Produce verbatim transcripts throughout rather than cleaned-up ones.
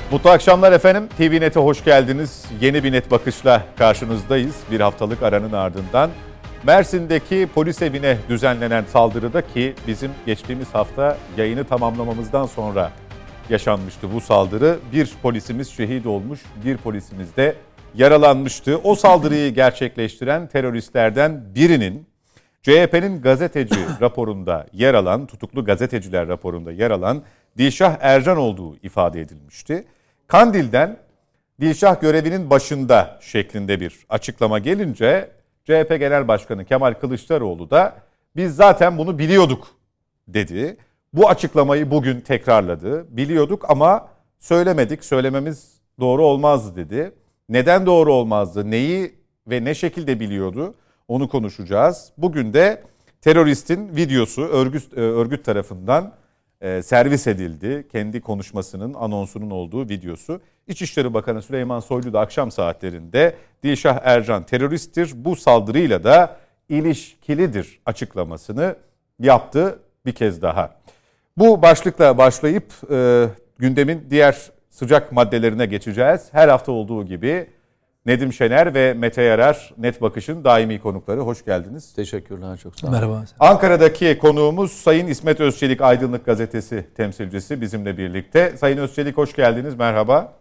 Mutlu akşamlar efendim. T V Net'e hoş geldiniz. Yeni bir net bakışla karşınızdayız. Bir haftalık aranın ardından. Mersin'deki polis evine düzenlenen saldırıda ki bizim geçtiğimiz hafta yayını tamamlamamızdan sonra yaşanmıştı bu saldırı. Bir polisimiz şehit olmuş, bir polisimiz de yaralanmıştı. O saldırıyı gerçekleştiren teröristlerden birinin C H P'nin gazeteci raporunda yer alan, tutuklu gazeteciler raporunda yer alan Dilşah Ercan olduğu ifade edilmişti. Kandil'den Dilşah görevinin başında şeklinde bir açıklama gelince C H P Genel Başkanı Kemal Kılıçdaroğlu da biz zaten bunu biliyorduk dedi. Bu açıklamayı bugün tekrarladı. Biliyorduk ama söylemedik, söylememiz doğru olmazdı dedi. Neden doğru olmazdı, neyi ve ne şekilde biliyordu onu konuşacağız. Bugün de teröristin videosu örgüt, örgüt tarafından e, servis edildi. Kendi konuşmasının, anonsunun olduğu videosu. İçişleri Bakanı Süleyman Soylu da akşam saatlerinde Dilşah Ercan teröristtir, bu saldırıyla da ilişkilidir açıklamasını yaptı bir kez daha. Bu başlıkla başlayıp e, gündemin diğer sıcak maddelerine geçeceğiz. Her hafta olduğu gibi Nedim Şener ve Mete Yarar Net Bakış'ın daimi konukları. Hoş geldiniz. Teşekkürler, çok sağ olun. Merhaba. Ankara'daki konuğumuz Sayın İsmet Özçelik, Aydınlık Gazetesi temsilcisi bizimle birlikte. Sayın Özçelik hoş geldiniz, merhaba.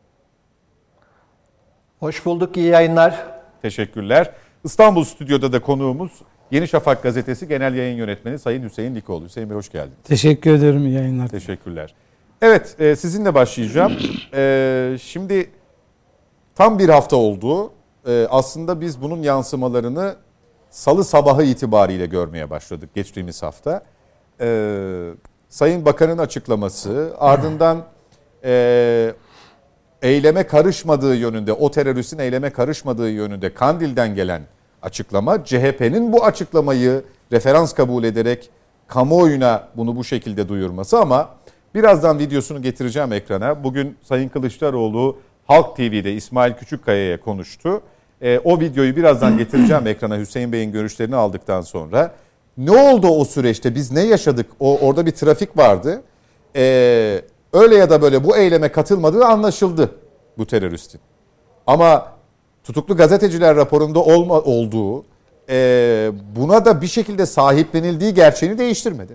Hoş bulduk, iyi yayınlar. Teşekkürler. İstanbul stüdyoda da konuğumuz Yeni Şafak Gazetesi Genel Yayın Yönetmeni Sayın Hüseyin Likoğlu. Hüseyin Bey hoş geldiniz. Teşekkür ederim, iyi yayınlar. Teşekkürler. Evet, e, sizinle başlayacağım. E, şimdi tam bir hafta oldu. E, aslında biz bunun yansımalarını Salı sabahı itibariyle görmeye başladık geçtiğimiz hafta. E, Sayın Bakan'ın açıklaması, ardından e, eyleme karışmadığı yönünde, o teröristin eyleme karışmadığı yönünde Kandil'den gelen açıklama, C H P'nin bu açıklamayı referans kabul ederek kamuoyuna bunu bu şekilde duyurması ama birazdan videosunu getireceğim ekrana. Bugün Sayın Kılıçdaroğlu Halk T V'de İsmail Küçükkaya'ya konuştu. E, o videoyu birazdan getireceğim ekrana Hüseyin Bey'in görüşlerini aldıktan sonra. Ne oldu o süreçte? Biz ne yaşadık? O orada bir trafik vardı. E, öyle ya da böyle bu eyleme katılmadığı anlaşıldı bu teröristin. Ama tutuklu gazeteciler raporunda olma, olduğu, e, buna da bir şekilde sahiplenildiği gerçeğini değiştirmedi.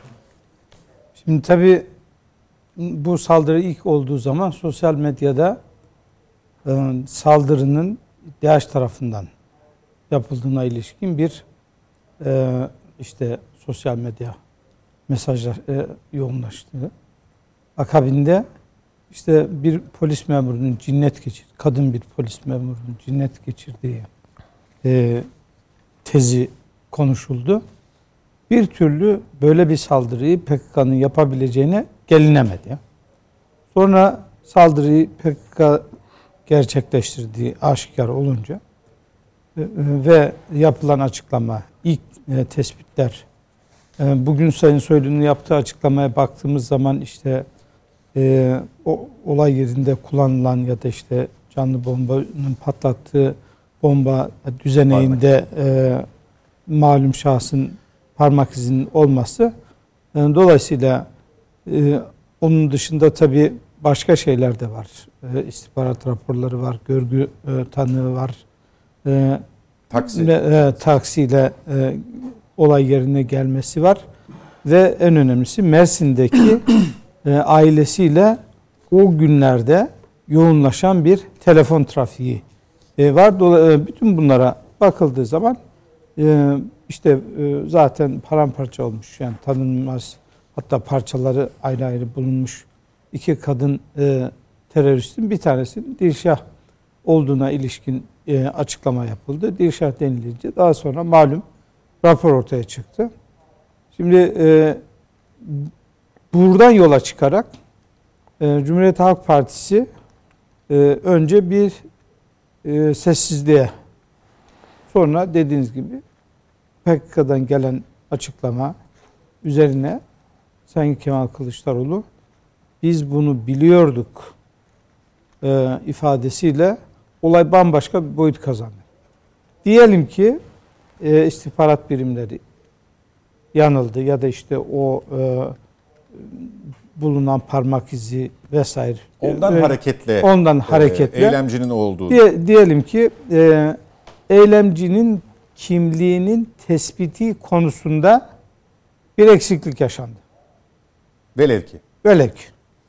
Şimdi tabii bu saldırı ilk olduğu zaman sosyal medyada e, saldırının DAEŞ tarafından yapıldığına ilişkin bir e, işte sosyal medya mesajlar e, yoğunlaştı. Akabinde işte bir polis memurunun cinnet geçirdiği, kadın bir polis memurunun cinnet geçirdiği e, tezi konuşuldu. Bir türlü böyle bir saldırıyı P K K'nın yapabileceğine gelinemedi. Sonra saldırıyı P K K gerçekleştirdiği aşikar olunca ve yapılan açıklama, ilk tespitler, bugün Sayın Soylu'nun yaptığı açıklamaya baktığımız zaman işte e, o olay yerinde kullanılan ya da işte canlı bombanın patlattığı bomba düzeneğinde e, malum şahsın parmak izinin olması. E, dolayısıyla e, onun dışında tabii başka şeyler de var. E, istihbarat raporları var, görgü e, tanığı var. E, Taksi. Ve, e, taksiyle e, olay yerine gelmesi var. Ve en önemlisi Mersin'deki e, ailesiyle o günlerde yoğunlaşan bir telefon trafiği e, var. Dolayısıyla bütün bunlara bakıldığı zaman e, işte e, zaten paramparça olmuş, yani tanınmaz, hatta parçaları ayrı ayrı bulunmuş iki kadın e, teröristin bir tanesinin Dilşah olduğuna ilişkin e, açıklama yapıldı. Dilşah denilince daha sonra malum rapor ortaya çıktı. Şimdi e, buradan yola çıkarak e, Cumhuriyet Halk Partisi e, önce bir e, sessizliğe, sonra dediğiniz gibi P K K'dan gelen açıklama üzerine Sayın Kemal Kılıçdaroğlu biz bunu biliyorduk e, ifadesiyle olay bambaşka bir boyut kazandı. Diyelim ki e, istihbarat birimleri yanıldı ya da işte o e, bulunan parmak izi vesaire. Ondan e, hareketle ondan e, hareketle eylemcinin olduğu. Diye, diyelim ki e, eylemcinin kimliğinin tespiti konusunda bir eksiklik yaşandı. Velev ki. Velev ki.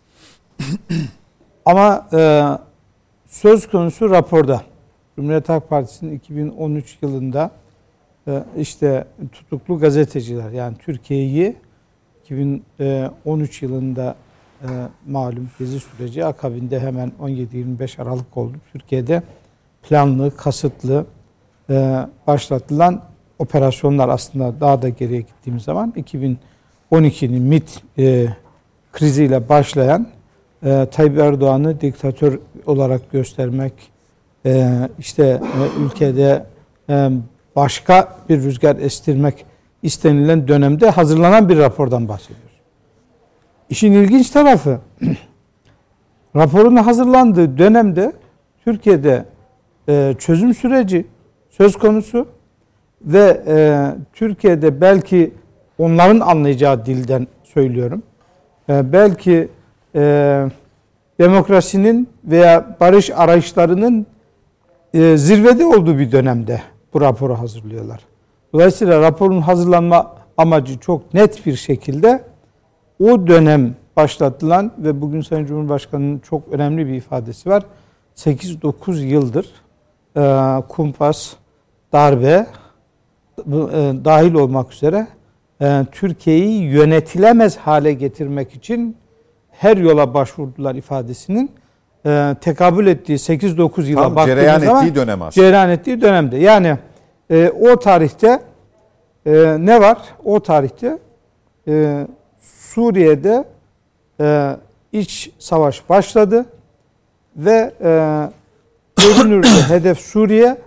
Ama e, söz konusu raporda Cumhuriyet Halk Partisi'nin iki bin on üç yılında e, işte tutuklu gazeteciler, yani Türkiye'yi iki bin on üç yılında e, malum gezi süreci akabinde hemen on yedi yirmi beş Aralık oldu. Türkiye'de planlı, kasıtlı e, başlatılan operasyonlar, aslında daha da geriye gittiğimiz zaman iki bin on ikinin MİT e, kriziyle başlayan e, Tayyip Erdoğan'ı diktatör olarak göstermek, e, işte e, ülkede e, başka bir rüzgar estirmek istenilen dönemde hazırlanan bir rapordan bahsediyoruz. İşin ilginç tarafı, raporun hazırlandığı dönemde Türkiye'de e, çözüm süreci söz konusu ve e, Türkiye'de belki onların anlayacağı dilden söylüyorum, e, belki e, demokrasinin veya barış arayışlarının e, zirvede olduğu bir dönemde bu raporu hazırlıyorlar. Dolayısıyla raporun hazırlanma amacı çok net bir şekilde o dönem başlatılan ve bugün Sayın Cumhurbaşkanı'nın çok önemli bir ifadesi var. sekiz dokuz yıldır e, kumpas, darbe e, dahil olmak üzere e, Türkiye'yi yönetilemez hale getirmek için her yola başvurdular ifadesinin e, tekabül ettiği sekiz dokuz yıla Tam baktığımız cereyan zaman ettiği dönem aslında. cereyan ettiği dönemde. Yani e, o tarihte e, ne var? O tarihte e, Suriye'de e, iç savaş başladı ve e, görünürde hedef Suriye,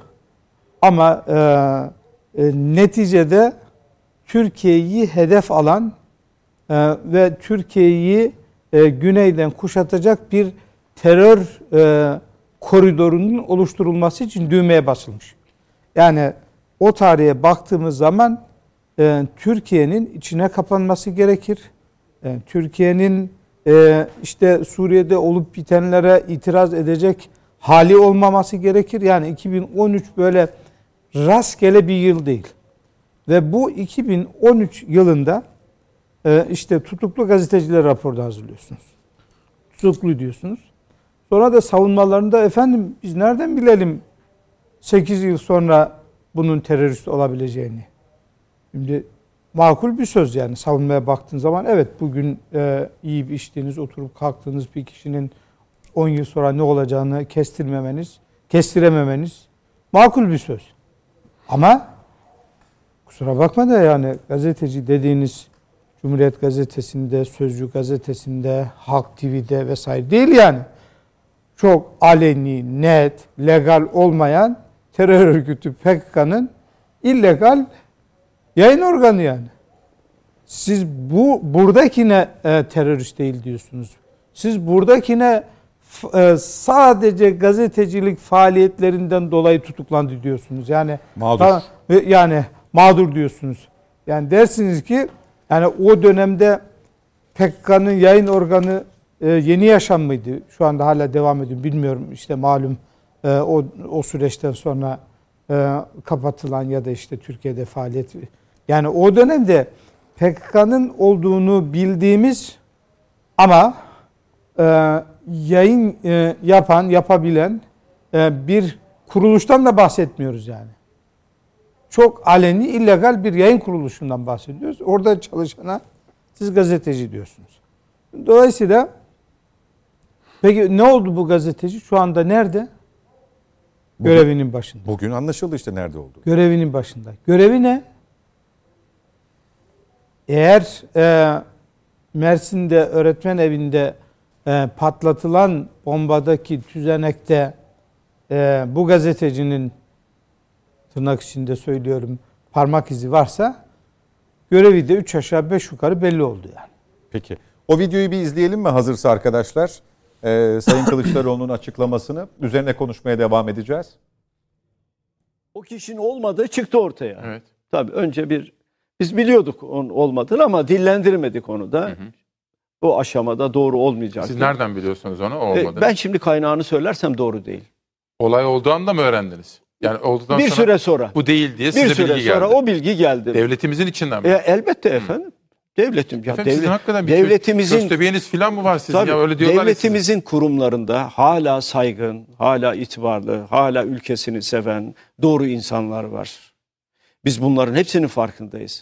ama e, e, neticede Türkiye'yi hedef alan e, ve Türkiye'yi e, güneyden kuşatacak bir terör e, koridorunun oluşturulması için düğmeye basılmış. Yani o tarihe baktığımız zaman e, Türkiye'nin içine kapanması gerekir. E, Türkiye'nin e, işte Suriye'de olup bitenlere itiraz edecek hali olmaması gerekir. Yani iki bin on üç böyle rastgele bir yıl değil. Ve bu iki bin on üç yılında e, işte tutuklu gazeteciler raporunu hazırlıyorsunuz. Tutuklu diyorsunuz. Sonra da savunmalarında efendim biz nereden bilelim sekiz yıl sonra bunun terörist olabileceğini. Şimdi makul bir söz, yani savunmaya baktığın zaman evet, bugün e, yiyip içtiğiniz, oturup kalktığınız bir kişinin on yıl sonra ne olacağını kestirmemeniz, kestirememeniz makul bir söz. Ama kusura bakma da yani gazeteci dediğiniz Cumhuriyet Gazetesi'nde, Sözcü Gazetesi'nde, Halk T V'de vesaire değil yani. Çok aleni, net, legal olmayan terör örgütü P K K'nın illegal yayın organı yani. Siz bu buradakine e, terörist değil diyorsunuz. Siz buradakine e, sadece gazetecilik faaliyetlerinden dolayı tutuklandı diyorsunuz. Yani mağdur. Ta, yani mağdur diyorsunuz. Yani dersiniz ki yani o dönemde P K K'nın yayın organı e, Yeni Yaşam mıydı? Şu anda hala devam ediyor. Bilmiyorum işte malum e, o o süreçten sonra e, kapatılan ya da işte Türkiye'de faaliyet. Yani o dönemde P K K'nın olduğunu bildiğimiz ama e, yayın e, yapan, yapabilen e, bir kuruluştan da bahsetmiyoruz yani. Çok aleni, illegal bir yayın kuruluşundan bahsediyoruz. Orada çalışana siz gazeteci diyorsunuz. Dolayısıyla peki ne oldu bu gazeteci? Şu anda nerede? Bugün, Görevinin başında. Bugün anlaşıldı işte nerede olduğu. Görevinin başında. Görevi ne? Eğer e, Mersin'de öğretmen evinde e, patlatılan bombadaki tüzenekte e, bu gazetecinin, tırnak içinde söylüyorum, parmak izi varsa görevi de üç aşağı beş yukarı belli oldu yani. Peki. O videoyu bir izleyelim mi hazırsa arkadaşlar? Ee, Sayın Kılıçdaroğlu'nun açıklamasını. Üzerine konuşmaya devam edeceğiz. O kişinin olmadığı çıktı ortaya. Evet. Tabii önce bir biz biliyorduk onun olmadığını ama dillendirmedik onu da. Hı hı. O aşamada doğru olmayacak. Siz nereden biliyorsunuz onu? O olmadığını. Ben şimdi kaynağını söylersem doğru değil. Olay olduğu anda mı öğrendiniz? Yani olduktan bir sonra süre sonra. bu değil diye Bir size süre bilgi sonra geldi. o bilgi geldi. Devletimizin içinden mi? E, elbette efendim. Devletim ya Efendim sizin devlet, hakikaten bir devletimizin köstebeğiniz falan mı var sizin tabii, ya öyle diyorlar ya devletimizin kurumlarında hala saygın, hala itibarlı, hala ülkesini seven doğru insanlar var. Biz bunların hepsinin farkındayız.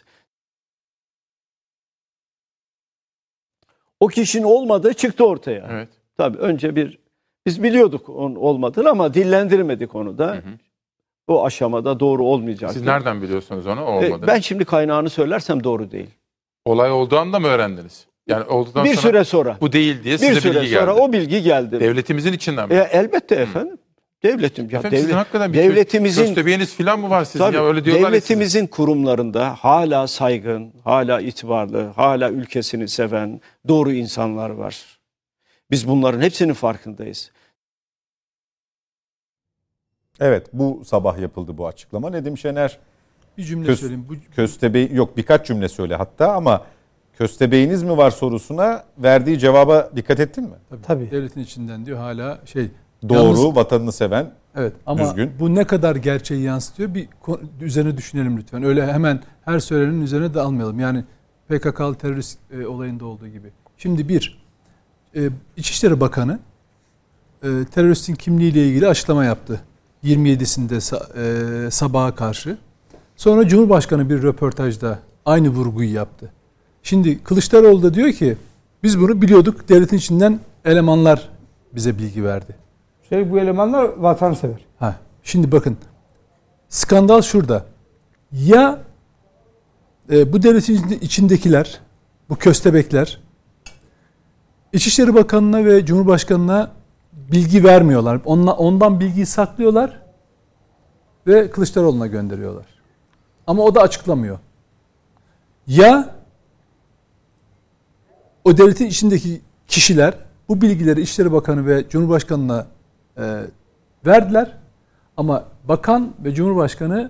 O kişinin olmadığı çıktı ortaya. sizin. Evet. Tabii önce bir biz biliyorduk onun olmadığını ama dillendirmedik onu da. Hı hı. O aşamada doğru olmayacak. Siz nereden biliyorsunuz onu? O olmadığını. Ben şimdi kaynağını söylersem doğru değil. Olay olduğu anda mı öğrendiniz? Yani olduktan Bir sonra süre sonra. bu değil diye Bir size süre bilgi sonra geldi. o bilgi geldi. Devletimizin içinden mi? E, elbette efendim. Devletim ya Efendim sizin devlet, hakikaten bir devletimizin köstebeğiniz falan mı var sizin tabii, ya öyle diyorlar ya devletimizin kurumlarında hala saygın, hala itibarlı, hala ülkesini seven doğru insanlar var. Biz bunların hepsinin farkındayız. Evet, bu sabah yapıldı bu açıklama. Nedim Şener Bir cümle Kös- söyleyeyim. Bu köstebeği yok birkaç cümle söyle hatta ama köstebeğiniz mi var sorusuna verdiği cevaba dikkat ettin mi? tabii, Tabii. devletin içinden diyor hala şey. Doğru, Yalnız- vatanını seven. evet ama düzgün. bu ne kadar gerçeği yansıtıyor bir ko- üzerine düşünelim lütfen. Öyle hemen her söylenenin üzerine de almayalım. Yani P K K'lı terörist e, olayında olduğu gibi. Şimdi bir, e, İçişleri Bakanı e, teröristin kimliğiyle ilgili açıklama yaptı. yirmi yedisinde sa- e, sabaha karşı. Sonra Cumhurbaşkanı bir röportajda aynı vurguyu yaptı. Şimdi Kılıçdaroğlu da diyor ki biz bunu biliyorduk. Devletin içinden elemanlar bize bilgi verdi. Şey, bu elemanlar vatansever. Ha, şimdi bakın skandal şurada. Ya e, bu devletin içindekiler, bu köstebekler İçişleri Bakanı'na ve Cumhurbaşkanı'na bilgi vermiyorlar. Onla, ondan bilgiyi saklıyorlar ve Kılıçdaroğlu'na gönderiyorlar. Ama o da açıklamıyor. Ya o devletin içindeki kişiler bu bilgileri İçişleri Bakanı ve Cumhurbaşkanı'na e, verdiler. Ama bakan ve Cumhurbaşkanı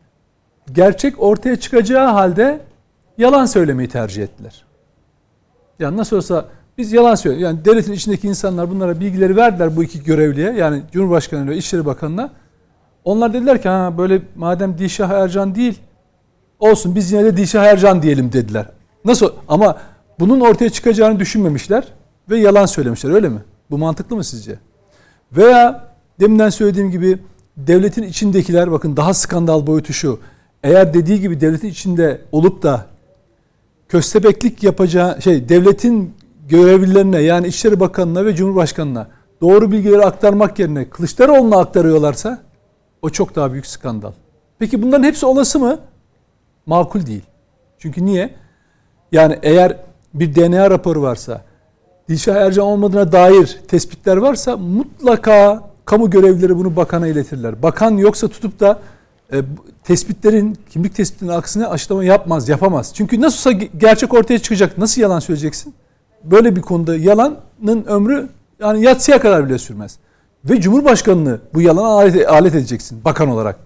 gerçek ortaya çıkacağı halde yalan söylemeyi tercih ettiler. Yani nasıl olsa biz yalan söylüyoruz. Yani devletin içindeki insanlar bunlara bilgileri verdiler bu iki görevliye. Yani Cumhurbaşkanı ve İçişleri Bakanı'na. Onlar dediler ki ha böyle madem Dilşah Ercan değil olsun biz yine de Dilşah Ercan diyelim dediler. Nasıl? Ama bunun ortaya çıkacağını düşünmemişler ve yalan söylemişler öyle mi? Bu mantıklı mı sizce? Veya deminden söylediğim gibi devletin içindekiler bakın daha skandal boyutu şu. Eğer dediği gibi devletin içinde olup da köstebeklik yapacağı şey devletin görevlilerine yani İçişleri Bakanı'na ve Cumhurbaşkanı'na doğru bilgileri aktarmak yerine Kılıçdaroğlu'na aktarıyorlarsa o çok daha büyük skandal. Peki bunların hepsi olası mı? Makul değil. Çünkü niye? Yani eğer bir D N A raporu varsa, Dilşah Ercan olmadığına dair tespitler varsa mutlaka kamu görevlileri bunu bakana iletirler. Bakan yoksa tutup da e, tespitlerin, kimlik tespitinin aksine açıklama yapmaz, yapamaz. Çünkü nasılsa gerçek ortaya çıkacak. Nasıl yalan söyleyeceksin? Böyle bir konuda yalanın ömrü yani yatsıya kadar bile sürmez. Ve Cumhurbaşkanı'nı bu yalana alet, alet edeceksin bakan olarak.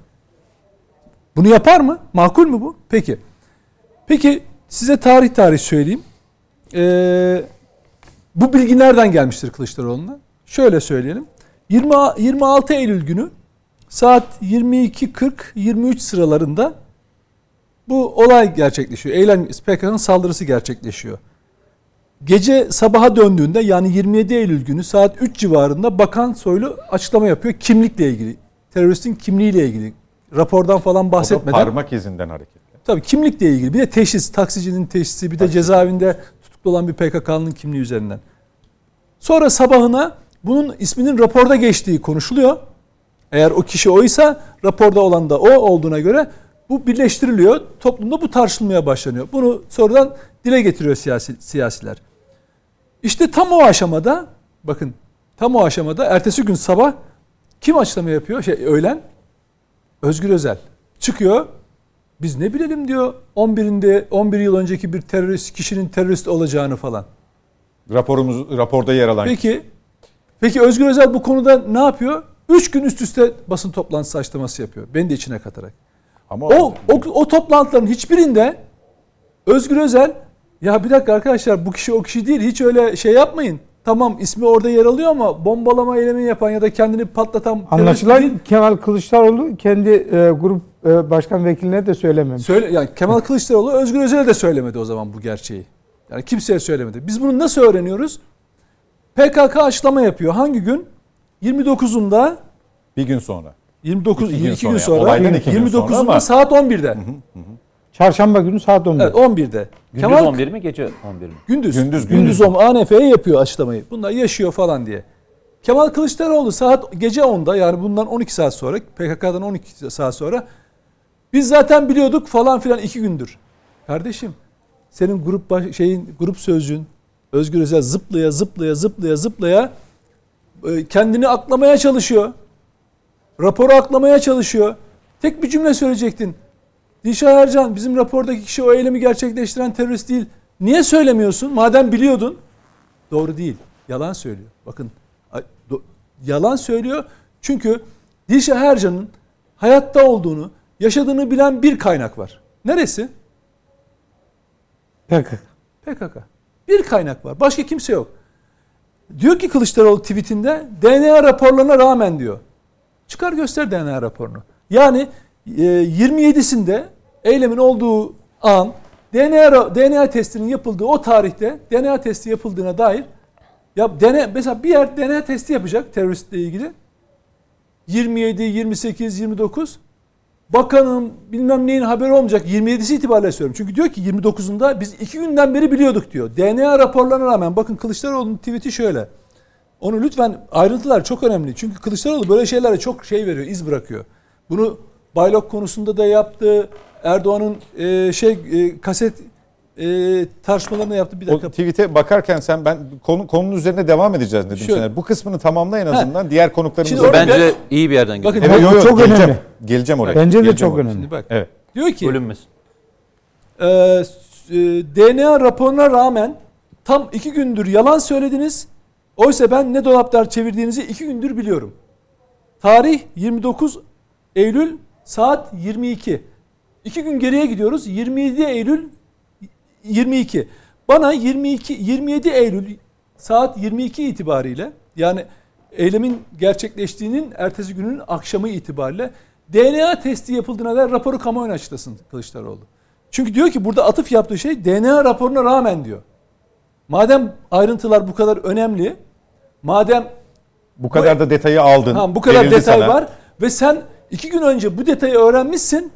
Bunu yapar mı? Makul mü bu? Peki. Peki size tarih tarih söyleyeyim. Ee, bu bilgi nereden gelmiştir Kılıçdaroğlu'na? Şöyle söyleyelim. yirmi, yirmi altı Eylül günü saat yirmi iki kırk yirmi üç sıralarında bu olay gerçekleşiyor. Eylem P K K'nın saldırısı gerçekleşiyor. Gece sabaha döndüğünde yani yirmi yedi Eylül günü saat üç civarında Bakan Soylu açıklama yapıyor kimlikle ilgili. Teröristin kimliğiyle ilgili. Rapordan falan bahsetmeden. O da parmak izinden hareketli. Tabii kimlikle ilgili. Bir de teşhis, taksicinin teşhisi, bir de cezaevinde tutuklu olan bir P K K'nın kimliği üzerinden. Sonra sabahına bunun isminin raporda geçtiği konuşuluyor. Eğer o kişi oysa raporda olan da o olduğuna göre bu birleştiriliyor. Toplumda bu tartışılmaya başlanıyor. Bunu sonradan dile getiriyor siyasi, siyasiler. İşte tam o aşamada bakın tam o aşamada ertesi gün sabah kim açıklama yapıyor? Şey öğlen Özgür Özel çıkıyor. Biz ne bilelim diyor on birinde on bir yıl önceki bir terörist kişinin terörist olacağını falan. Raporumuz raporda yer alan. Peki Peki Özgür Özel bu konuda ne yapıyor? Üç gün üst üste basın toplantısı açıklaması yapıyor. Beni de içine katarak. Ama O, o, o toplantıların hiçbirinde Özgür Özel Ya bir dakika arkadaşlar, bu kişi o kişi değil. Hiç öyle şey yapmayın. Tamam, ismi orada yer alıyor ama bombalama eylemi yapan ya da kendini patlatan... Anlaşılan Kemal Kılıçdaroğlu kendi e, grup e, başkan vekiline de söylememiş. Söyle, yani Kemal Kılıçdaroğlu Özgür Özel'e de söylemedi o zaman bu gerçeği. Yani kimseye söylemedi. Biz bunu nasıl öğreniyoruz? P K K açıklama yapıyor. Hangi gün? yirmi dokuzunda Bir gün sonra. yirmi dokuz İki gün iki gün sonra, sonra, olaydan iki gün yirmi dokuzunda sonra ama- saat on birde. Çarşamba günü saat on bir. Evet, on birde. Gündüz Kemal on bir mi, gece on bir mi? Gündüz. Gündüz, Gündüz, gündüz. on A N F'ye yapıyor açıklamayı. Bunlar yaşıyor falan diye. Kemal Kılıçdaroğlu saat gece onda, yani bundan on iki saat sonra, P K K'dan on iki saat sonra, biz zaten biliyorduk falan filan iki gündür. Kardeşim, senin grup baş, şeyin grup sözcüğün Özgür Özel zıplaya zıplaya zıplaya zıplaya e, kendini aklamaya çalışıyor. Raporu aklamaya çalışıyor. Tek bir cümle söyleyecektin. Dilşah Ercan, bizim rapordaki kişi o eylemi gerçekleştiren terörist değil. Niye söylemiyorsun? Madem biliyordun. Doğru değil. Yalan söylüyor. Bakın, do- yalan söylüyor. Çünkü Dilşah Ercan'ın hayatta olduğunu, yaşadığını bilen bir kaynak var. Neresi? P K K. P K K. Bir kaynak var. Başka kimse yok. Diyor ki Kılıçdaroğlu tweetinde, D N A raporlarına rağmen diyor. Çıkar göster D N A raporunu. Yani e, yirmi yedisinde eylemin olduğu an D N A D N A testinin yapıldığı o tarihte D N A testi yapıldığına dair, ya D N A, mesela bir yer D N A testi yapacak teröristle ilgili. yirmi yedi, yirmi sekiz, yirmi dokuz bakanın bilmem neyin haberi olmayacak. yirmi yedisi itibariyle söylüyorum. Çünkü diyor ki yirmi dokuzunda biz iki günden beri biliyorduk diyor. D N A raporlarına rağmen, bakın Kılıçdaroğlu'nun tweet'i şöyle. Onu lütfen, ayrıntılar çok önemli. Çünkü Kılıçdaroğlu böyle şeylere çok şey veriyor, iz bırakıyor. Bunu Baylok konusunda da yaptı. Erdoğan'ın e, şey e, kaset e, tartışmalarını yaptı. Bir dakika. O tweet'e bakarken sen, ben konu, konunun üzerine devam edeceğiz dedim Şöyle. sana. Bu kısmını tamamla en azından. Ha. Diğer konuklarımıza. Şimdi orada- Bence iyi bir yerden gidiyor. Bakın, Evet, yo, yo, çok geleceğim. önemli. Geleceğim oraya. Bence de Geleceğim çok oraya. önemli. Şimdi bak. Evet. Diyor ki Bölünmesin. e, e, D N A raporuna rağmen tam iki gündür yalan söylediniz. Oysa ben ne dolaplar çevirdiğinizi iki gündür biliyorum. Tarih yirmi dokuz Eylül saat yirmi iki. İki gün geriye gidiyoruz. yirmi yedi Eylül yirmi iki. Bana yirmi iki yirmi yedi Eylül saat yirmi iki itibariyle, yani eylemin gerçekleştiğinin ertesi günün akşamı itibariyle D N A testi yapıldığına dair raporu kamuoyuna açıklasın Kılıçdaroğlu. Çünkü diyor ki burada atıf yaptığı şey D N A raporuna rağmen diyor. Madem ayrıntılar bu kadar önemli, madem Bu kadar da detayı aldın. ha, bu kadar verildi detay sana. var ve sen iki gün önce bu detayı öğrenmişsin.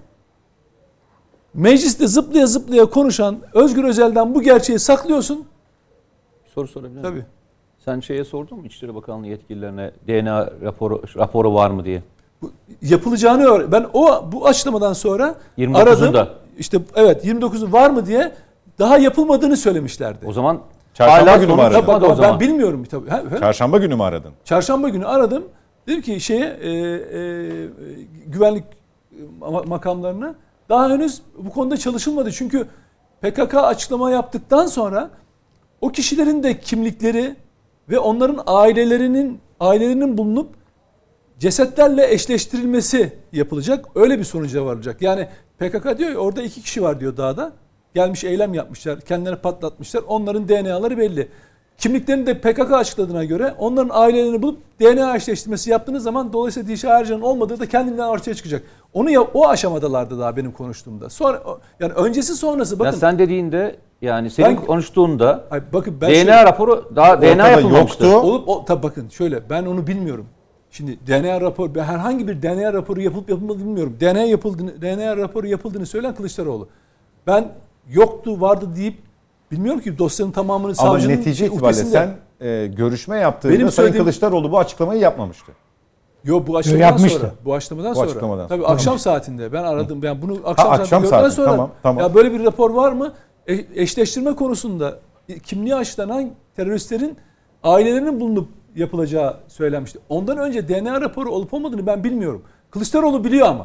Mecliste zıplaya zıplaya konuşan Özgür Özel'den bu gerçeği saklıyorsun. Bir soru sorabilir miyim? Tabii. Sen şeye sordun mu İçişleri Bakanlığı yetkililerine D N A raporu raporu var mı diye? Bu yapılacağını öğren. Ben o bu açıklamadan sonra yirmi dokuzunda. aradım. İşte evet, yirmi dokuzu var mı diye, daha yapılmadığını söylemişlerdi. O zaman Çarşamba hala günü mü sonuç aradın? çıkmadı Bak, o zaman. ben bilmiyorum tabii. Ha, ha? Çarşamba günü mü aradın? Çarşamba günü aradım. Dedim ki şeye e, e, güvenlik ma- makamlarına, daha henüz bu konuda çalışılmadı. Çünkü P K K açıklama yaptıktan sonra o kişilerin de kimlikleri ve onların ailelerinin ailelerinin bulunup cesetlerle eşleştirilmesi yapılacak. Öyle bir sonuca varacak. Yani P K K diyor ya, orada iki kişi var diyor dağda. Gelmiş eylem yapmışlar, kendilerini patlatmışlar. Onların D N A'ları belli. Kimliklerini de P K K açıkladığına göre onların ailelerini bulup D N A eşleştirmesi yaptığınız zaman dolayısıyla Dilşah Ercan'ın olmadığı da kendinden ortaya çıkacak. Onu ya, o aşamadalardı daha benim konuştuğumda. Sonra yani öncesi sonrası bakın. Ya sen dediğinde, yani senin Ben- konuştuğunda Ay, bakın ben D N A şöyle- raporu daha D N A Ortada yapılmamıştı. yoktu. Olup o, tabi bakın şöyle, ben onu bilmiyorum. Şimdi D N A raporu, ben herhangi bir D N A raporu yapılıp yapılmadığını bilmiyorum. D N A yapıldığını, D N A raporu yapıldığını söyleyen Kılıçdaroğlu. Ben yoktu, vardı deyip bilmiyorum ki dosyanın tamamını Ama savcının netice şey, itibariyle ukdesinde- sen e, görüşme yaptığında Benim Sayın söylediğim- Kılıçdaroğlu bu açıklamayı yapmamıştı. Yo, bu açıklamadan yapmıştı. sonra. Bu açıklamadan Bu sonra. açıklamadan Tabii sonra. akşam saatinde ben aradım. Ben bunu akşam, akşam saatinde gördükten saati, sonra tamam, tamam. ya böyle bir rapor var mı? E, eşleştirme konusunda kimliği açıklanan teröristlerin ailelerinin bulunup yapılacağı söylenmişti. Ondan önce D N A raporu olup olmadığını ben bilmiyorum. Kılıçdaroğlu biliyor ama.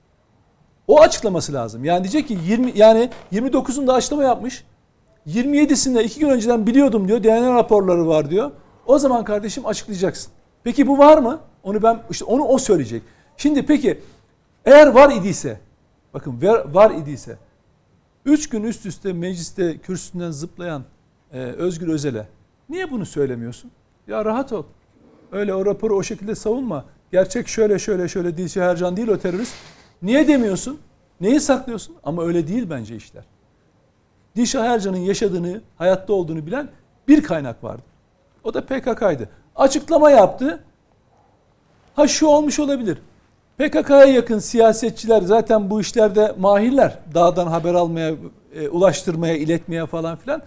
O açıklaması lazım. Yani diyecek ki yirmi yani yirmi dokuzunda açıklama yapmış. yirmi yedisinde iki gün önceden biliyordum diyor. D N A raporları var diyor. O zaman kardeşim açıklayacaksın. Peki bu var mı? Onu ben işte onu o söyleyecek. Şimdi peki eğer var idiyse, bakın var, var idiyse Üç gün üst üste mecliste kürsüsünden zıplayan e, Özgür Özel'e niye bunu söylemiyorsun? Ya rahat ol. Öyle o raporu o şekilde savunma. Gerçek şöyle şöyle şöyle Dilşah Ercan değil o terörist. Niye demiyorsun? Neyi saklıyorsun? Ama öyle değil bence işler. Dilşah Ercan'ın yaşadığını, hayatta olduğunu bilen bir kaynak vardı. O da P K K'ydı. Açıklama yaptı. Ha şu olmuş olabilir. P K K'ya yakın siyasetçiler zaten bu işlerde mahirler. Dağdan haber almaya, e, ulaştırmaya, iletmeye falan filan.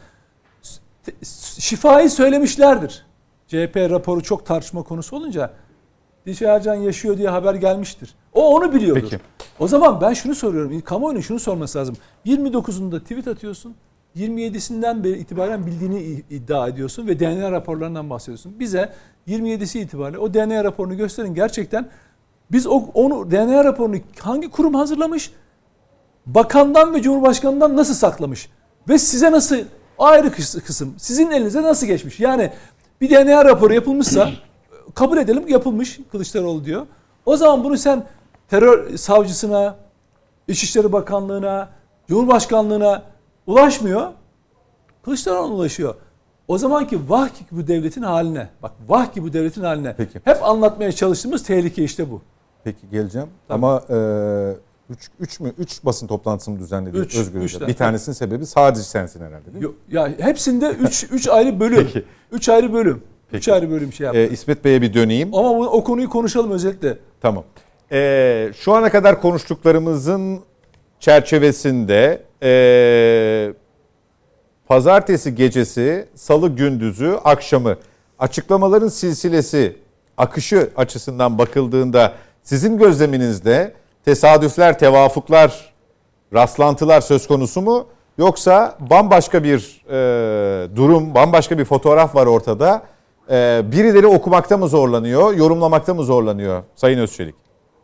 Şifayı söylemişlerdir. C H P raporu çok tartışma konusu olunca Dilşah Ercan yaşıyor diye haber gelmiştir. O onu biliyordur. Peki. O zaman ben şunu soruyorum. Kamuoyunun şunu sorması lazım. yirmi dokuzunda tweet atıyorsun. yirmi yedisinden beri itibaren bildiğini iddia ediyorsun ve D N A raporlarından bahsediyorsun. Bize yirmi yedisi itibariyle o D N A raporunu gösterin. Gerçekten biz o, onu D N A raporunu hangi kurum hazırlamış? Bakandan ve Cumhurbaşkanından nasıl saklamış? Ve size nasıl ayrı kısım sizin elinize nasıl geçmiş? Yani bir D N A raporu yapılmışsa kabul edelim yapılmış Kılıçdaroğlu diyor. O zaman bunu sen terör savcısına, İçişleri Bakanlığı'na, Cumhurbaşkanlığı'na ulaşmıyor. Kılıçdaroğlu'na ulaşıyor. O zamanki vah ki bu devletin haline. Bak vah ki bu devletin haline. Peki. Hep anlatmaya çalıştığımız tehlike işte bu. Peki geleceğim. Tabii. Ama üç üç mü üç basın toplantısı mı düzenledi Üç, Özgür üç Özel? tane. Bir tanesinin sebebi sadece sensin herhalde değil mi? Yo- Ya hepsinde üç üç ayrı bölüm. Peki. üç ayrı bölüm. üç Peki. ayrı bölüm şey yaptı. Ee, İsmet Bey'e bir döneyim. Ama bu, o konuyu konuşalım özellikle. Tamam. Ee, şu ana kadar konuştuklarımızın çerçevesinde ee, pazartesi gecesi, salı gündüzü, akşamı açıklamaların silsilesi, akışı açısından bakıldığında sizin gözleminizde tesadüfler, tevafuklar, rastlantılar söz konusu mu? Yoksa bambaşka bir e, durum, bambaşka bir fotoğraf var ortada. E, birileri okumakta mı zorlanıyor, yorumlamakta mı zorlanıyor Sayın Özçelik?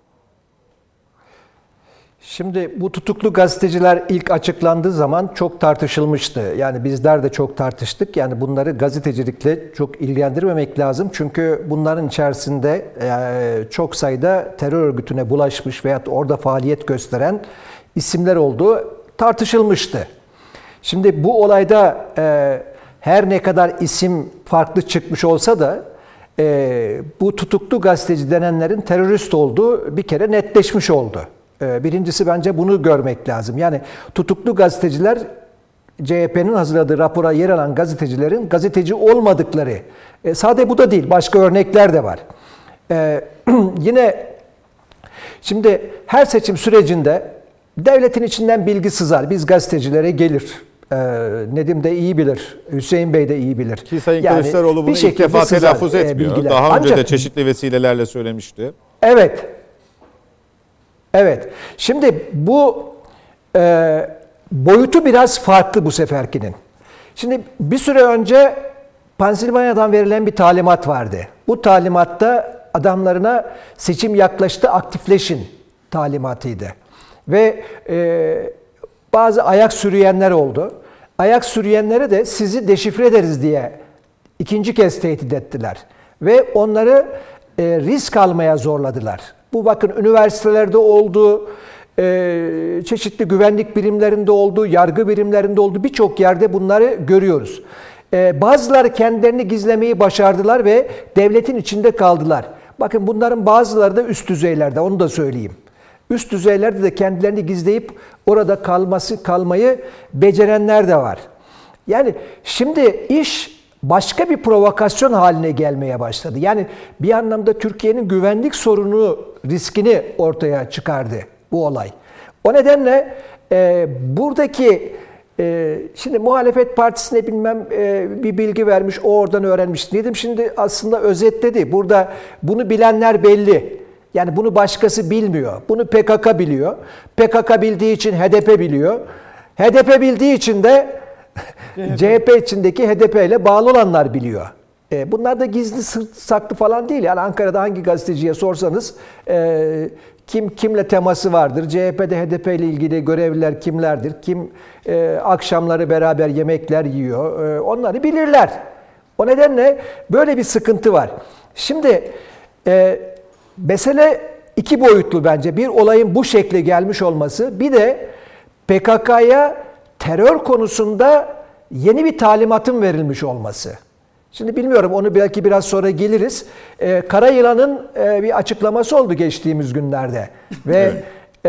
Şimdi bu tutuklu gazeteciler ilk açıklandığı zaman çok tartışılmıştı. Yani bizler de çok tartıştık. Yani bunları gazetecilikle çok ilgilendirmemek lazım. Çünkü bunların içerisinde çok sayıda terör örgütüne bulaşmış veyahut orada faaliyet gösteren isimler olduğu tartışılmıştı. Şimdi bu olayda her ne kadar isim farklı çıkmış olsa da bu tutuklu gazeteci denenlerin terörist olduğu bir kere netleşmiş oldu. Birincisi bence bunu görmek lazım. Yani tutuklu gazeteciler C H P'nin hazırladığı rapora yer alan gazetecilerin gazeteci olmadıkları. E, sade bu da değil, başka örnekler de var. E, yine şimdi her seçim sürecinde devletin içinden bilgi sızar. Biz gazetecilere gelir. E, Nedim de iyi bilir, Hüseyin Bey de iyi bilir. Ki Sayın Yani Kılıçdaroğlu bunu bir ilk şekilde defa sızar, telaffuz e, etmiyor. bilgiler. Daha önce Ancak, de çeşitli vesilelerle söylemişti. Evet. Evet. Şimdi bu e, boyutu biraz farklı bu seferkinin. Şimdi bir süre önce Pensilvanya'dan verilen bir talimat vardı. Bu talimatta adamlarına seçim yaklaştı, aktifleşin talimatıydı. Ve e, bazı ayak sürüyenler oldu. Ayak sürüyenlere de sizi deşifre ederiz diye ikinci kez tehdit ettiler. Ve onları e, risk almaya zorladılar. Bu bakın üniversitelerde oldu, e, çeşitli güvenlik birimlerinde oldu, yargı birimlerinde oldu. Birçok yerde bunları görüyoruz. E, bazıları kendilerini gizlemeyi başardılar ve devletin içinde kaldılar. Bakın bunların bazıları da üst düzeylerde, onu da söyleyeyim. Üst düzeylerde de kendilerini gizleyip orada kalması kalmayı becerenler de var. Yani şimdi iş başka bir provokasyon haline gelmeye başladı. Yani bir anlamda Türkiye'nin güvenlik sorunu riskini ortaya çıkardı bu olay. O nedenle e, buradaki e, şimdi muhalefet partisine bilmem e, bir bilgi vermiş, o oradan öğrenmiş. Dedim şimdi aslında özetledi. Burada bunu bilenler belli. Yani bunu başkası bilmiyor. Bunu P K K biliyor. P K K bildiği için H D P biliyor. H D P bildiği için de C H P içindeki H D P ile bağlı olanlar biliyor. E, bunlar da gizli saklı falan değil. Yani Ankara'da hangi gazeteciye sorsanız e, kim kimle teması vardır, C H P'de H D P ile ilgili görevliler kimlerdir, kim e, akşamları beraber yemekler yiyor, e, onları bilirler. O nedenle böyle bir sıkıntı var. Şimdi e, mesele iki boyutlu bence. Bir olayın bu şekle gelmiş olması, bir de P K K'ya terör konusunda yeni bir talimatın verilmiş olması. Şimdi bilmiyorum, onu belki biraz sonra geliriz. Ee, Karayılan'ın e, bir açıklaması oldu geçtiğimiz günlerde. Ve evet.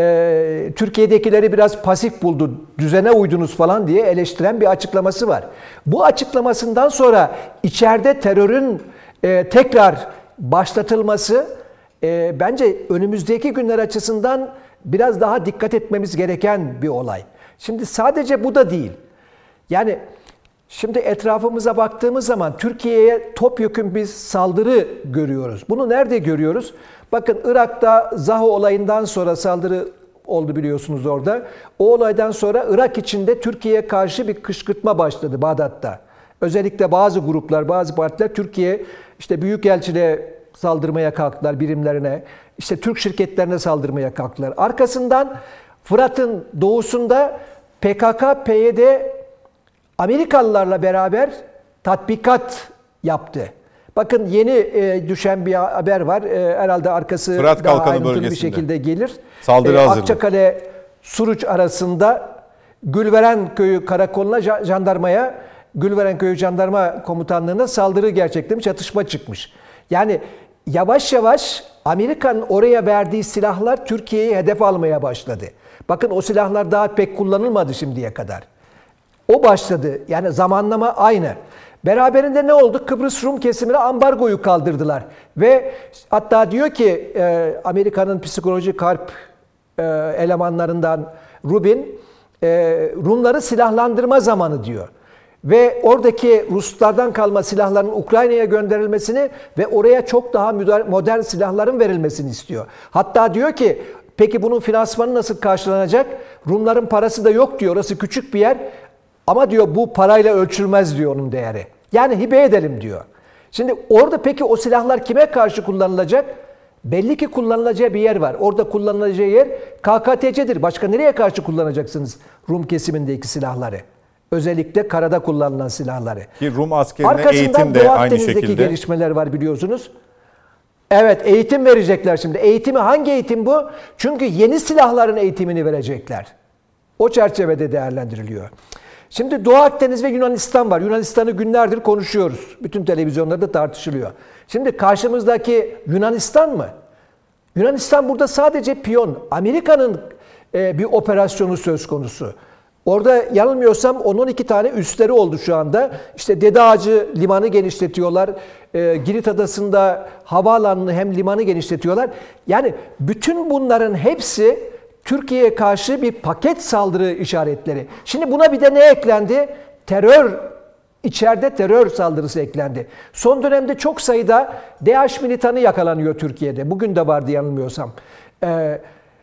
e, Türkiye'dekileri biraz pasif buldu, düzene uydunuz falan diye eleştiren bir açıklaması var. Bu açıklamasından sonra içeride terörün e, tekrar başlatılması e, bence önümüzdeki günler açısından biraz daha dikkat etmemiz gereken bir olay. Şimdi sadece bu da değil. Yani şimdi etrafımıza baktığımız zaman Türkiye'ye topyekün bir saldırı görüyoruz. Bunu nerede görüyoruz? Bakın Irak'ta Zaho olayından sonra saldırı oldu biliyorsunuz orada. O olaydan sonra Irak içinde Türkiye'ye karşı bir kışkırtma başladı Bağdat'ta. Özellikle bazı gruplar, bazı partiler Türkiye işte büyükelçiliğe saldırmaya kalktılar, birimlerine. İşte Türk şirketlerine saldırmaya kalktılar. Arkasından Fırat'ın doğusunda P K K P Y D Amerikalılarla beraber tatbikat yaptı. Bakın yeni e, düşen bir haber var. E, herhalde arkası Fırat daha Kalkanı ayrıntılı bölgesinde bir şekilde gelir. Saldırı e, hazırlığı. Akçakale Suruç arasında Gülveren Köyü Karakolu'na, jandarmaya, Gülveren Köyü Jandarma Komutanlığı'na saldırı gerçekleşmiş, çatışma çıkmış. Yani yavaş yavaş Amerika'nın oraya verdiği silahlar Türkiye'yi hedef almaya başladı. Bakın o silahlar daha pek kullanılmadı şimdiye kadar. O başladı. Yani zamanlama aynı. Beraberinde ne oldu? Kıbrıs Rum kesimine ambargoyu kaldırdılar. Ve hatta diyor ki e, Amerika'nın psikolojik harp e, elemanlarından Rubin, e, Rumları silahlandırma zamanı diyor. Ve oradaki Ruslardan kalma silahların Ukrayna'ya gönderilmesini ve oraya çok daha modern silahların verilmesini istiyor. Hatta diyor ki peki bunun finansmanı nasıl karşılanacak? Rumların parası da yok diyor. Orası küçük bir yer. Ama diyor bu parayla ölçülmez diyor onun değeri. Yani hibe edelim diyor. Şimdi orada peki o silahlar kime karşı kullanılacak? Belli ki kullanılacağı bir yer var. Orada kullanılacağı yer K K T C'dir. Başka nereye karşı kullanacaksınız Rum kesimindeki silahları? Özellikle karada kullanılan silahları. Ki Rum askerine arkasından eğitim de Doğu aynı Akdeniz'deki şekilde. gelişmeler var biliyorsunuz. Evet, eğitim verecekler şimdi. Eğitimi hangi eğitim bu? Çünkü yeni silahların eğitimini verecekler. O çerçevede değerlendiriliyor. Şimdi Doğu Akdeniz ve Yunanistan var. Yunanistan'ı günlerdir konuşuyoruz. Bütün televizyonlarda tartışılıyor. Şimdi karşımızdaki Yunanistan mı? Yunanistan burada sadece piyon. Amerika'nın e, bir operasyonu söz konusu. Orada yanılmıyorsam on on iki tane üsleri oldu şu anda. İşte Dede Ağacı limanı genişletiyorlar. E, Girit Adası'nda havaalanını hem limanı genişletiyorlar. Yani bütün bunların hepsi Türkiye'ye karşı bir paket saldırı işaretleri. Şimdi buna bir de ne eklendi? Terör, içeride terör saldırısı eklendi. Son dönemde çok sayıda DAEŞ militanı yakalanıyor Türkiye'de. Bugün de vardı yanılmıyorsam. Ee,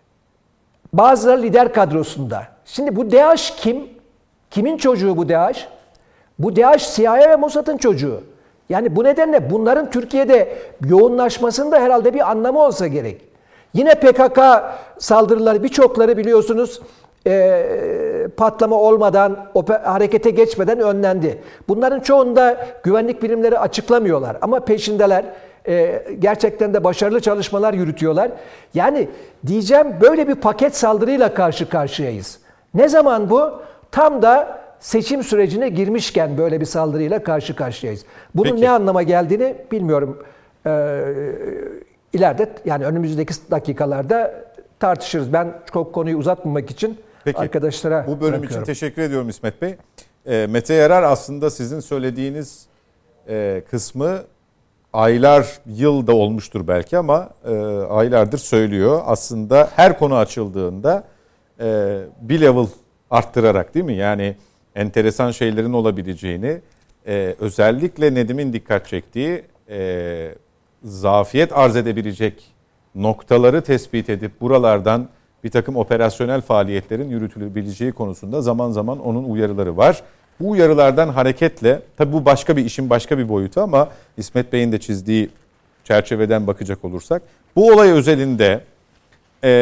bazıları lider kadrosunda. Şimdi bu DAEŞ kim? Kimin çocuğu bu DAEŞ? Bu DAEŞ C I A ve Mossad'ın çocuğu. Yani bu nedenle bunların Türkiye'de yoğunlaşmasında herhalde bir anlamı olsa gerek. Yine P K K saldırıları birçokları biliyorsunuz e, patlama olmadan, harekete geçmeden önlendi. Bunların çoğunda güvenlik birimleri açıklamıyorlar ama peşindeler. E, gerçekten de başarılı çalışmalar yürütüyorlar. Yani diyeceğim böyle bir paket saldırıyla karşı karşıyayız. Ne zaman bu? Tam da seçim sürecine girmişken böyle bir saldırıyla karşı karşıyayız. Bunun Peki. ne anlama geldiğini bilmiyorum. Ee, ileride yani önümüzdeki dakikalarda tartışırız. Ben çok konuyu uzatmamak için Peki. arkadaşlara bu bölüm için teşekkür ediyorum İsmet Bey. E, Mete Yarar aslında sizin söylediğiniz e, kısmı aylar, yıl da olmuştur belki ama e, aylardır söylüyor. Aslında her konu açıldığında e, bir level arttırarak değil mi? Yani enteresan şeylerin olabileceğini, e, özellikle Nedim'in dikkat çektiği e, zafiyet arz edebilecek noktaları tespit edip buralardan bir takım operasyonel faaliyetlerin yürütülebileceği konusunda zaman zaman onun uyarıları var. Bu uyarılardan hareketle, tabii bu başka bir işin başka bir boyutu ama İsmet Bey'in de çizdiği çerçeveden bakacak olursak, bu olay özelinde e,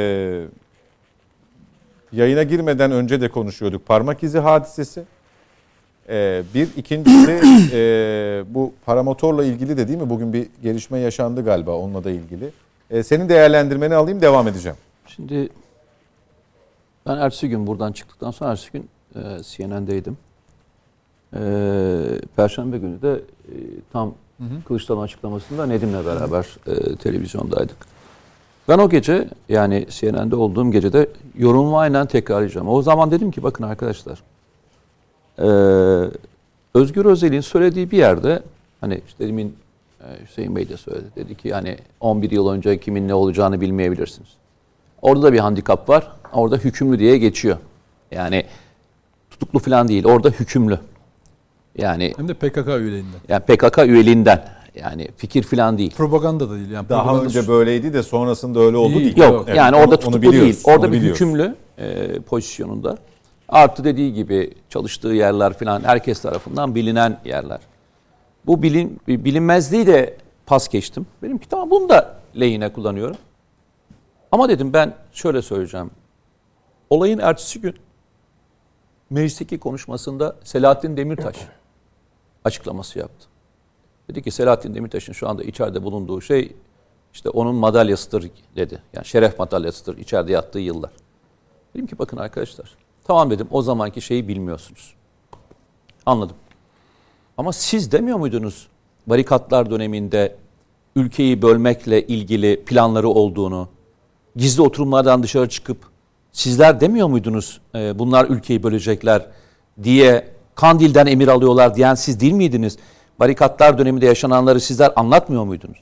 yayına girmeden önce de konuşuyorduk. Parmak izi hadisesi. Ee, bir ikincisi e, bu paramotorla ilgili de değil mi? Bugün bir gelişme yaşandı galiba onunla da ilgili. Ee, senin değerlendirmeni alayım, devam edeceğim. Şimdi ben ertesi gün buradan çıktıktan sonra ertesi gün e, C N N'deydim. E, Perşembe günü de e, tam hı hı. Kılıçdaroğlu açıklamasında Nedim'le beraber e, televizyondaydık. Ben o gece, yani C N N'de olduğum gecede yorumumu aynen tekrarlayacağım. O zaman dedim ki bakın arkadaşlar, e, Özgür Özel'in söylediği bir yerde, hani işte demin e, Hüseyin Bey de söyledi. Dedi ki yani on bir yıl önce kimin ne olacağını bilmeyebilirsiniz. Orada da bir handikap var. Orada hükümlü diye geçiyor. Yani tutuklu falan değil. Orada hükümlü. Yani hem de P K K üyeliğinden. Yani P K K üyeliğinden. Yani fikir falan değil. Propaganda da değil. Yani daha önce böyleydi de sonrasında öyle oldu değil. Yok. Evet, yani onu, orada tutuklu değil. Orada bir biliyoruz. hükümlü e, pozisyonunda. Artı dediği gibi çalıştığı yerler falan herkes tarafından bilinen yerler. Bu bilin, bilinmezliği de pas geçtim. Dedim ki tamam bunu da lehine kullanıyorum. Ama dedim ben şöyle söyleyeceğim. Olayın ertesi gün meclisteki konuşmasında Selahattin Demirtaş açıklaması yaptı. Dedi ki Selahattin Demirtaş'ın şu anda içeride bulunduğu şey işte onun madalyasıdır dedi. Yani şeref madalyasıdır içeride yattığı yıllar. Dedim ki bakın arkadaşlar tamam dedim o zamanki şeyi bilmiyorsunuz. Anladım. Ama siz demiyor muydunuz barikatlar döneminde ülkeyi bölmekle ilgili planları olduğunu, gizli oturumlardan dışarı çıkıp sizler demiyor muydunuz e, bunlar ülkeyi bölecekler diye Kandil'den emir alıyorlar diyen siz değil miydiniz? Barikatlar döneminde yaşananları sizler anlatmıyor muydunuz?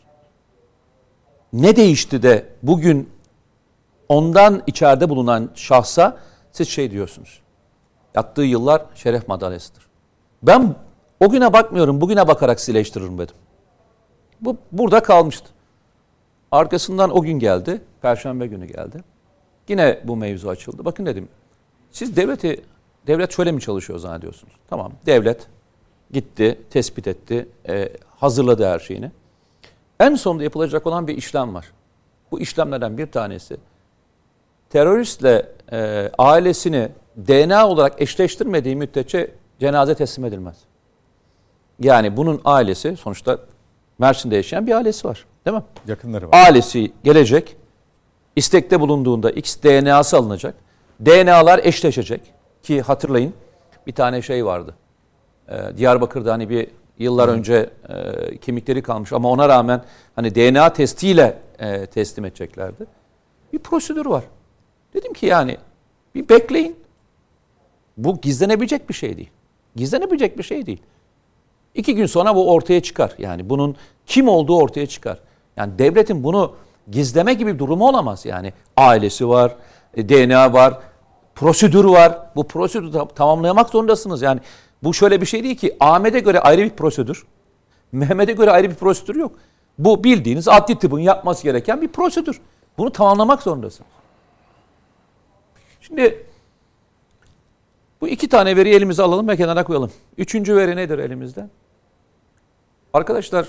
Ne değişti de bugün ondan içeride bulunan şahsa siz şey diyorsunuz. Yattığı yıllar şeref madalyasıdır. Ben o güne bakmıyorum, bugüne bakarak sizi eleştiririm dedim. Bu burada kalmıştı. Arkasından o gün geldi, Perşembe günü geldi. Yine bu mevzu açıldı. Bakın dedim, siz devleti, devlet şöyle mi çalışıyor zannediyorsunuz? Tamam, devlet gitti, tespit etti, e, hazırladı her şeyini. En sonunda yapılacak olan bir işlem var. Bu işlemlerden bir tanesi, teröristle e, ailesini D N A olarak eşleştirmediği müddetçe cenaze teslim edilmez. Yani bunun ailesi, sonuçta Mersin'de yaşayan bir ailesi var, değil mi? Yakınları var. Ailesi gelecek, istekte bulunduğunda X D N A'sı alınacak, D N A'lar eşleşecek ki hatırlayın bir tane şey vardı. Ee, Diyarbakır'da hani bir yıllar Hı. önce e, kemikleri kalmış ama ona rağmen hani D N A testiyle e, teslim edeceklerdi. Bir prosedür var. Dedim ki yani bir bekleyin. Bu gizlenebilecek bir şey değil. Gizlenebilecek bir şey değil. İki gün sonra bu ortaya çıkar. Yani bunun kim olduğu ortaya çıkar. Yani devletin bunu gizleme gibi bir durumu olamaz. Yani ailesi var, D N A var, prosedür var. Bu prosedürü tamamlamak zorundasınız. Yani bu şöyle bir şey değil ki Ahmet'e göre ayrı bir prosedür, Mehmet'e göre ayrı bir prosedür yok. Bu bildiğiniz adli tıbbın yapması gereken bir prosedür. Bunu tamamlamak zorundasınız. Şimdi bu iki tane veriyi elimize alalım ve kenara koyalım. Üçüncü veri nedir elimizde? Arkadaşlar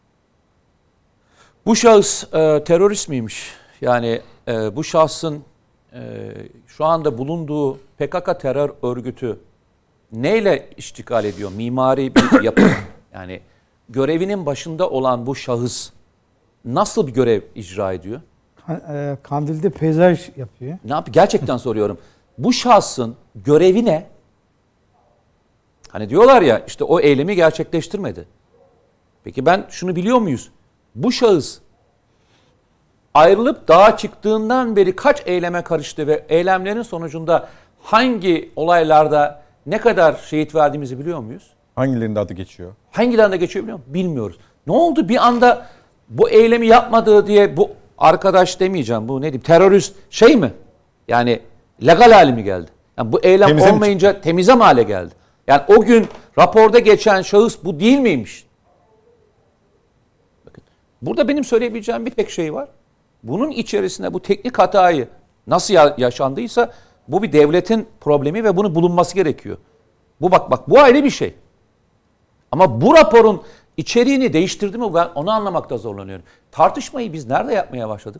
bu şahıs e, terörist miymiş? Yani e, bu şahsın e, şu anda bulunduğu P K K terör örgütü neyle iştikal ediyor? Mimari bir yapı. Yani görevinin başında olan bu şahıs nasıl bir görev icra ediyor? Kandil'de peyzaj yapıyor. Ne yapıyor? Gerçekten soruyorum. Bu şahsın görevi ne? Hani diyorlar ya işte o eylemi gerçekleştirmedi. Peki ben şunu biliyor muyuz? Bu şahıs ayrılıp dağa çıktığından beri kaç eyleme karıştı ve eylemlerin sonucunda hangi olaylarda ne kadar şehit verdiğimizi biliyor muyuz? Hangilerinde adı geçiyor? Hangilerinde geçiyor biliyor musun? Bilmiyoruz. Ne oldu bir anda bu eylemi yapmadığı diye bu arkadaş demeyeceğim bu ne diyeyim terörist şey mi? Yani legal hali mi geldi? Yani bu eylem temize olmayınca temize mi hale geldi? Yani o gün raporda geçen şahıs bu değil miymiş? Bakın burada benim söyleyebileceğim bir tek şey var. Bunun içerisinde bu teknik hatayı nasıl yaşandıysa bu bir devletin problemi ve bunun bulunması gerekiyor. Bu bak bak bu ayrı bir şey. Ama bu raporun içeriğini değiştirdi mi ben onu anlamakta zorlanıyorum. Tartışmayı biz nerede yapmaya başladık?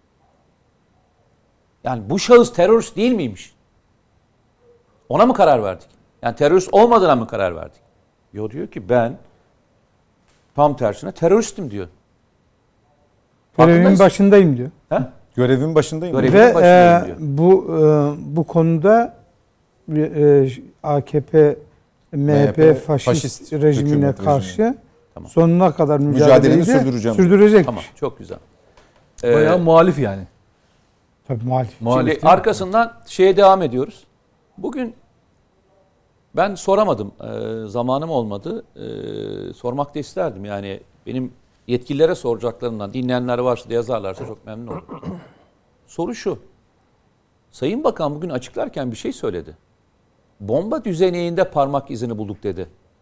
Yani bu şahıs terörist değil miymiş? Ona mı karar verdik? Yani terörist olmadığına mı karar verdik? Yo diyor ki ben tam tersine teröristim diyor. Görevimin başındayım diyor. He? Görevin başındayım. Görevin Ve başındayım e, diyor. bu e, bu konuda e, A K P, M H P, faşist, faşist rejimine hükümet karşı rejimi. Tamam. sonuna kadar Mücadeleni mücadeleyi sürdüreceğim. sürdürecek. Tamam, çok güzel. Ee, Bayağı muhalif yani. Tabii muhalif. Muhalif Şimdi değil mi? arkasından şeye devam ediyoruz. Bugün ben soramadım. Ee, zamanım olmadı. Ee, sormak da isterdim. Yani benim yetkililere soracaklarımdan dinleyenler varsa da yazarlarsa çok memnun olurum. Soru şu. Sayın Bakan bugün açıklarken bir şey söyledi. Bomba düzeneğinde parmak izini bulduk dedi.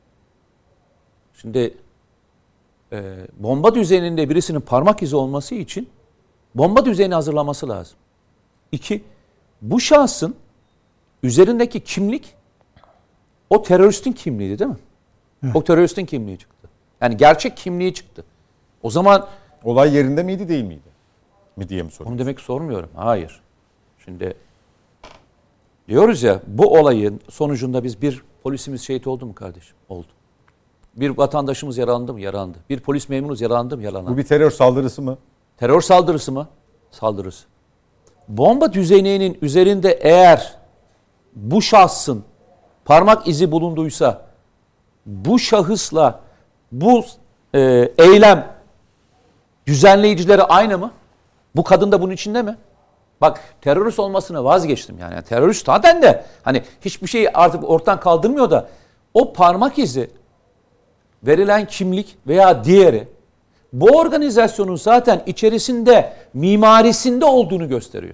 Şimdi e, bomba düzeninde birisinin parmak izi olması için bomba düzeni hazırlaması lazım. İki, bu şahsın üzerindeki kimlik o teröristin kimliğiydi değil mi? O teröristin kimliği çıktı. Yani gerçek kimliği çıktı. O zaman Olay yerinde miydi değil miydi? Mi diye mi soruyorsun? onu demek sormuyorum. Hayır. Şimdi diyoruz ya bu olayın sonucunda biz bir polisimiz şehit oldu mu kardeşim? Oldu. Bir vatandaşımız yaralandı mı? Yaralandı. Bir polis memurumuz yaralandı mı? Yaralandı. Bu bir terör saldırısı mı? Terör saldırısı mı? Saldırısı. Bomba düzeneğinin üzerinde eğer bu şahsın parmak izi bulunduysa bu şahısla bu e, eylem düzenleyicileri aynı mı? Bu kadın da bunun içinde mi? Bak terörist olmasına vazgeçtim yani. yani terörist zaten de hani hiçbir şey artık ortadan kaldırmıyor da o parmak izi verilen kimlik veya diğeri bu organizasyonun zaten içerisinde mimarisinde olduğunu gösteriyor.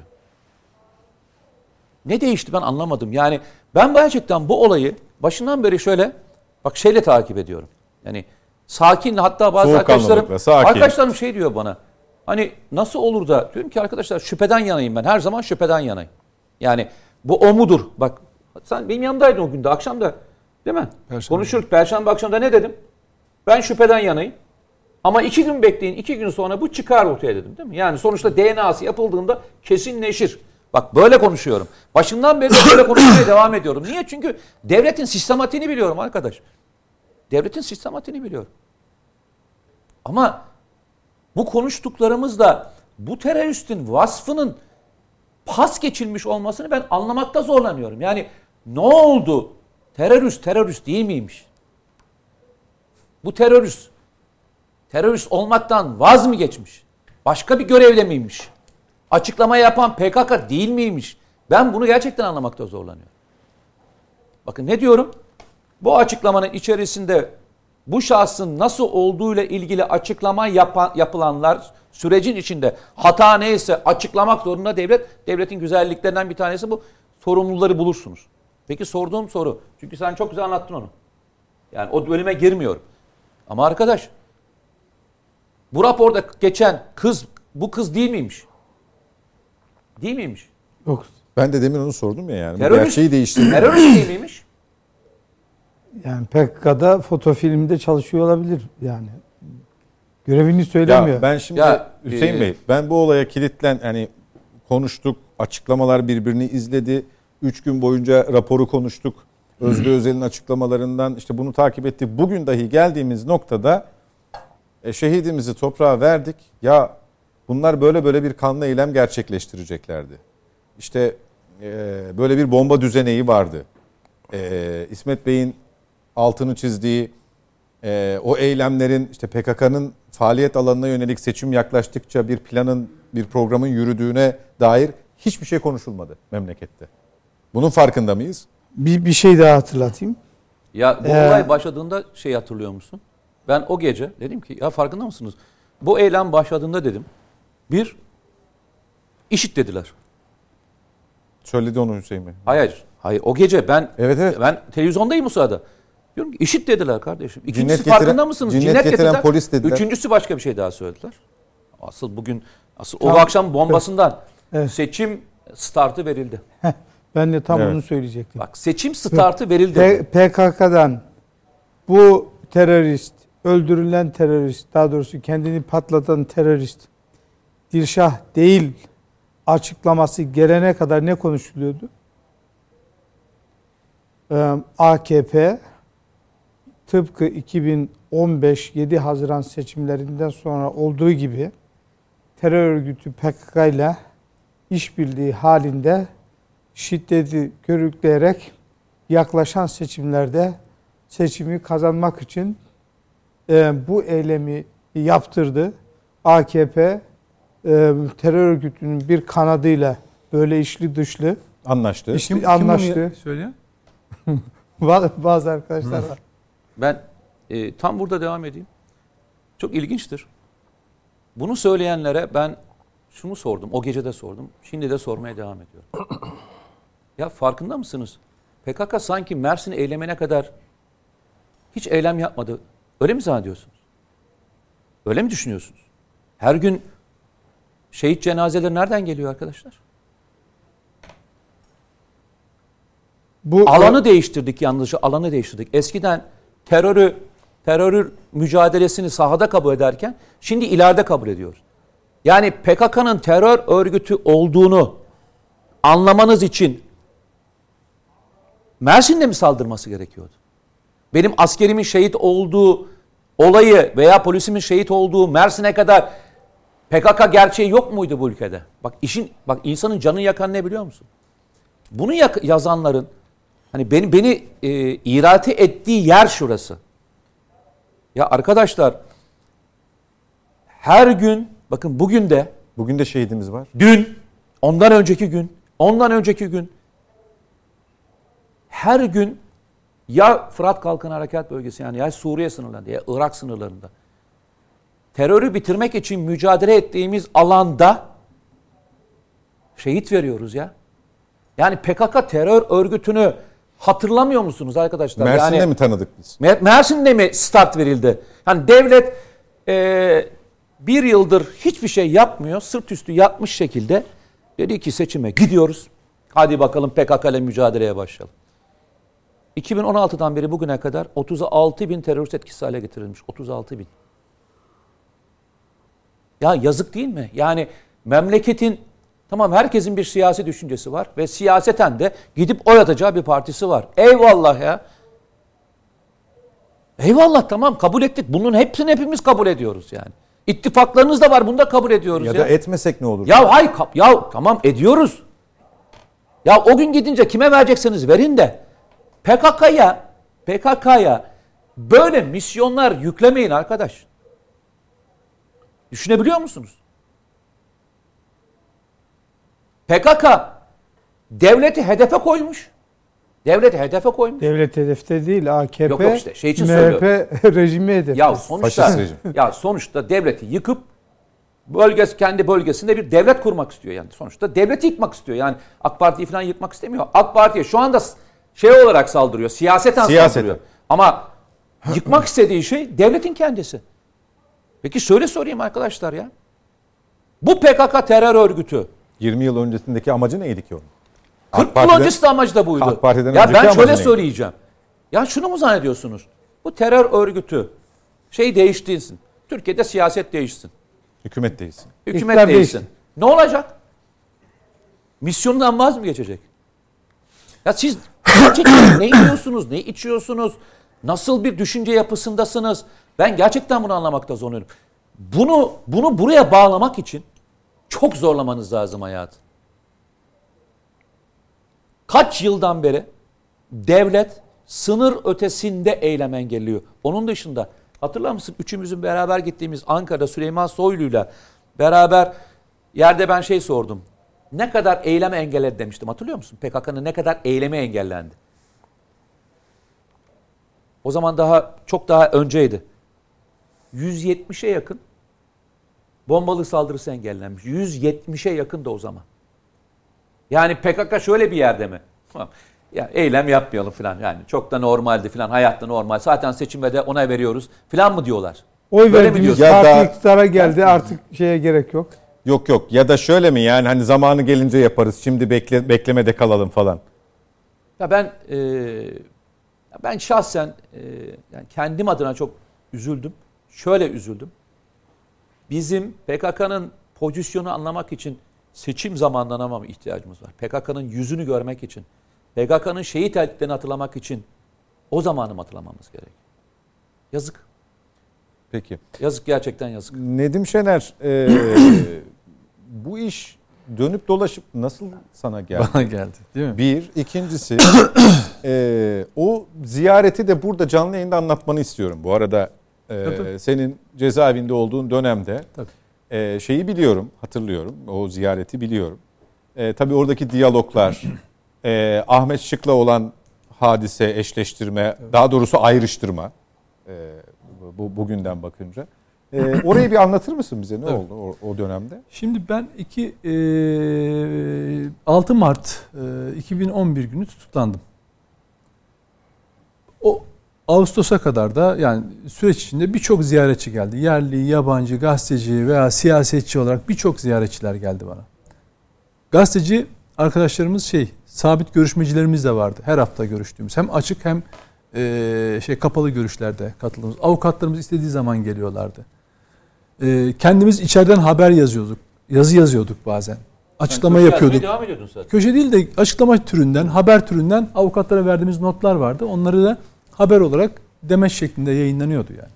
Ne değişti ben anlamadım. Yani ben gerçekten bu olayı başından beri şöyle bak şeyle takip ediyorum. Yani sakin hatta bazı arkadaşlarım sakin. arkadaşlarım şey diyor bana. Hani nasıl olur da diyorum ki arkadaşlar şüpheden yanayım ben. Her zaman şüpheden yanayım. Yani bu o mudur? Bak sen benim yanımdaydın o günde akşam da değil mi? Perşembe. Konuşuruz. Perşembe akşamda ne dedim? Ben şüpheden yanayım. Ama iki gün bekleyin. iki gün sonra bu çıkar ortaya dedim değil mi? Yani sonuçta D N A'sı yapıldığında kesinleşir. Bak böyle konuşuyorum. Başından beri de böyle konuşmaya devam ediyorum. Niye? Çünkü devletin sistematiğini biliyorum arkadaş. Devletin sistematiğini biliyorum. Ama bu konuştuklarımızda bu teröristin vasfının pas geçilmiş olmasını ben anlamakta zorlanıyorum. Yani ne oldu? Terörist terörist değil miymiş? Bu terörist terörist olmaktan vaz mı geçmiş? Başka bir görevle miymiş? Açıklama yapan P K K değil miymiş? Ben bunu gerçekten anlamakta zorlanıyorum. Bakın ne diyorum? Bu açıklamanın içerisinde bu şahsın nasıl olduğuyla ilgili açıklama yapan, yapılanlar sürecin içinde hata neyse açıklamak zorunda devlet. Devletin güzelliklerinden bir tanesi bu. Sorumluları bulursunuz. Peki sorduğum soru. Çünkü sen çok güzel anlattın onu. Yani o bölüme girmiyorum. Ama arkadaş bu raporda geçen kız bu kız değil miymiş? Değil miymiş? Yok. Ben de demin onu sordum ya yani. Bu Terörist, gerçeği değiştirmiyor. terörist değil miymiş? Yani P K K'da fotofilmde çalışıyor olabilir yani. Görevini söylemiyor. Ya ben şimdi Ya, Hüseyin e, Bey ben bu olaya kilitlen hani konuştuk, açıklamalar birbirini izledi. Üç gün boyunca raporu konuştuk. Özgür Özel'in açıklamalarından işte bunu takip ettik. Bugün dahi geldiğimiz noktada e, şehidimizi toprağa verdik. Ya bunlar böyle böyle bir kanlı eylem gerçekleştireceklerdi. İşte e, böyle bir bomba düzeneği vardı. E, İsmet Bey'in altını çizdiği e, o eylemlerin işte P K K'nın faaliyet alanına yönelik seçim yaklaştıkça bir planın, bir programın yürüdüğüne dair hiçbir şey konuşulmadı memlekette. Bunun farkında mıyız? Bir, bir şey daha hatırlatayım. Ya bu Ee, olay başladığında şey hatırlıyor musun? Ben o gece dedim ki ya farkında mısınız? Bu eylem başladığında dedim. Bir, işit dediler. Söyledi onu Hüseyin Bey. Hayır, hayır. O gece ben Evet, evet. ben televizyondayım o sırada. Diyorum ki işit dediler kardeşim. İkincisi Cinnet farkında getiren- mısınız? cinnet Cinnet getiren getirdiler. polis dediler. Üçüncüsü başka bir şey daha söylediler. Asıl bugün asıl o Tamam. akşam bombasından Evet. seçim startı verildi. Ben de tam Evet. onu söyleyecektim. Bak seçim startı verildi. P- PKK'dan bu terörist, öldürülen terörist, daha doğrusu kendini patlatan terörist Dilşah değil açıklaması gelene kadar ne konuşuluyordu? Ee, A K P tıpkı iki bin on beş yedi Haziran seçimlerinden sonra olduğu gibi terör örgütü P K K ile işbirliği halinde şiddeti körükleyerek yaklaşan seçimlerde seçimi kazanmak için e, bu eylemi yaptırdı. A K P e, terör örgütünün bir kanadıyla böyle içli dışlı Anlaştı. İşte Kim, anlaştı. kim bunu söylüyor? Bazı arkadaşlar var. Ben e, tam burada devam edeyim. Çok ilginçtir. Bunu söyleyenlere ben şunu sordum. O gece de sordum. Şimdi de sormaya devam ediyorum. Ya farkında mısınız? P K K sanki Mersin eylemine kadar hiç eylem yapmadı. Öyle mi zannediyorsunuz? Öyle mi düşünüyorsunuz? Her gün şehit cenazeleri nereden geliyor arkadaşlar? Bu Alanı değiştirdik yalnızca, alanı değiştirdik. Eskiden terörü, terörü mücadelesini sahada kabul ederken şimdi ileride kabul ediyoruz. Yani P K K'nın terör örgütü olduğunu anlamanız için Mersin'de mi saldırması gerekiyordu? Benim askerimin şehit olduğu olayı veya polisimin şehit olduğu Mersin'e kadar P K K gerçeği yok muydu bu ülkede? Bak işin, bak insanın canını yakan ne biliyor musun? Bunu yak- yazanların hani beni beni e, irate ettiği yer şurası. Ya arkadaşlar her gün bakın bugün de Bugün de şehidimiz var. dün, ondan önceki gün, ondan önceki gün her gün ya Fırat Kalkanı Harekat Bölgesi yani ya Suriye sınırlarında ya Irak sınırlarında terörü bitirmek için mücadele ettiğimiz alanda şehit veriyoruz ya. Yani P K K terör örgütünü hatırlamıyor musunuz arkadaşlar? Mersin'de yani, mi tanıdık biz? Mersin'de mi start verildi? Yani devlet e, bir yıldır hiçbir şey yapmıyor. Sırt üstü yatmış şekilde dedi ki seçime gidiyoruz. Hadi bakalım P K K ile mücadeleye başlayalım. iki bin on altıdan beri bugüne kadar otuz altı bin terörist etkisiz hale getirilmiş. otuz altı bin. Ya yazık değil mi? Yani memleketin tamam herkesin bir siyasi düşüncesi var ve siyaseten de gidip oy atacağı bir partisi var. Eyvallah ya. Eyvallah tamam kabul ettik. Bunun hepsini hepimiz kabul ediyoruz yani. İttifaklarınız da var bunu da kabul ediyoruz ya. Ya da etmesek ne olur? Ya hay kap ya tamam ediyoruz. Ya o gün gidince kime verecekseniz verin de P K K'ya P K K'ya böyle misyonlar yüklemeyin arkadaş. Düşünebiliyor musunuz? P K K devleti hedefe koymuş. Devleti hedefe koymuş. devlet hedefte değil A K P Yok, yok işte, şey için M H P rejimi hedefte. Ya sonuçta Faşist rejim. ya sonuçta devleti yıkıp bölgesi kendi bölgesinde bir devlet kurmak istiyor yani. Sonuçta devleti yıkmak istiyor. Yani AK Parti'yi falan yıkmak istemiyor. AK Parti'ye şu anda şey olarak saldırıyor. Siyaseten, Siyaseten. saldırıyor. Ama yıkmak istediği şey devletin kendisi. Peki şöyle sorayım arkadaşlar ya. Bu P K K terör örgütü yirmi yıl öncesindeki amacı neydi ki onun? kırk yıl öncesi de amacı da buydu. AK Parti'den ya önceki ben amacı şöyle neydi? söyleyeceğim. Ya şunu mu zannediyorsunuz? Bu terör örgütü şey değiştirsin. Türkiye'de siyaset değişsin. Hükümet değilsin. Hükümet İktidar değişsin. değişsin. Ne olacak? Misyonundan vaz mı geçecek? Ya siz gerçekten ne yiyorsunuz, ne içiyorsunuz? Nasıl bir düşünce yapısındasınız? Ben gerçekten bunu anlamakta zorlanıyorum. Bunu bunu buraya bağlamak için çok zorlamanız lazım hayatı. Kaç yıldan beri devlet sınır ötesinde eylem engelliyor. Onun dışında hatırlar mısın? Üçümüzün beraber gittiğimiz Ankara'da Süleyman Soylu'yla beraber yerde ben şey sordum. Ne kadar eylem engelledi demiştim. Hatırlıyor musun? P K K'nın ne kadar eylemi engellendi. O zaman daha çok daha önceydi. yüz yetmişe yakın bombalı saldırısı engellenmiş. yüz yetmişe yakın da o zaman. Yani P K K şöyle bir yerde mi? Ya eylem yapmayalım falan yani çok da normaldi falan hayatta normal. Zaten seçimde de ona veriyoruz falan mı diyorlar? Oy Böyle mi verdiğimiz diyorsun? parti Ya da- iktidara geldi artık şeye gerek yok. Yok yok ya da şöyle mi yani hani zamanı gelince yaparız şimdi bekle, beklemede kalalım falan. Ya ben e, ben şahsen e, yani kendim adına çok üzüldüm. Şöyle üzüldüm. Bizim P K K'nın pozisyonu anlamak için seçim zamanlarına mı ihtiyacımız var? P K K'nın yüzünü görmek için, P K K'nın şehit ettiklerini hatırlamak için o zamanı mı hatırlamamız gerek? Yazık. Peki. Yazık gerçekten yazık. Nedim Şener e, bu iş dönüp dolaşıp nasıl sana geldi? Bana geldi değil mi? Bir. İkincisi e, o ziyareti de burada canlı yayında anlatmanı istiyorum. Bu arada e, Tabii. senin cezaevinde olduğun dönemde Tabii. e, şeyi biliyorum, hatırlıyorum. O ziyareti biliyorum. E, tabii oradaki diyaloglar, e, Ahmet Şık'la olan hadise, eşleştirme, evet. daha doğrusu ayrıştırma e, bu bugünden bakınca. E, orayı bir anlatır mısın bize? Ne evet. oldu o, o dönemde? Şimdi ben iki, e, altı Mart e, iki bin on bir günü tutuklandım. O Ağustos'a kadar da yani süreç içinde birçok ziyaretçi geldi. Yerli, yabancı, gazeteci veya siyasetçi olarak birçok ziyaretçiler geldi bana. Gazeteci arkadaşlarımız şey, sabit görüşmecilerimiz de vardı. Her hafta görüştüğümüz. Hem açık hem e, şey kapalı görüşlerde katıldığımız. Avukatlarımız istediği zaman geliyorlardı. E, kendimiz içeriden haber yazıyorduk. Yazı yazıyorduk bazen. Açıklama yani yapıyorduk. Devam ediyordun zaten. Köşe değil de açıklama türünden, haber türünden avukatlara verdiğimiz notlar vardı. Onları da haber olarak demeç şeklinde yayınlanıyordu yani.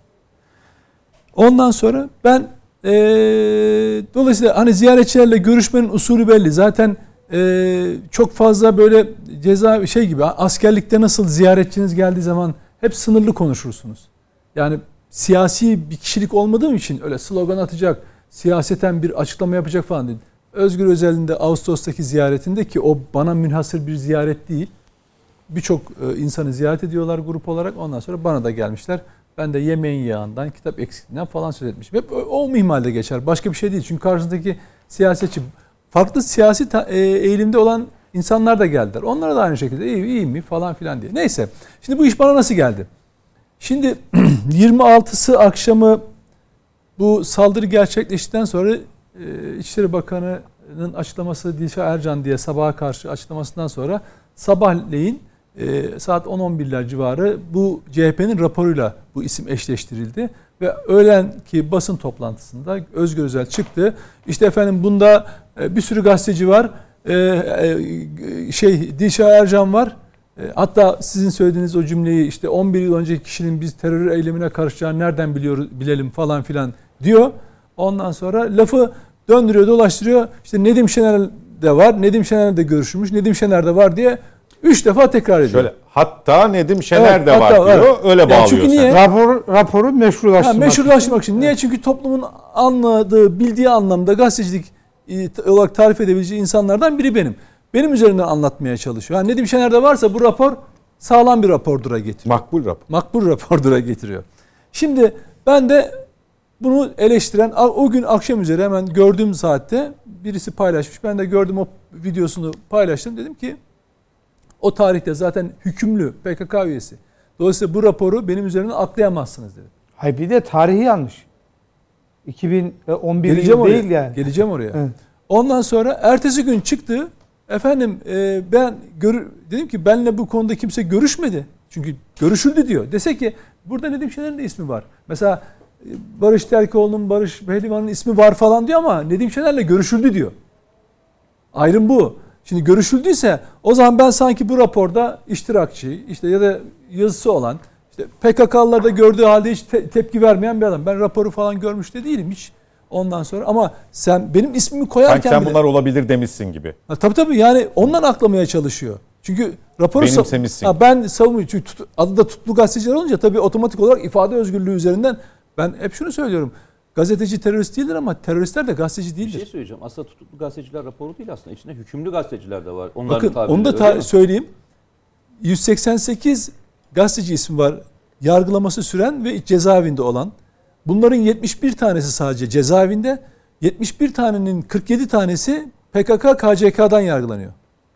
Ondan sonra ben e, dolayısıyla hani ziyaretçilerle görüşmenin usulü belli. Zaten e, çok fazla böyle ceza şey gibi askerlikte nasıl ziyaretçiniz geldiği zaman hep sınırlı konuşursunuz. Yani siyasi bir kişilik olmadığım için öyle slogan atacak, siyaseten bir açıklama yapacak falan değil. Özgür Özel'in de Ağustos'taki ziyaretinde ki o bana münhasır bir ziyaret değil. Birçok insanı ziyaret ediyorlar grup olarak. Ondan sonra bana da gelmişler. Ben de yemeğin yağından, kitap eksikliğinden falan söz etmişim. Hep o minvalde geçer. Başka bir şey değil. Çünkü karşısındaki siyasetçi, farklı siyasi eğilimde olan insanlar da geldiler. Onlara da aynı şekilde iyi, iyi mi falan filan diye. Neyse. Şimdi bu iş bana nasıl geldi? Şimdi yirmi altısı akşamı bu saldırı gerçekleştikten sonra İçişleri Bakanı'nın açıklaması Dilşah Ercan diye sabaha karşı açıklamasından sonra sabahleyin e, saat on on birler civarı bu C H P'nin raporuyla bu isim eşleştirildi. Ve öğlenki basın toplantısında Özgür Özel çıktı. İşte efendim bunda e, bir sürü gazeteci var. E, e, şey Dilşah Ercan var. E, hatta sizin söylediğiniz o cümleyi işte on bir yıl önceki kişinin biz terör eylemine karışacağını nereden biliyoruz, bilelim falan filan diyor. Ondan sonra lafı döndürüyor, dolaştırıyor. İşte Nedim Şener de var. Nedim Şener de görüşmüş. Nedim Şener de var diye üç defa tekrar ediyor. Şöyle, hatta Nedim Şener evet, de hatta, var diyor. Evet. Öyle bağlıyor. Yani çünkü niye? Rapor, raporu meşrulaştırmak, ha, meşrulaştırmak için. için. Niye? Çünkü toplumun anladığı, bildiği anlamda gazetecilik olarak tarif edebileceği insanlardan biri benim. Benim üzerinden anlatmaya çalışıyor. Yani Nedim Şener'de varsa bu rapor sağlam bir rapordura getiriyor. Makbul rapor. Makbul rapordura getiriyor. Şimdi ben de bunu eleştiren o gün akşam üzeri hemen gördüğüm saatte birisi paylaşmış. Ben de gördüm o videosunu paylaştım. Dedim ki o tarihte zaten hükümlü P K K üyesi. Dolayısıyla bu raporu benim üzerimden aklayamazsınız dedim. Hayır bir de tarihi yanlış. iki bin on bir Geleceğim yıl oraya. değil yani. Geleceğim oraya. Evet. Ondan sonra ertesi gün çıktı. Efendim e, ben gör, dedim ki benimle bu konuda kimse görüşmedi. Çünkü görüşüldü diyor. Dese ki burada Nedim Şener'in de ismi var. Mesela Barış Terkoğlu'nun, Barış Pehlivan'ın ismi var falan diyor ama Nedim Şener'le görüşüldü diyor. Ayrım bu. Şimdi görüşüldüyse o zaman ben sanki bu raporda iştirakçı işte ya da yazısı olan işte P K K'lılarda gördüğü halde hiç te- tepki vermeyen bir adam. Ben raporu falan görmüş de değilim hiç ondan sonra ama sen benim ismimi koyarken sanki sen bile, bunlar olabilir demişsin gibi. Ha, tabii tabii yani ondan aklamaya çalışıyor. Çünkü raporu benimsemişsin. Ha, ben savunmuyorum. Çünkü tut, adı da tutuklu gazeteciler olunca tabii otomatik olarak ifade özgürlüğü üzerinden ben hep şunu söylüyorum. Gazeteci terörist değildir ama teröristler de gazeteci değildir. Bir şey söyleyeceğim. Aslında tutuklu gazeteciler raporu değil aslında. İçinde hükümlü gazeteciler de var. Onların bakın onu da ta- söyleyeyim. yüz seksen sekiz gazeteci ismi var. Yargılaması süren ve cezaevinde olan. Bunların yetmiş bir tanesi sadece cezaevinde. yetmiş bir tanenin kırk yedi tanesi P K K K C K'dan yargılanıyor.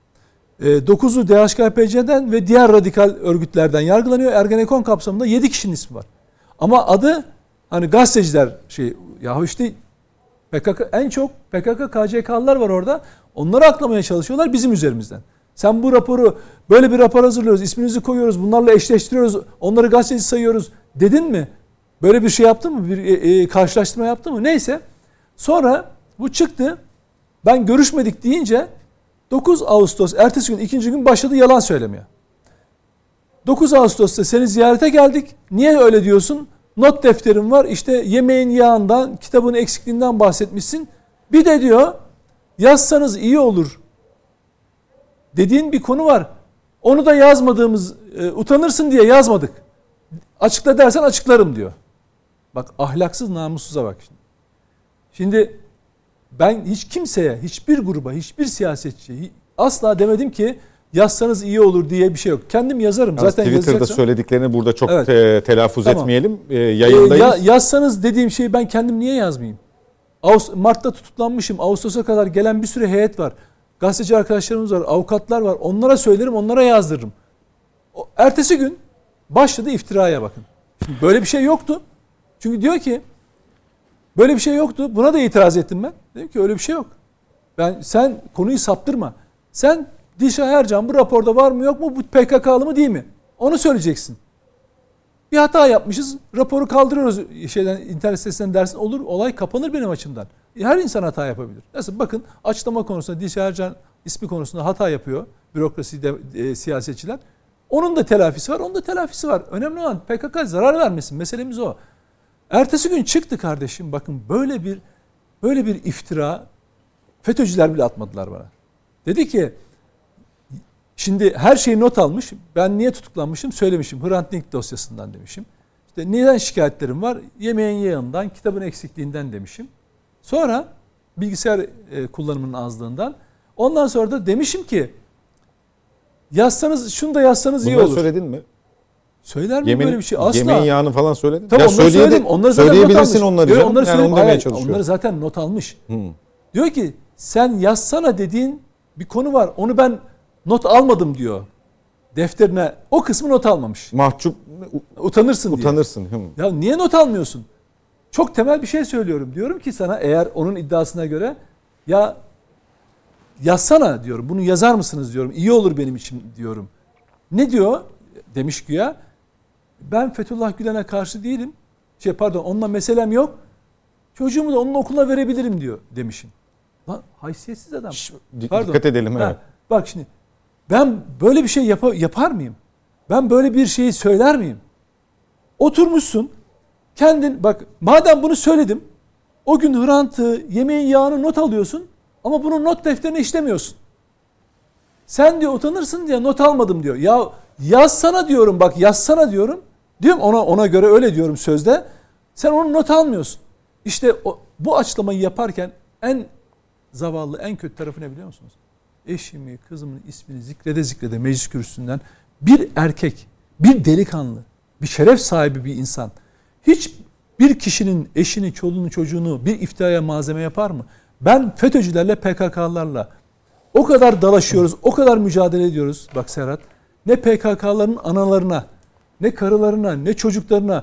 dokuzu D H K P C'den ve diğer radikal örgütlerden yargılanıyor. Ergenekon kapsamında yedi kişinin ismi var. Ama adı hani gazeteciler şey yahu işte P K K en çok P K K K C K'lılar var orada. Onları aklamaya çalışıyorlar bizim üzerimizden. Sen bu raporu böyle bir rapor hazırlıyoruz, isminizi koyuyoruz, bunlarla eşleştiriyoruz, onları gazeteci sayıyoruz dedin mi? Böyle bir şey yaptın mı? Bir e, e, karşılaştırma yaptın mı? Neyse. Sonra bu çıktı. Ben görüşmedik deyince dokuz Ağustos ertesi gün ikinci gün başladı yalan söylemeye. dokuz Ağustos'ta seni ziyarete geldik. Niye öyle diyorsun? Not defterim var. İşte yemeğin yağından, kitabın eksikliğinden bahsetmişsin. Bir de diyor yazsanız iyi olur dediğin bir konu var. Onu da yazmadığımız, e, utanırsın diye yazmadık. Açıkla dersen açıklarım diyor. Bak ahlaksız, namussuza bak şimdi. Şimdi ben hiç kimseye, hiçbir gruba, hiçbir siyasetçiye asla demedim ki yazsanız iyi olur diye bir şey yok. Kendim yazarım. Yalnız Zaten Twitter'da yazacaksam söylediklerini burada çok Evet. te- telaffuz Tamam. etmeyelim. E, yayındayız. E, ya, yazsanız dediğim şeyi ben kendim niye yazmayayım? Ağustos, Mart'ta tutuklanmışım. Ağustos'a kadar gelen bir sürü heyet var. Gazeteci arkadaşlarımız var, avukatlar var. Onlara söylerim, onlara yazdırırım. O, ertesi gün başladı iftiraya bakın. Şimdi böyle bir şey yoktu. Çünkü diyor ki böyle bir şey yoktu. Buna da itiraz ettim ben. Dedim ki öyle bir şey yok. Ben sen konuyu saptırma. Sen Dilşah Ercan bu raporda var mı yok mu? Bu P K K'lı mı değil mi? Onu söyleyeceksin. Bir hata yapmışız. Raporu kaldırıyoruz şeyden, internet sitesinden dersin. Olur, olay kapanır benim açımdan. Her insan hata yapabilir. Mesela bakın açıklama konusunda Dilşah Ercan ismi konusunda hata yapıyor. Bürokrasi de, e, siyasetçiler. Onun da telafisi var, onun da telafisi var. Önemli olan P K K zarar vermesin. Meselemiz o. Ertesi gün çıktı kardeşim. Bakın böyle bir böyle bir iftira FETÖ'cüler bile atmadılar bana. Dedi ki şimdi her şeyi not almış. Ben niye tutuklanmışım söylemişim. Hrant Dink dosyasından demişim. İşte neden şikayetlerim var? Yemeğin yağından, kitabın eksikliğinden demişim. Sonra bilgisayar e, kullanımının azlığından. Ondan sonra da demişim ki yazsanız, şunu da yazsanız iyi Bunları olur. söyledin mi? Söyler mi Yemin, böyle bir şey? Asla. Yemeğin yağını falan söyledin. Tamam, ya onları söyledim. Onları zaten söyleyebilirsin not onları Yok, canım. onları Yani söyledim. onu demeye Hayır, çalışıyorum. onları zaten not almış. Hmm. Diyor ki sen yazsana dediğin bir konu var. Onu ben not almadım diyor. Defterine o kısmı not almamış. Mahcup Utanırsın diye. utanırsın. Hmm. Ya niye not almıyorsun? Çok temel bir şey söylüyorum. Diyorum ki sana eğer onun iddiasına göre ya yazsana diyorum. Bunu yazar mısınız diyorum. İyi olur benim için diyorum. Ne diyor? Demiş güya. Ben Fethullah Gülen'e karşı değilim. Şey pardon onunla meselem yok. Çocuğumu da onun okuluna verebilirim diyor demişim. Lan haysiyetsiz adam. Şş, Pardon. Dikkat edelim. Ha, Evet. bak şimdi ben böyle bir şey yap- yapar mıyım? Ben böyle bir şeyi söyler miyim? Oturmuşsun. Kendin bak madem bunu söyledim. O gün Hrant'ı, yemeğin yağını not alıyorsun ama bunu not defterine işlemiyorsun. Sen diyor utanırsın diye not almadım diyor. Ya yazsana diyorum bak yazsana diyorum. Diyorum ona ona göre öyle diyorum sözde. Sen onu not almıyorsun. İşte o, bu açıklamayı yaparken en zavallı, en kötü tarafı ne biliyor musunuz? Eşimi, kızımın ismini zikrede zikrede meclis kürsüsünden bir erkek, bir delikanlı, bir şeref sahibi bir insan hiç bir kişinin eşini, çoluğunu, çocuğunu bir iftiraya malzeme yapar mı? Ben FETÖ'cülerle, P K K'larla o kadar dalaşıyoruz, o kadar mücadele ediyoruz. Bak Serhat, ne P K K'ların analarına, ne karılarına, ne çocuklarına,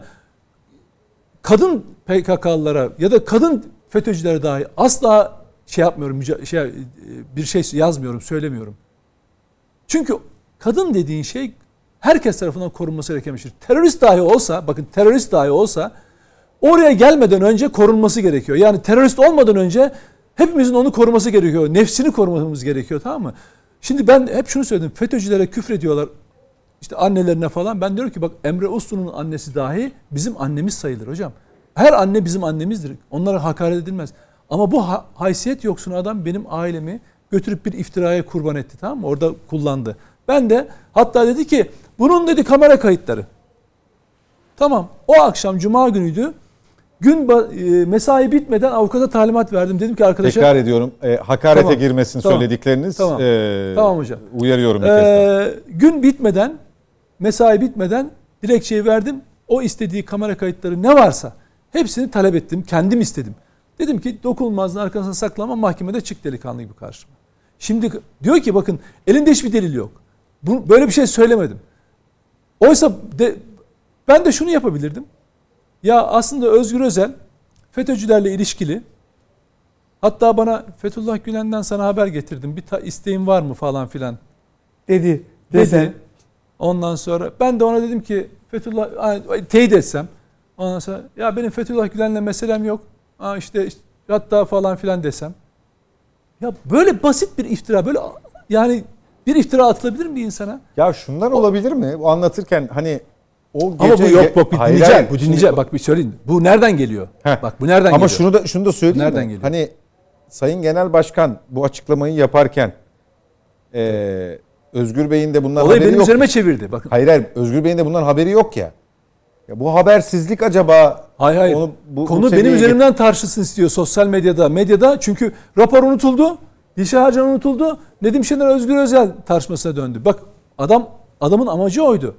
kadın P K K'lılara ya da kadın FETÖ'cülere dahi asla şey yapmıyorum, şey, bir şey yazmıyorum, söylemiyorum. Çünkü kadın dediğin şey herkes tarafından korunması gereken bir şey. Terörist dahi olsa, bakın terörist dahi olsa oraya gelmeden önce korunması gerekiyor. Yani terörist olmadan önce hepimizin onu koruması gerekiyor. Nefsini korumamız gerekiyor, tamam mı? Şimdi ben hep şunu söyledim. FETÖ'cülere küfrediyorlar. İşte annelerine falan. Ben diyorum ki bak Emre Uslu'nun annesi dahi bizim annemiz sayılır hocam. Her anne bizim annemizdir. Onlara hakaret edilmez. Ama bu ha- haysiyet yoksunu adam benim ailemi götürüp bir iftiraya kurban etti, tamam mı? Orada kullandı. Ben de hatta dedi ki bunun dedi kamera kayıtları. Tamam. O akşam cuma günüydü. Gün e, mesai bitmeden avukata talimat verdim. Dedim ki arkadaşa Tekrar ediyorum. E, hakarete Tamam. girmesin Tamam. söyledikleriniz. Tamam. E, Tamam hocam. Uyarıyorum bir kez daha. Ee, gün bitmeden, mesai bitmeden dilekçeyi verdim. O istediği kamera kayıtları ne varsa hepsini talep ettim. Kendim istedim. Dedim ki dokunulmazlığın arkasına saklanma, mahkemede çık delikanlı gibi karşıma. Şimdi diyor ki bakın elinde hiçbir delil yok. Bu, böyle bir şey söylemedim. Oysa de, ben de şunu yapabilirdim. Ya aslında Özgür Özel FETÖ'cülerle ilişkili. Hatta bana Fethullah Gülen'den sana haber getirdim. Bir ta, isteğin var mı falan filan Dedi. dedi. Dedi. Ondan sonra ben de ona dedim ki Fethullah teyit etsem. Ondan sonra ya benim Fethullah Gülen'le meselem yok. Aa işte, işte hatta falan filan desem. Ya böyle basit bir iftira, böyle yani bir iftira atılabilir mi bir insana? Ya şunlar olabilir mi? O anlatırken hani o gece... Ama bu yok, bak bir Hayır, dinleyeceğim. hayır. Bu dinleyeceğim. Bak bir söyleyeyim. Bu nereden geliyor? Heh. Bak bu nereden Ama geliyor? şunu da şunu da söyleyeyim Nereden mi? geliyor? Hani Sayın Genel Başkan bu açıklamayı yaparken e, Özgür Bey'in de bundan Olayı haberi benim yok. üzerime çevirdi. Bakın. Hayır hayır Özgür Bey'in de bundan haberi yok ya. Ya bu habersizlik acaba Hayır hayır. onu, bu, Konu bu benim üzerimden tartışılsın istiyor sosyal medyada. Medyada çünkü rapor unutuldu. Dilşah Harcan unutuldu. Nedim Şener Özgür Özel tartışmasına döndü. Bak adam adamın amacı oydu.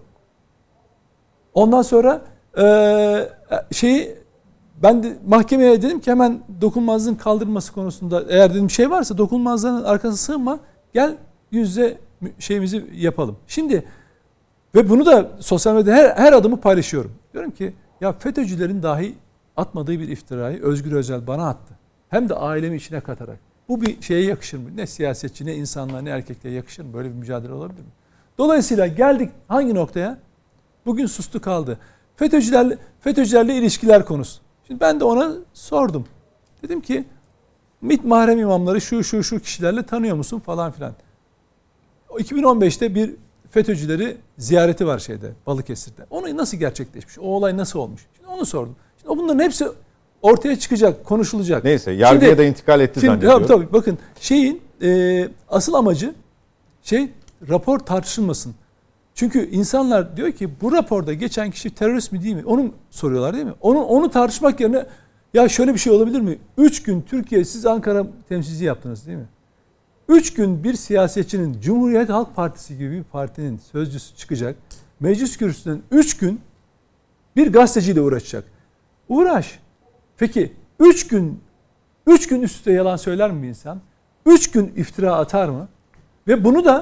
Ondan sonra ee, şeyi ben de mahkemeye dedim ki hemen dokunulmazlığın kaldırılması konusunda eğer dedim şey varsa dokunulmazlığın arkasına sığınma. Gel yüzde şeyimizi yapalım. Şimdi ve bunu da sosyal medyada her, her adımı paylaşıyorum. Diyorum ki ya FETÖ'cülerin dahi atmadığı bir iftirayı Özgür Özel bana attı. Hem de ailemi içine katarak. Bu bir şeye yakışır mı? Ne siyasetçi, ne insanlar, ne erkekliğe yakışır mı? Böyle bir mücadele olabilir mi? Dolayısıyla geldik hangi noktaya? Bugün sustu kaldı. FETÖ'cülerle, FETÖ'cülerle ilişkiler konusu. Şimdi ben de ona sordum. Dedim ki MİT mahrem imamları şu şu şu kişilerle tanıyor musun falan filan. iki bin on beşte bir FETÖ'cüleri ziyareti var şeyde Balıkesir'de. Onu nasıl gerçekleşmiş? O olay nasıl olmuş? Şimdi onu sordum. Şimdi bunların hepsi ortaya çıkacak, konuşulacak. Neyse yargıya şimdi, da intikal etti şimdi, zannediyorum. Tabii tabii bakın şeyin e, asıl amacı şey rapor tartışılmasın. Çünkü insanlar diyor ki bu raporda geçen kişi terörist mi değil mi? Onu soruyorlar değil mi? Onu onu tartışmak yerine ya şöyle bir şey olabilir mi? Üç gün Türkiye siz Ankara temsilci yaptınız değil mi? Üç gün bir siyasetçinin Cumhuriyet Halk Partisi gibi bir partinin sözcüsü çıkacak. Meclis kürsüsünden üç gün bir gazeteciyle uğraşacak. Uğraş. Peki üç gün üç gün üst üste yalan söyler mi bir insan? Üç gün iftira atar mı? Ve bunu da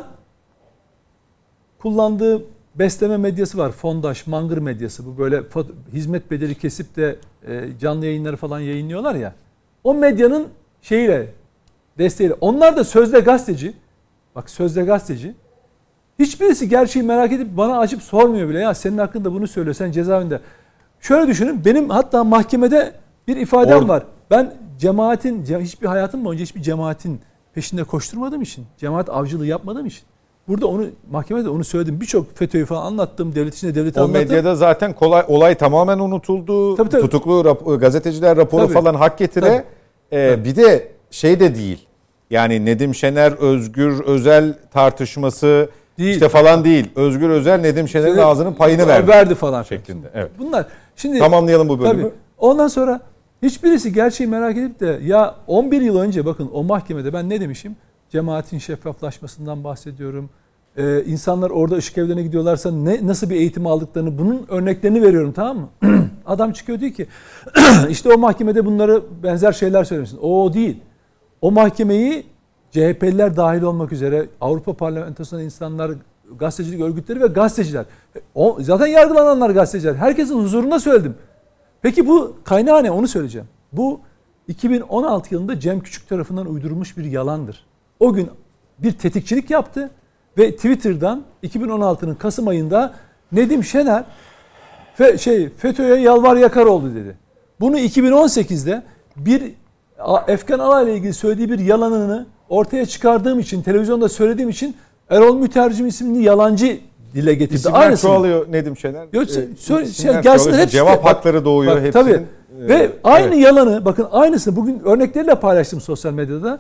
kullandığı besleme medyası var. Fondaş, mangır medyası. Bu böyle hizmet bedeli kesip de canlı yayınları falan yayınlıyorlar ya. O medyanın şeyiyle, desteğiyle. Onlar da sözde gazeteci. Bak sözde gazeteci. Hiçbirisi gerçeği merak edip bana açıp sormuyor bile. Ya senin hakkında bunu söylüyor. Sen cezaevinde. Şöyle düşünün. Benim hatta mahkemede bir ifadem Or- var. Ben cemaatin, hiçbir hayatım boyunca hiçbir cemaatin peşinde koşturmadığım için, cemaat avcılığı yapmadığım için. Burada onu mahkemede onu söyledim. Birçok FETÖ'yü falan anlattım. Devlet içinde devleti o anlattım. O medyada zaten kolay olay tamamen unutuldu. Tabii, tabii. Tutuklu rap- gazeteciler raporu tabii. falan hak getire. Ee, bir de şey de değil. Yani Nedim Şener, Özgür Özel tartışması değil. işte falan değil. Özgür Özel Nedim Şener'in evet. ağzının payını verdi. Verdi falan şeklinde. Evet. Bunlar şimdi tamamlayalım bu bölümü. Tabii. Ondan sonra hiçbirisi gerçeği merak edip de ya on bir yıl önce bakın o mahkemede ben ne demişim? Cemaatin şeffaflaşmasından bahsediyorum. Ee, insanlar orada ışık evlerine gidiyorlarsa ne nasıl bir eğitim aldıklarını bunun örneklerini veriyorum, tamam mı? Adam çıkıyor diyor ki işte o mahkemede bunları benzer şeyler söylemişsin. O değil. O mahkemeyi C H P'liler dahil olmak üzere Avrupa Parlamentosu'ndan insanlar, gazetecilik örgütleri ve gazeteciler. O, zaten yargılananlar gazeteciler. Herkesin huzurunda söyledim. Peki bu kaynağı ne? Onu söyleyeceğim. Bu iki bin on altı yılında Cem Küçük tarafından uydurulmuş bir yalandır. O gün bir tetikçilik yaptı ve Twitter'dan iki bin on altının Kasım ayında Nedim Şener fe, şey FETÖ'ye yalvar yakar oldu dedi. Bunu iki bin on sekizde bir Efkan Ala ile ilgili söylediği bir yalanını ortaya çıkardığım için, televizyonda söylediğim için Erol Mütercim isimli yalancı dile getirdi. İsimler Aynısını. çoğalıyor Nedim Şener. Yok, söyle, şey, gelsin hepsi. Cevap bak, hakları doğuyor bak, hepsinin. Tabii. Ee, Ve aynı evet. yalanı bakın aynısını bugün örnekleriyle paylaştım sosyal medyada.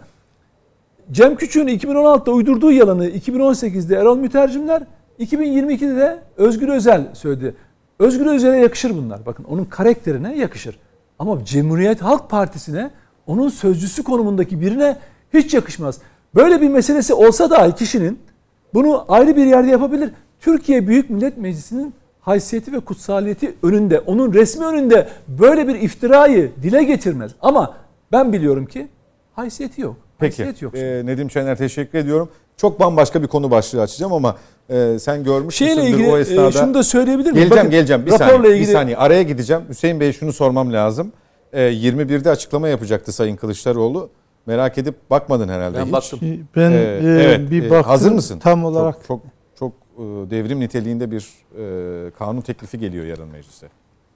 Cem Küçük'ün iki bin on altıda uydurduğu yalanı iki bin on sekizde Erol Mütercimler, iki bin yirmi ikide de Özgür Özel söyledi. Özgür Özel'e yakışır bunlar. Bakın onun karakterine yakışır. Ama Cumhuriyet Halk Partisi'ne, onun sözcüsü konumundaki birine hiç yakışmaz. Böyle bir meselesi olsa dahi kişinin bunu ayrı bir yerde yapabilir. Türkiye Büyük Millet Meclisi'nin haysiyeti ve kutsaliyeti önünde, onun resmi önünde böyle bir iftirayı dile getirmez. Ama ben biliyorum ki haysiyeti yok. Peki. Haysiyet yok. Ee, Nedim Şener teşekkür ediyorum. Çok bambaşka bir konu başlığı açacağım ama e, sen görmüşsündür ilgili, o esnada. E, şunu da söyleyebilir miyim? Geleceğim Bakın, geleceğim. Bir saniye, ilgili... bir saniye. Araya gideceğim. Hüseyin Bey şunu sormam lazım. E, yirmi birde açıklama yapacaktı Sayın Kılıçdaroğlu. Merak edip bakmadın herhalde ben hiç. baktım. Ben ee, e, evet, bir e, baktım. Hazır mısın? Tam olarak. Çok çok, çok e, devrim niteliğinde bir e, kanun teklifi geliyor yarın meclise.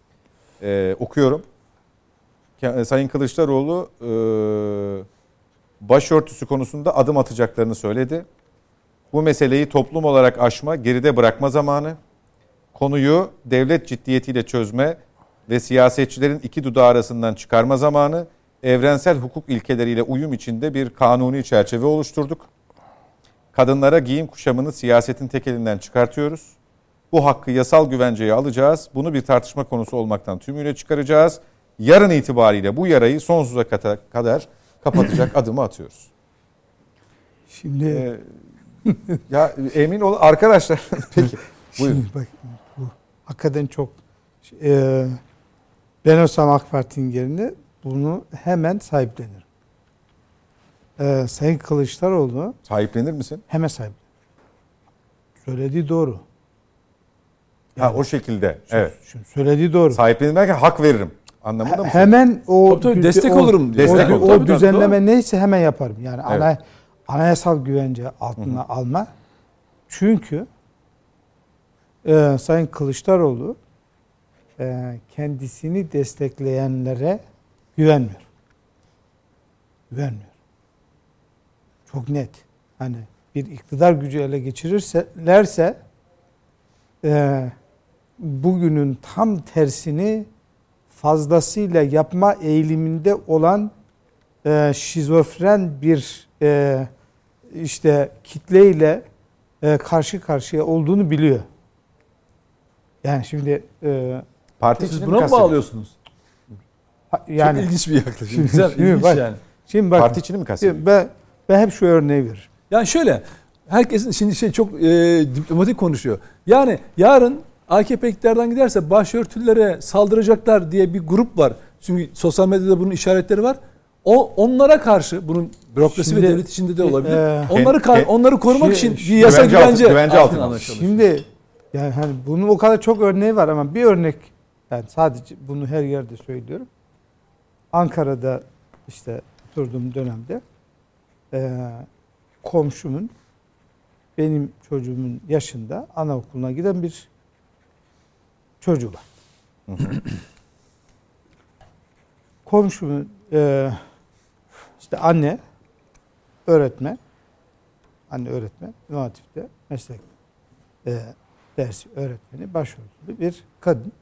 E, okuyorum. Sayın Kılıçdaroğlu e, başörtüsü konusunda adım atacaklarını söyledi. Bu meseleyi toplum olarak aşma, geride bırakma zamanı. Konuyu devlet ciddiyetiyle çözme ve siyasetçilerin iki dudağı arasından çıkarma zamanı. evrensel hukuk ilkeleriyle uyum içinde bir kanuni çerçeve oluşturduk. Kadınlara giyim kuşamını siyasetin tek elinden çıkartıyoruz. Bu hakkı yasal güvenceye alacağız. Bunu bir tartışma konusu olmaktan tümüyle çıkaracağız. Yarın itibariyle bu yarayı sonsuza kadar kapatacak adımı atıyoruz. Şimdi Ee, ya emin ol arkadaşlar. Peki. Buyurun. Şimdi bak, bu hakikaten çok e, ben olsam AK Parti'nin yerine bunu hemen sahiplenirim. E, Sayın Kılıçdaroğlu Sahiplenir misin? hemen sahiplenir. Söylediği doğru. Ha o şekilde. Evet. Şimdi söylediği doğru. Sahiplenir derken hak veririm anlamında mısın? Hemen o Tabii tabii, destek o, olurum diyor. O, Destek o, olur. o Tabii, tabii, düzenleme doğru. neyse hemen yaparım. Yani Evet. ana, anayasal güvence altına alma. Çünkü e, Sayın Kılıçdaroğlu e, kendisini destekleyenlere güvenmiyor. Güvenmiyor. Çok net. Hani bir iktidar gücü ele geçirirlerse e, bugünün tam tersini fazlasıyla yapma eğiliminde olan e, şizofren bir e, işte kitleyle e, karşı karşıya olduğunu biliyor. Yani şimdi e, Parti Siz içinde buna mı kastediyorsun? bağlıyorsunuz? ha- yani Çok ilginç bir yaklaşım. Şimdi- Güzel, şimdi ilginç bak- yani. şimdi bak, Parti içini mi kastediyorsun? ben ben hep şu örneği veririm. Yani şöyle, herkesin şimdi şey çok e, diplomatik konuşuyor. Yani yarın A K P iktidardan giderse başörtülere saldıracaklar diye bir grup var. Çünkü sosyal medyada bunun işaretleri var. O onlara karşı bunun bürokrasi Şimdi, ve devlet içinde de olabilir. e, onları kar- Kend- onları korumak Şimdi- için bir yasa Güvence altı- güvence, güvence altına altına. almaya çalışıyor. Şimdi yani hani bunun o kadar çok örneği var ama bir örnek, yani sadece bunu her yerde söylüyorum. Ankara'da işte oturduğum dönemde e, komşumun benim çocuğumun yaşında anaokuluna giden bir çocuğu var. Komşumun e, işte anne öğretmen, anne öğretmen, İmam Hatip'te meslek e, dersi öğretmeni, başörtülü bir kadın.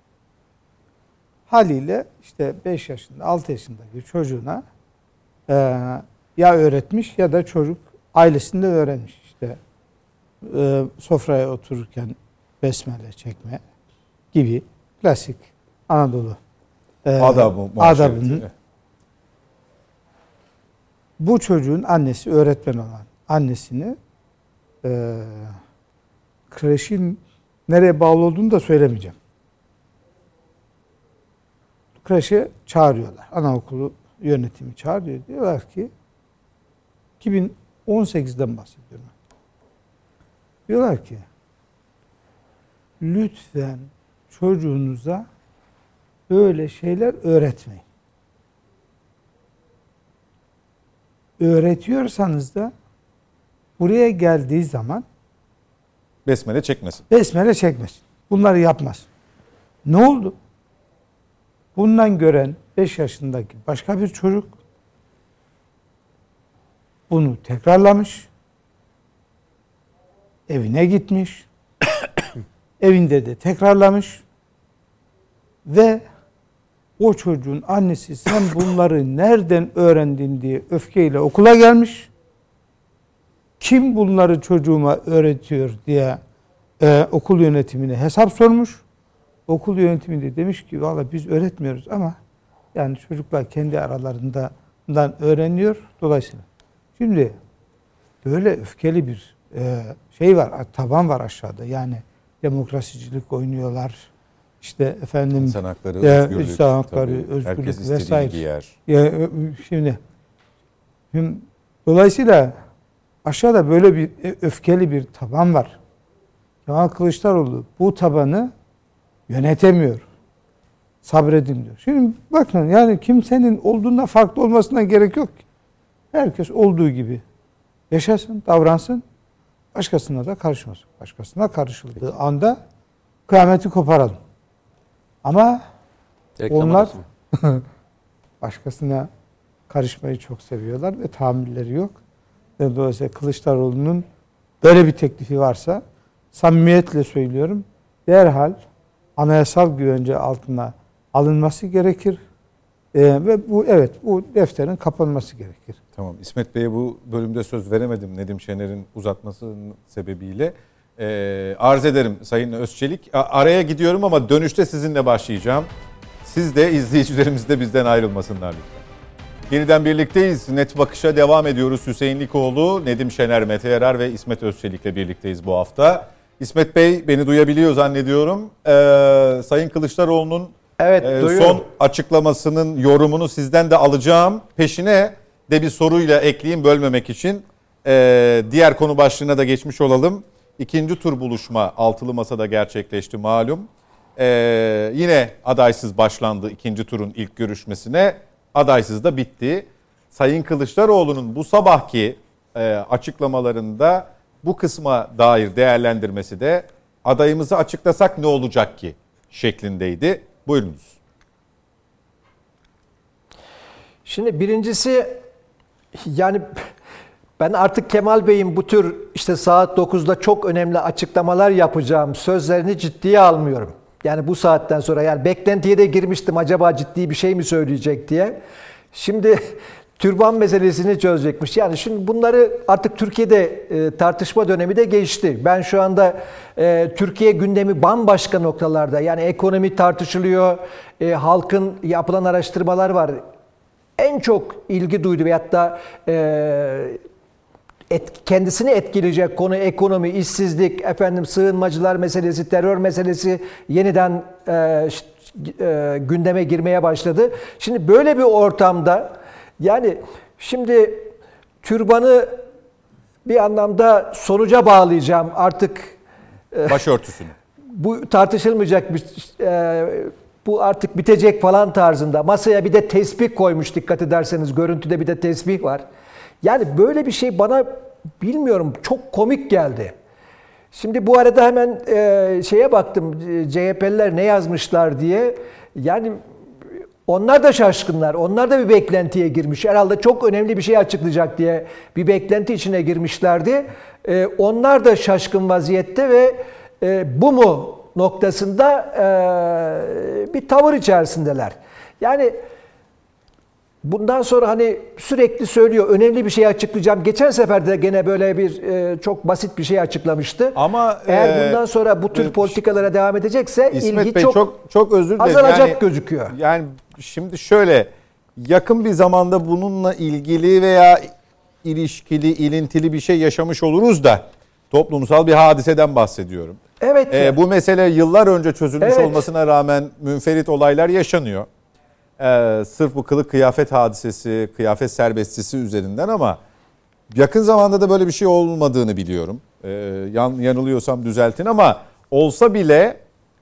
Haliyle işte beş yaşında, altı yaşındaki çocuğuna e, ya öğretmiş ya da çocuk ailesinde öğrenmiş. İşte e, sofraya otururken besmele çekme gibi klasik Anadolu e, Adabı, muaşereti. adabının. Bu çocuğun annesi öğretmen olan annesini e, kreşin nereye bağlı olduğunu da söylemeyeceğim. Kreşe çağırıyorlar. Anaokulu yönetimi çağırıyor. Diyorlar ki iki bin on sekizden bahsediyorum. Diyorlar ki lütfen çocuğunuza böyle şeyler öğretmeyin. Öğretiyorsanız da buraya geldiği zaman Besmele çekmesin. besmele çekmesin. Bunları yapmaz. Ne oldu? Bundan gören beş yaşındaki başka bir çocuk bunu tekrarlamış. Evine gitmiş. Evinde de tekrarlamış. Ve o çocuğun annesi sen bunları nereden öğrendin diye öfkeyle okula gelmiş. Kim bunları çocuğuma öğretiyor diye e, okul yönetimine hesap sormuş. Okul yönetimi de demiş ki valla biz öğretmiyoruz ama yani çocuklar kendi aralarından öğreniyor. Dolayısıyla şimdi böyle öfkeli bir e, şey var, taban var aşağıda. Yani demokrasicilik oynuyorlar. İşte efendim İnsan hakları, e, özgürlük. insan hakları, tabii. özgürlük Herkes istediğini vesaire. giyer. Ya, şimdi, şimdi dolayısıyla aşağıda böyle bir öfkeli bir taban var. Kemal Kılıçdaroğlu bu tabanı yönetemiyor. Sabredin diyor. Şimdi bakın yani kimsenin olduğunda farklı olmasına gerek yok ki. Herkes olduğu gibi yaşasın, davransın. Başkasına da karışmasın. Başkasına karışıldığı anda kıyameti koparalım. Ama Reklam onlar arası. başkasına karışmayı çok seviyorlar ve tahammülleri yok. Ve dolayısıyla Kılıçdaroğlu'nun böyle bir teklifi varsa samimiyetle söylüyorum. Derhal anayasal güvence altına alınması gerekir. Ee, ve bu evet bu defterin kapanması gerekir. Tamam. İsmet Bey'e bu bölümde söz veremedim Nedim Şener'in uzatmasının sebebiyle. Ee, arz ederim Sayın Özçelik. A- araya gidiyorum ama dönüşte sizinle başlayacağım. Siz de izleyicilerimiz de bizden ayrılmasınlar lütfen. Yeniden birlikteyiz. Net Bakış'a devam ediyoruz. Hüseyin Likoğlu, Nedim Şener, Mete Yarar ve İsmet Özçelik'le birlikteyiz bu hafta. İsmet Bey beni duyabiliyor zannediyorum. Ee, Sayın Kılıçdaroğlu'nun Evet, e, son açıklamasının yorumunu sizden de alacağım. Peşine de bir soruyla ekleyeyim bölmemek için. Ee, diğer konu başlığına da geçmiş olalım. İkinci tur buluşma altılı masada gerçekleşti malum. Ee, yine adaysız başlandı ikinci turun ilk görüşmesine. Adaysız da bitti. Sayın Kılıçdaroğlu'nun bu sabahki e, açıklamalarında bu kısma dair değerlendirmesi de adayımızı açıklasak ne olacak ki şeklindeydi. Buyurunuz. Şimdi birincisi yani ben artık Kemal Bey'in bu tür işte saat dokuzda çok önemli açıklamalar yapacağım sözlerini ciddiye almıyorum. Yani bu saatten sonra yani beklentiye de girmiştim acaba ciddi bir şey mi söyleyecek diye. Şimdi türban meselesini çözecekmiş. Yani şimdi bunları artık Türkiye'de e, tartışma dönemi de geçti. Ben şu anda e, Türkiye gündemi bambaşka noktalarda. Yani ekonomi tartışılıyor, e, halkın yapılan araştırmalar var. En çok ilgi duydu veyahut da e, et, kendisini etkileyecek konu ekonomi, işsizlik, efendim sığınmacılar meselesi, terör meselesi yeniden e, e, gündeme girmeye başladı. Şimdi böyle bir ortamda yani şimdi türbanı bir anlamda sonuca bağlayacağım artık. E, Başörtüsünü. Bu tartışılmayacak bir e, bu artık bitecek falan tarzında. Masaya bir de tesbih koymuş dikkat ederseniz. Görüntüde bir de tesbih var. Yani böyle bir şey bana bilmiyorum çok komik geldi. Şimdi bu arada hemen e, şeye baktım. C H P'liler ne yazmışlar diye. Yani onlar da şaşkınlar. Onlar da bir beklentiye girmiş. Herhalde çok önemli bir şey açıklayacak diye bir beklenti içine girmişlerdi. E, onlar da şaşkın vaziyette ve e, bu mu noktasında e, bir tavır içerisindeler. Yani bundan sonra hani sürekli söylüyor önemli bir şey açıklayacağım. Geçen sefer de gene böyle bir e, çok basit bir şey açıklamıştı. Ama eğer e, bundan sonra bu tür e, politikalara devam edecekse İsmet ilgi Bey çok, çok çok özür dilerim. azalacak yani, gözüküyor. Yani şimdi şöyle yakın bir zamanda bununla ilgili veya ilişkili, ilintili bir şey yaşamış oluruz da toplumsal bir hadiseden bahsediyorum. Evet. Ee, bu mesele yıllar önce çözülmüş Evet. olmasına rağmen münferit olaylar yaşanıyor. Ee, sırf bu kılık kıyafet hadisesi, kıyafet serbestisi üzerinden ama yakın zamanda da böyle bir şey olmadığını biliyorum. Ee, yan, yanılıyorsam düzeltin ama olsa bile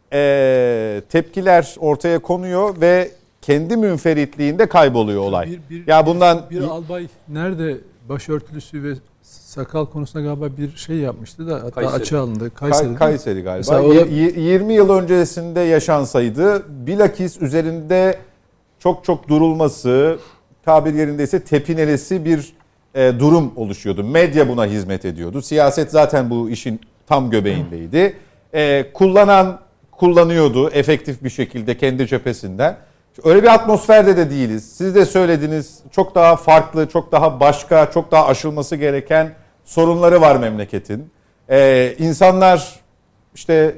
e, tepkiler ortaya konuyor ve kendi münferitliğinde kayboluyor olay. Bir, bir, ya bundan bir albay nerede başörtülüsü ve sakal konusunda galiba bir şey yapmıştı da hatta Kayseri. açığa alındı. Kayseri, Kayseri, Kayseri galiba. Mesela o da- Y- yirmi yıl öncesinde yaşansaydı bilakis üzerinde çok çok durulması, tabir yerindeyse tepinelesi bir e, durum oluşuyordu. Medya buna hizmet ediyordu. Siyaset zaten bu işin tam göbeğindeydi. E, kullanan kullanıyordu efektif bir şekilde kendi cephesinden. Öyle bir atmosferde de değiliz. Siz de söylediniz. Çok daha farklı, çok daha başka, çok daha aşılması gereken sorunları var memleketin. Ee, insanlar işte e,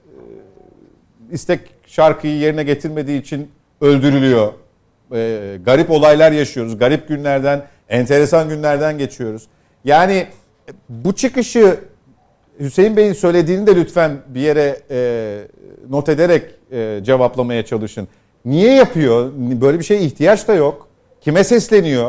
istek şarkıyı yerine getirmediği için öldürülüyor. Ee, garip olaylar yaşıyoruz. Garip günlerden, enteresan günlerden geçiyoruz. Yani bu çıkışı Hüseyin Bey'in söylediğini de lütfen bir yere e, not ederek e, cevaplamaya çalışın. Niye yapıyor? Böyle bir şeye ihtiyaç da yok. Kime sesleniyor?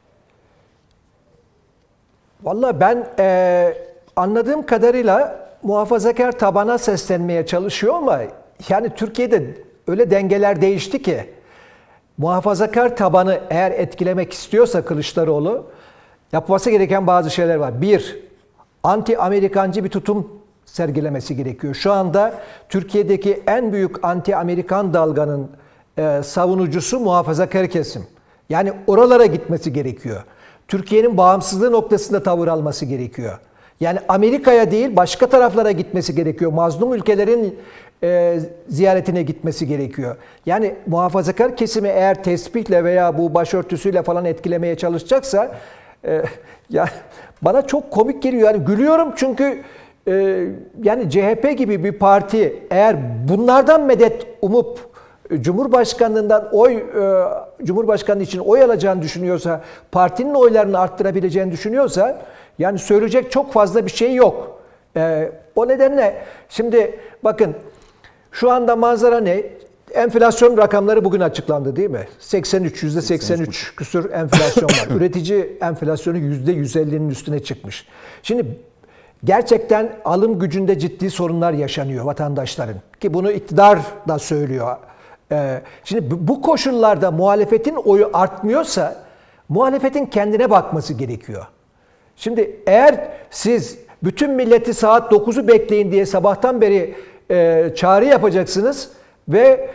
Vallahi ben e, anladığım kadarıyla muhafazakar tabana seslenmeye çalışıyor ama yani Türkiye'de öyle dengeler değişti ki muhafazakar tabanı eğer etkilemek istiyorsa Kılıçdaroğlu yapması gereken bazı şeyler var. Bir, anti-Amerikancı bir tutum sergilemesi gerekiyor. Şu anda Türkiye'deki en büyük anti-Amerikan dalganın e, savunucusu muhafazakar kesim. Yani oralara gitmesi gerekiyor. Türkiye'nin bağımsızlığı noktasında tavır alması gerekiyor. Yani Amerika'ya değil başka taraflara gitmesi gerekiyor. Mazlum ülkelerin e, ziyaretine gitmesi gerekiyor. Yani muhafazakar kesimi eğer tespihle veya bu başörtüsüyle falan etkilemeye çalışacaksa e, ya bana çok komik geliyor. Yani gülüyorum çünkü e, yani C H P gibi bir parti eğer bunlardan medet umup Cumhurbaşkanlığından oy e, Cumhurbaşkanlığı için oy alacağını düşünüyorsa, partinin oylarını arttırabileceğini düşünüyorsa yani söyleyecek çok fazla bir şey yok. E, o nedenle şimdi bakın şu anda manzara ne? Enflasyon rakamları bugün açıklandı değil mi? seksen üç, yüzde seksen üç küsur enflasyon var. Üretici enflasyonu yüzde yüz ellinin üstüne çıkmış. Şimdi gerçekten alım gücünde ciddi sorunlar yaşanıyor vatandaşların. Ki bunu iktidar da söylüyor. Ee, şimdi bu koşullarda muhalefetin oyu artmıyorsa muhalefetin kendine bakması gerekiyor. Şimdi eğer siz bütün milleti saat dokuzu bekleyin diye sabahtan beri e, çağrı yapacaksınız ve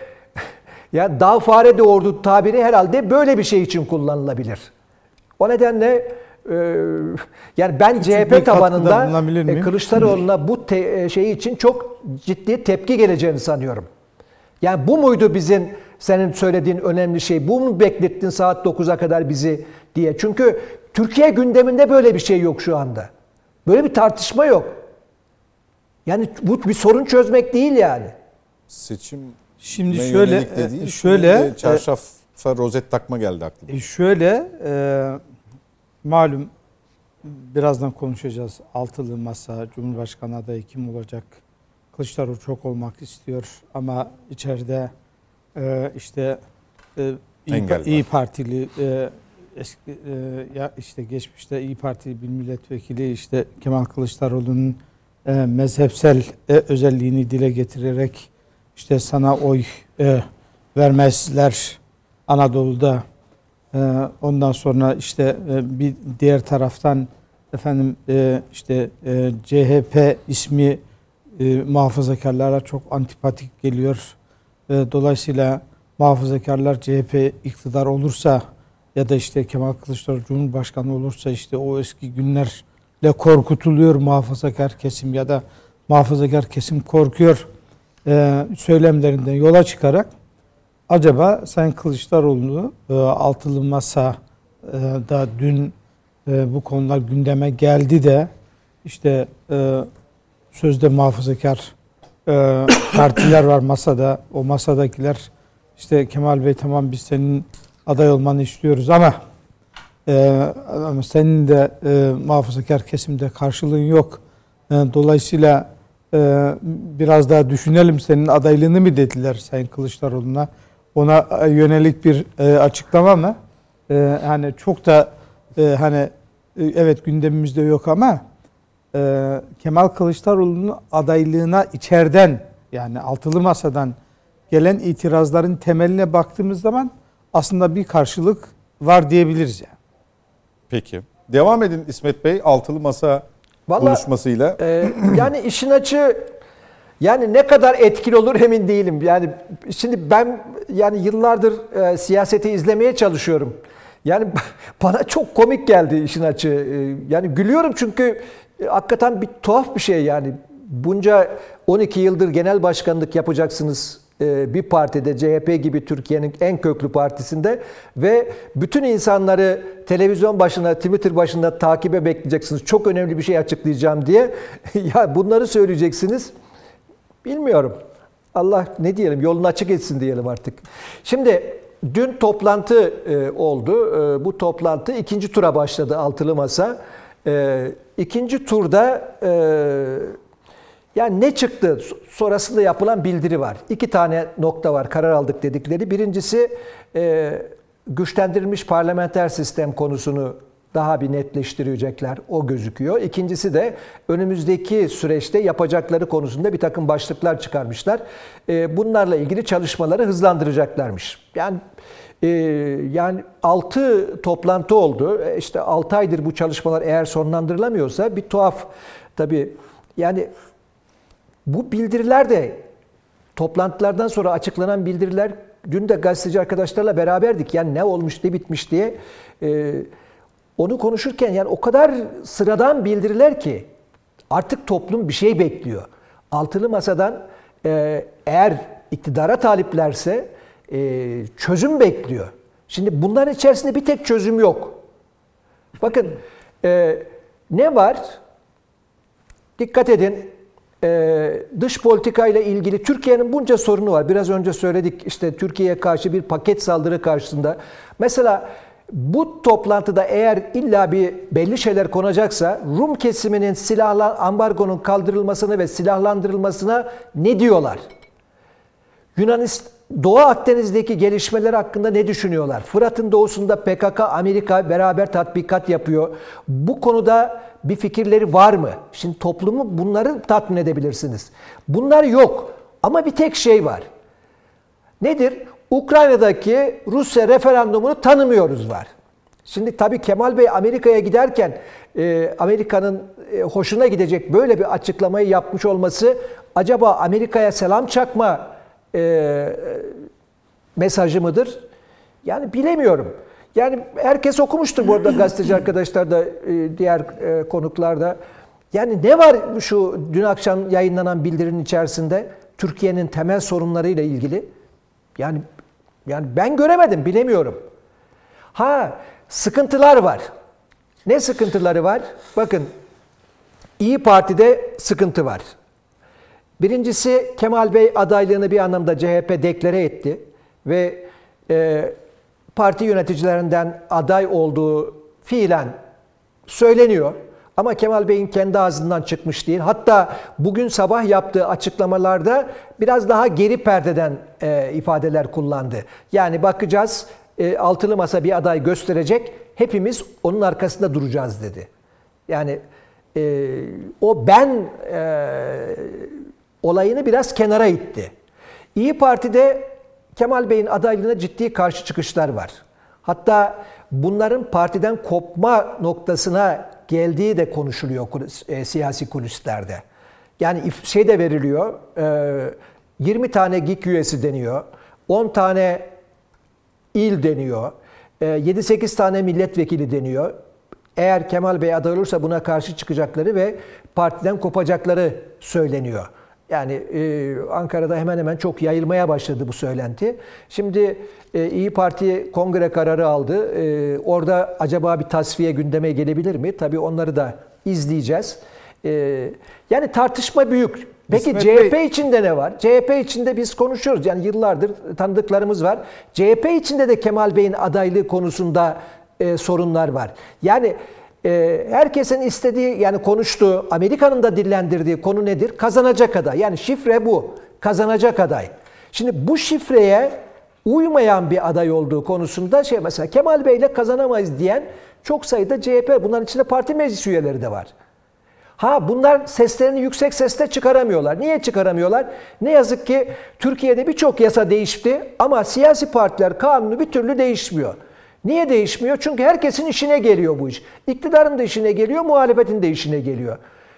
ya dağ fare doğurdu tabiri herhalde böyle bir şey için kullanılabilir. O nedenle e, yani ben C H P tabanında e, Kılıçdaroğlu'na bu te, şey için çok ciddi tepki geleceğini sanıyorum. Yani bu muydu bizim senin söylediğin önemli şey? Bu mu beklettin saat dokuza kadar bizi diye? Çünkü Türkiye gündeminde böyle bir şey yok şu anda. Böyle bir tartışma yok. Yani bu bir sorun çözmek değil yani. Seçim Şimdi şöyle de değil, şöyle çarşafa rozet takma geldi aklıma. E şöyle e, malum birazdan konuşacağız. Altılı masa, Cumhurbaşkanı adayı kim olacak? Kılıçdaroğlu çok olmak istiyor ama içeride e, işte e, İyi, İyi Partili e, eski e, ya işte geçmişte İyi Partili bir milletvekili işte Kemal Kılıçdaroğlu'nun e, mezhepsel e, özelliğini dile getirerek işte sana oy e, vermezler Anadolu'da. E, ondan sonra işte e, bir diğer taraftan efendim e, işte e, C H P ismi e, muhafazakarlara çok antipatik geliyor. E, dolayısıyla muhafazakarlar C H P iktidar olursa ya da işte Kemal Kılıçdaroğlu Cumhurbaşkanı olursa işte o eski günlerle korkutuluyor muhafazakar kesim ya da muhafazakar kesim korkuyor e, söylemlerinden yola çıkarak acaba Sayın Kılıçdaroğlu e, altılı masada dün e, bu konular gündeme geldi de işte e, sözde muhafazakar e, partiler var masada. O masadakiler işte Kemal Bey tamam biz senin aday olmanı istiyoruz ama e, ama senin de e, muhafazakar kesimde karşılığın yok. E, dolayısıyla e, biraz daha düşünelim senin adaylığını mı dediler Sayın Kılıçdaroğlu'na. Ona yönelik bir e, açıklama mı? E, hani çok da e, hani e, evet gündemimizde yok ama e, Kemal Kılıçdaroğlu'nun adaylığına içeriden yani altılı masadan gelen itirazların temeline baktığımız zaman aslında bir karşılık var diyebiliriz yani. Peki. Devam edin İsmet Bey altılı masa Vallahi, buluşmasıyla. E, yani işin açığı yani ne kadar etkili olur emin değilim. Yani şimdi ben yani yıllardır e, siyaseti izlemeye çalışıyorum. Yani bana çok komik geldi işin açığı. E, yani gülüyorum çünkü e, hakikaten bir tuhaf bir şey yani. Bunca on iki yıldır genel başkanlık yapacaksınız e, bir partide C H P gibi Türkiye'nin en köklü partisinde ve bütün insanları televizyon başına, Twitter başında takibe bekleyeceksiniz. Çok önemli bir şey açıklayacağım diye. Ya bunları söyleyeceksiniz. Bilmiyorum. Allah ne diyelim yolunu açık etsin diyelim artık. Şimdi dün toplantı e, oldu. E, bu toplantı ikinci tura başladı altılı masa. E, ikinci turda e, yani ne çıktı? Sonrasında yapılan bildiri var. İki tane nokta var karar aldık dedikleri. Birincisi e, güçlendirilmiş parlamenter sistem konusunu daha bir netleştirecekler. O gözüküyor. İkincisi de önümüzdeki süreçte yapacakları konusunda bir takım başlıklar çıkarmışlar. Bunlarla ilgili çalışmaları hızlandıracaklarmış. Yani yani altı toplantı oldu. İşte altı aydır bu çalışmalar eğer sonlandırılamıyorsa bir tuhaf. Tabii yani bu bildiriler de toplantılardan sonra açıklanan bildiriler dün de gazeteci arkadaşlarla beraberdik. Yani ne olmuş ne bitmiş diye onu konuşurken yani o kadar sıradan bildiriler ki artık toplum bir şey bekliyor. Altılı masadan e, eğer iktidara taliplerse e, çözüm bekliyor. Şimdi bunların içerisinde bir tek çözüm yok. Bakın e, ne var? Dikkat edin. Ee, dış politika ile ilgili Türkiye'nin bunca sorunu var. Biraz önce söyledik, işte Türkiye'ye karşı bir paket saldırı karşısında. Mesela bu toplantıda eğer illa bir belli şeyler konacaksa Rum kesiminin silahla ambargonun kaldırılmasına ve silahlandırılmasına ne diyorlar? Yunanistan, Doğu Akdeniz'deki gelişmeler hakkında ne düşünüyorlar? Fırat'ın doğusunda P K K, Amerika beraber tatbikat yapıyor. Bu konuda bir fikirleri var mı? Şimdi toplumu bunları tatmin edebilirsiniz. Bunlar yok. Ama bir tek şey var. Nedir? Ukrayna'daki Rusya referandumunu tanımıyoruz var. Şimdi tabii Kemal Bey Amerika'ya giderken e, Amerika'nın e, hoşuna gidecek böyle bir açıklamayı yapmış olması acaba Amerika'ya selam çakma e, mesajı mıdır? Yani bilemiyorum. Yani herkes okumuştur bu arada, gazeteci arkadaşlar da, diğer konuklarda. Yani ne var şu dün akşam yayınlanan bildirinin içerisinde Türkiye'nin temel sorunlarıyla ilgili? Yani yani ben göremedim, bilemiyorum. Ha, sıkıntılar var. Ne sıkıntıları var? Bakın, İyi Parti'de sıkıntı var. Birincisi, Kemal Bey adaylığını bir anlamda C H P deklare etti ve e, parti yöneticilerinden aday olduğu fiilen söyleniyor. Ama Kemal Bey'in kendi ağzından çıkmış değil. Hatta bugün sabah yaptığı açıklamalarda biraz daha geri perdeden e, ifadeler kullandı. Yani bakacağız, e, altılı masa bir aday gösterecek, hepimiz onun arkasında duracağız dedi. Yani e, o ben e, olayını biraz kenara itti. İyi Parti'de Kemal Bey'in adaylığına ciddi karşı çıkışlar var. Hatta bunların partiden kopma noktasına geldiği de konuşuluyor e, siyasi kulislerde. Yani şey de veriliyor, e, yirmi tane G İK üyesi deniyor, on tane il deniyor, e, yedi sekiz tane milletvekili deniyor. Eğer Kemal Bey aday olursa buna karşı çıkacakları ve partiden kopacakları söyleniyor. Yani e, Ankara'da hemen hemen çok yayılmaya başladı bu söylenti. Şimdi e, İyi Parti kongre kararı aldı. E, orada acaba bir tasfiye gündeme gelebilir mi? Tabii onları da izleyeceğiz. E, yani tartışma büyük. Peki İsmet C H P Bey içinde ne var? C H P içinde biz konuşuyoruz. Yani yıllardır tanıdıklarımız var. C H P içinde de Kemal Bey'in adaylığı konusunda e, sorunlar var. Yani e, herkesin istediği, yani konuştuğu, Amerika'nın da dillendirdiği konu nedir? Kazanacak aday. Yani şifre bu. Kazanacak aday. Şimdi bu şifreye uymayan bir aday olduğu konusunda şey, mesela Kemal Bey'le kazanamayız diyen çok sayıda C H P, bunların içinde parti meclis üyeleri de var. Ha, bunlar seslerini yüksek sesle çıkaramıyorlar. Niye çıkaramıyorlar? Ne yazık ki Türkiye'de birçok yasa değişti ama siyasi partiler kanunu bir türlü değişmiyor. Niye değişmiyor? Çünkü herkesin işine geliyor bu iş. İktidarın da işine geliyor, muhalefetin de işine geliyor.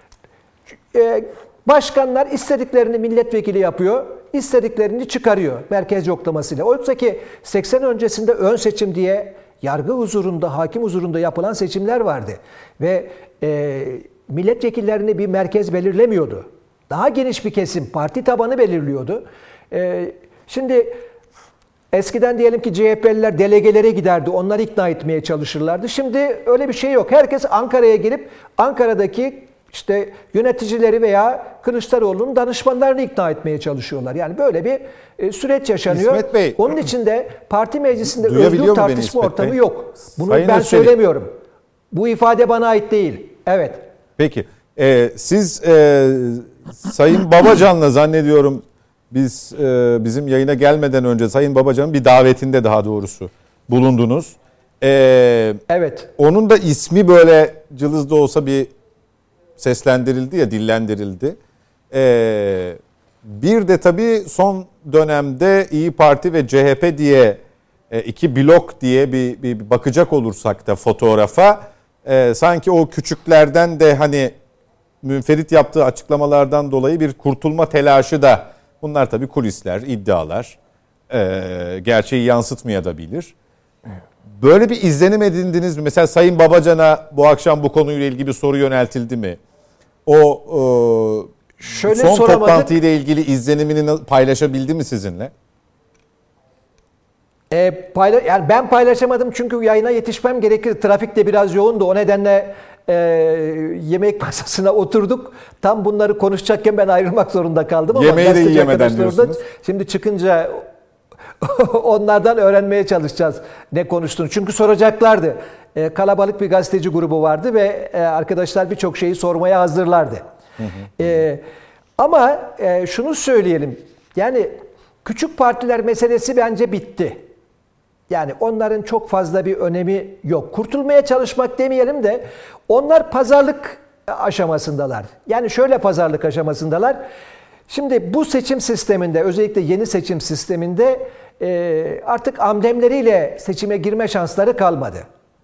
Ee, başkanlar istediklerini milletvekili yapıyor, istediklerini çıkarıyor merkez yoklamasıyla. Oysa ki seksen öncesinde ön seçim diye yargı huzurunda, hakim huzurunda yapılan seçimler vardı. Ve e, milletvekillerini bir merkez belirlemiyordu. Daha geniş bir kesim, parti tabanı belirliyordu. Ee, şimdi eskiden diyelim ki C H P'liler delegelere giderdi, onları ikna etmeye çalışırlardı. Şimdi öyle bir şey yok. Herkes Ankara'ya gelip Ankara'daki işte yöneticileri veya Kılıçdaroğlu'nun danışmanlarını ikna etmeye çalışıyorlar. Yani böyle bir e, süreç yaşanıyor. İsmet Bey, onun için de parti meclisinde duyabiliyor özgür mu beni tartışma İsmet ortamı Bey? yok. Bunu Sayın ben Özçelik. söylemiyorum. Bu ifade bana ait değil. Evet. Peki. Ee, siz e, Sayın Babacan'la zannediyorum biz e, bizim yayına gelmeden önce Sayın Babacan'ın bir davetinde daha doğrusu bulundunuz. Ee, Evet. Onun da ismi böyle cılızda olsa bir seslendirildi ya, dillendirildi. Ee, bir de tabii son dönemde İyi Parti ve C H P diye e, iki blok diye bir, bir bakacak olursak da fotoğrafa e, sanki o küçüklerden de hani münferit yaptığı açıklamalardan dolayı bir kurtulma telaşı da, bunlar tabii kulisler, iddialar, e, gerçeği yansıtmayabilir. Böyle bir izlenim edindiniz mi? Mesela Sayın Babacan'a bu akşam bu konuyla ilgili bir soru yöneltildi mi? O şöyle Son soramadık. toplantıyla ilgili izlenimini paylaşabildi mi sizinle? E, payla yani ben paylaşamadım çünkü yayına yetişmem gerekir. Trafik de biraz yoğundu. O nedenle e, yemek masasına oturduk. Tam bunları konuşacakken ben ayrılmak zorunda kaldım. Ama Yemeği de gazeteci yiyemeden arkadaşlarım da- diyorsunuz. Şimdi çıkınca onlardan öğrenmeye çalışacağız ne konuştuğunu. Çünkü soracaklardı. E, kalabalık bir gazeteci grubu vardı ve e, arkadaşlar birçok şeyi sormaya hazırlardı. Hı hı. E, ama e, şunu söyleyelim. Yani küçük partiler meselesi bence bitti. Yani onların çok fazla bir önemi yok. Kurtulmaya çalışmak demeyelim de onlar pazarlık aşamasındalar. Yani şöyle pazarlık aşamasındalar. Şimdi bu seçim sisteminde, özellikle yeni seçim sisteminde e, artık amblemleriyle seçime girme şansları kalmadı.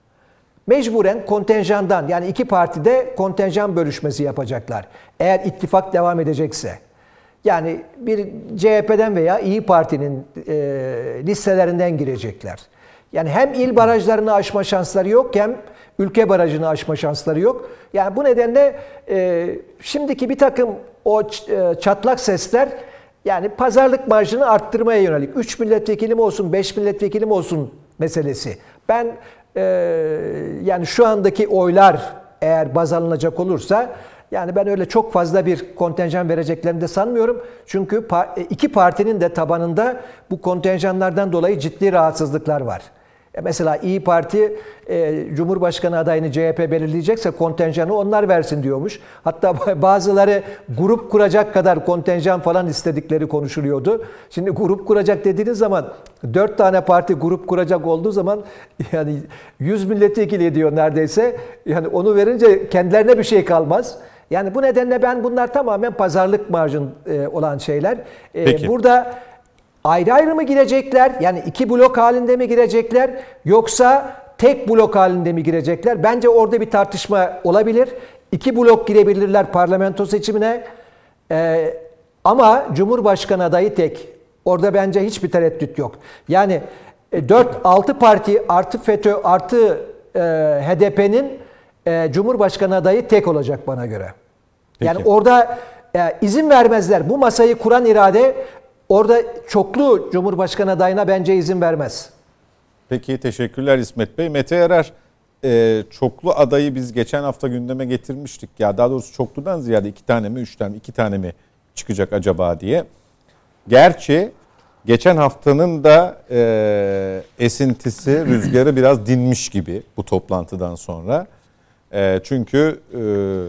Mecburen kontenjandan, yani iki partide kontenjan bölüşmesi yapacaklar. Eğer ittifak devam edecekse. Yani bir C H P'den veya İyi Parti'nin e, listelerinden girecekler. Yani hem il barajlarını aşma şansları yok, hem ülke barajını aşma şansları yok. Yani bu nedenle e, şimdiki bir takım o ç- çatlak sesler, yani pazarlık marjını arttırmaya yönelik. üç milletvekili mi olsun, beş milletvekili mi olsun meselesi. Ben e, yani şu andaki oylar eğer baz alınacak olursa, yani ben öyle çok fazla bir kontenjan vereceklerini de sanmıyorum. Çünkü iki partinin de tabanında bu kontenjanlardan dolayı ciddi rahatsızlıklar var. Mesela İyi Parti e, Cumhurbaşkanı adayını C H P belirleyecekse kontenjanı onlar versin diyormuş. Hatta bazıları grup kuracak kadar kontenjan falan istedikleri konuşuluyordu. Şimdi grup kuracak dediğiniz zaman dört tane parti grup kuracak olduğu zaman yani yüz milletvekili ediyor neredeyse. Yani onu verince kendilerine bir şey kalmaz. Yani bu nedenle ben bunlar tamamen pazarlık marjın e, olan şeyler. E, Peki. Burada ayrı ayrı mı girecekler? Yani iki blok halinde mi girecekler? Yoksa tek blok halinde mi girecekler? Bence orada bir tartışma olabilir. İki blok girebilirler parlamento seçimine. Ee, ama Cumhurbaşkanı adayı tek. Orada bence hiçbir tereddüt yok. Yani dört altı parti artı FETÖ artı e, H D P'nin e, Cumhurbaşkanı adayı tek olacak bana göre. Yani Peki. orada e, izin vermezler. Bu masayı kuran irade orada çoklu Cumhurbaşkanı adayına bence izin vermez. Peki, teşekkürler İsmet Bey. Mete Yarar, e, çoklu adayı biz geçen hafta gündeme getirmiştik. Ya daha doğrusu çokludan ziyade iki tane mi, üç tane mi, iki tane mi çıkacak acaba diye. Gerçi geçen haftanın da e, esintisi, rüzgarı biraz dinmiş gibi bu toplantıdan sonra. E, çünkü e,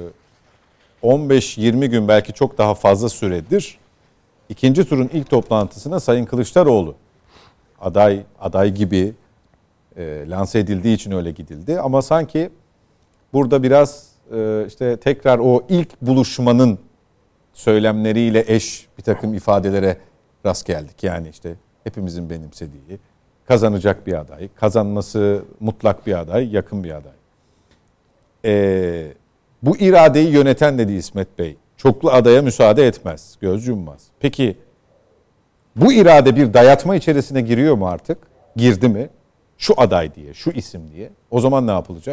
on beş yirmi gün, belki çok daha fazla süredir İkinci turun ilk toplantısına Sayın Kılıçdaroğlu aday aday gibi e, lanse edildiği için öyle gidildi. Ama sanki burada biraz e, işte tekrar o ilk buluşmanın söylemleriyle eş bir takım ifadelere rast geldik. Yani işte hepimizin benimsediği, kazanacak bir aday, kazanması mutlak bir aday, yakın bir aday. E, bu iradeyi yöneten dedi İsmet Bey, çoklu adaya müsaade etmez, göz yummaz. Peki bu irade bir dayatma içerisine giriyor mu artık? Girdi mi? Şu aday diye, şu isim diye. O zaman ne yapılacak?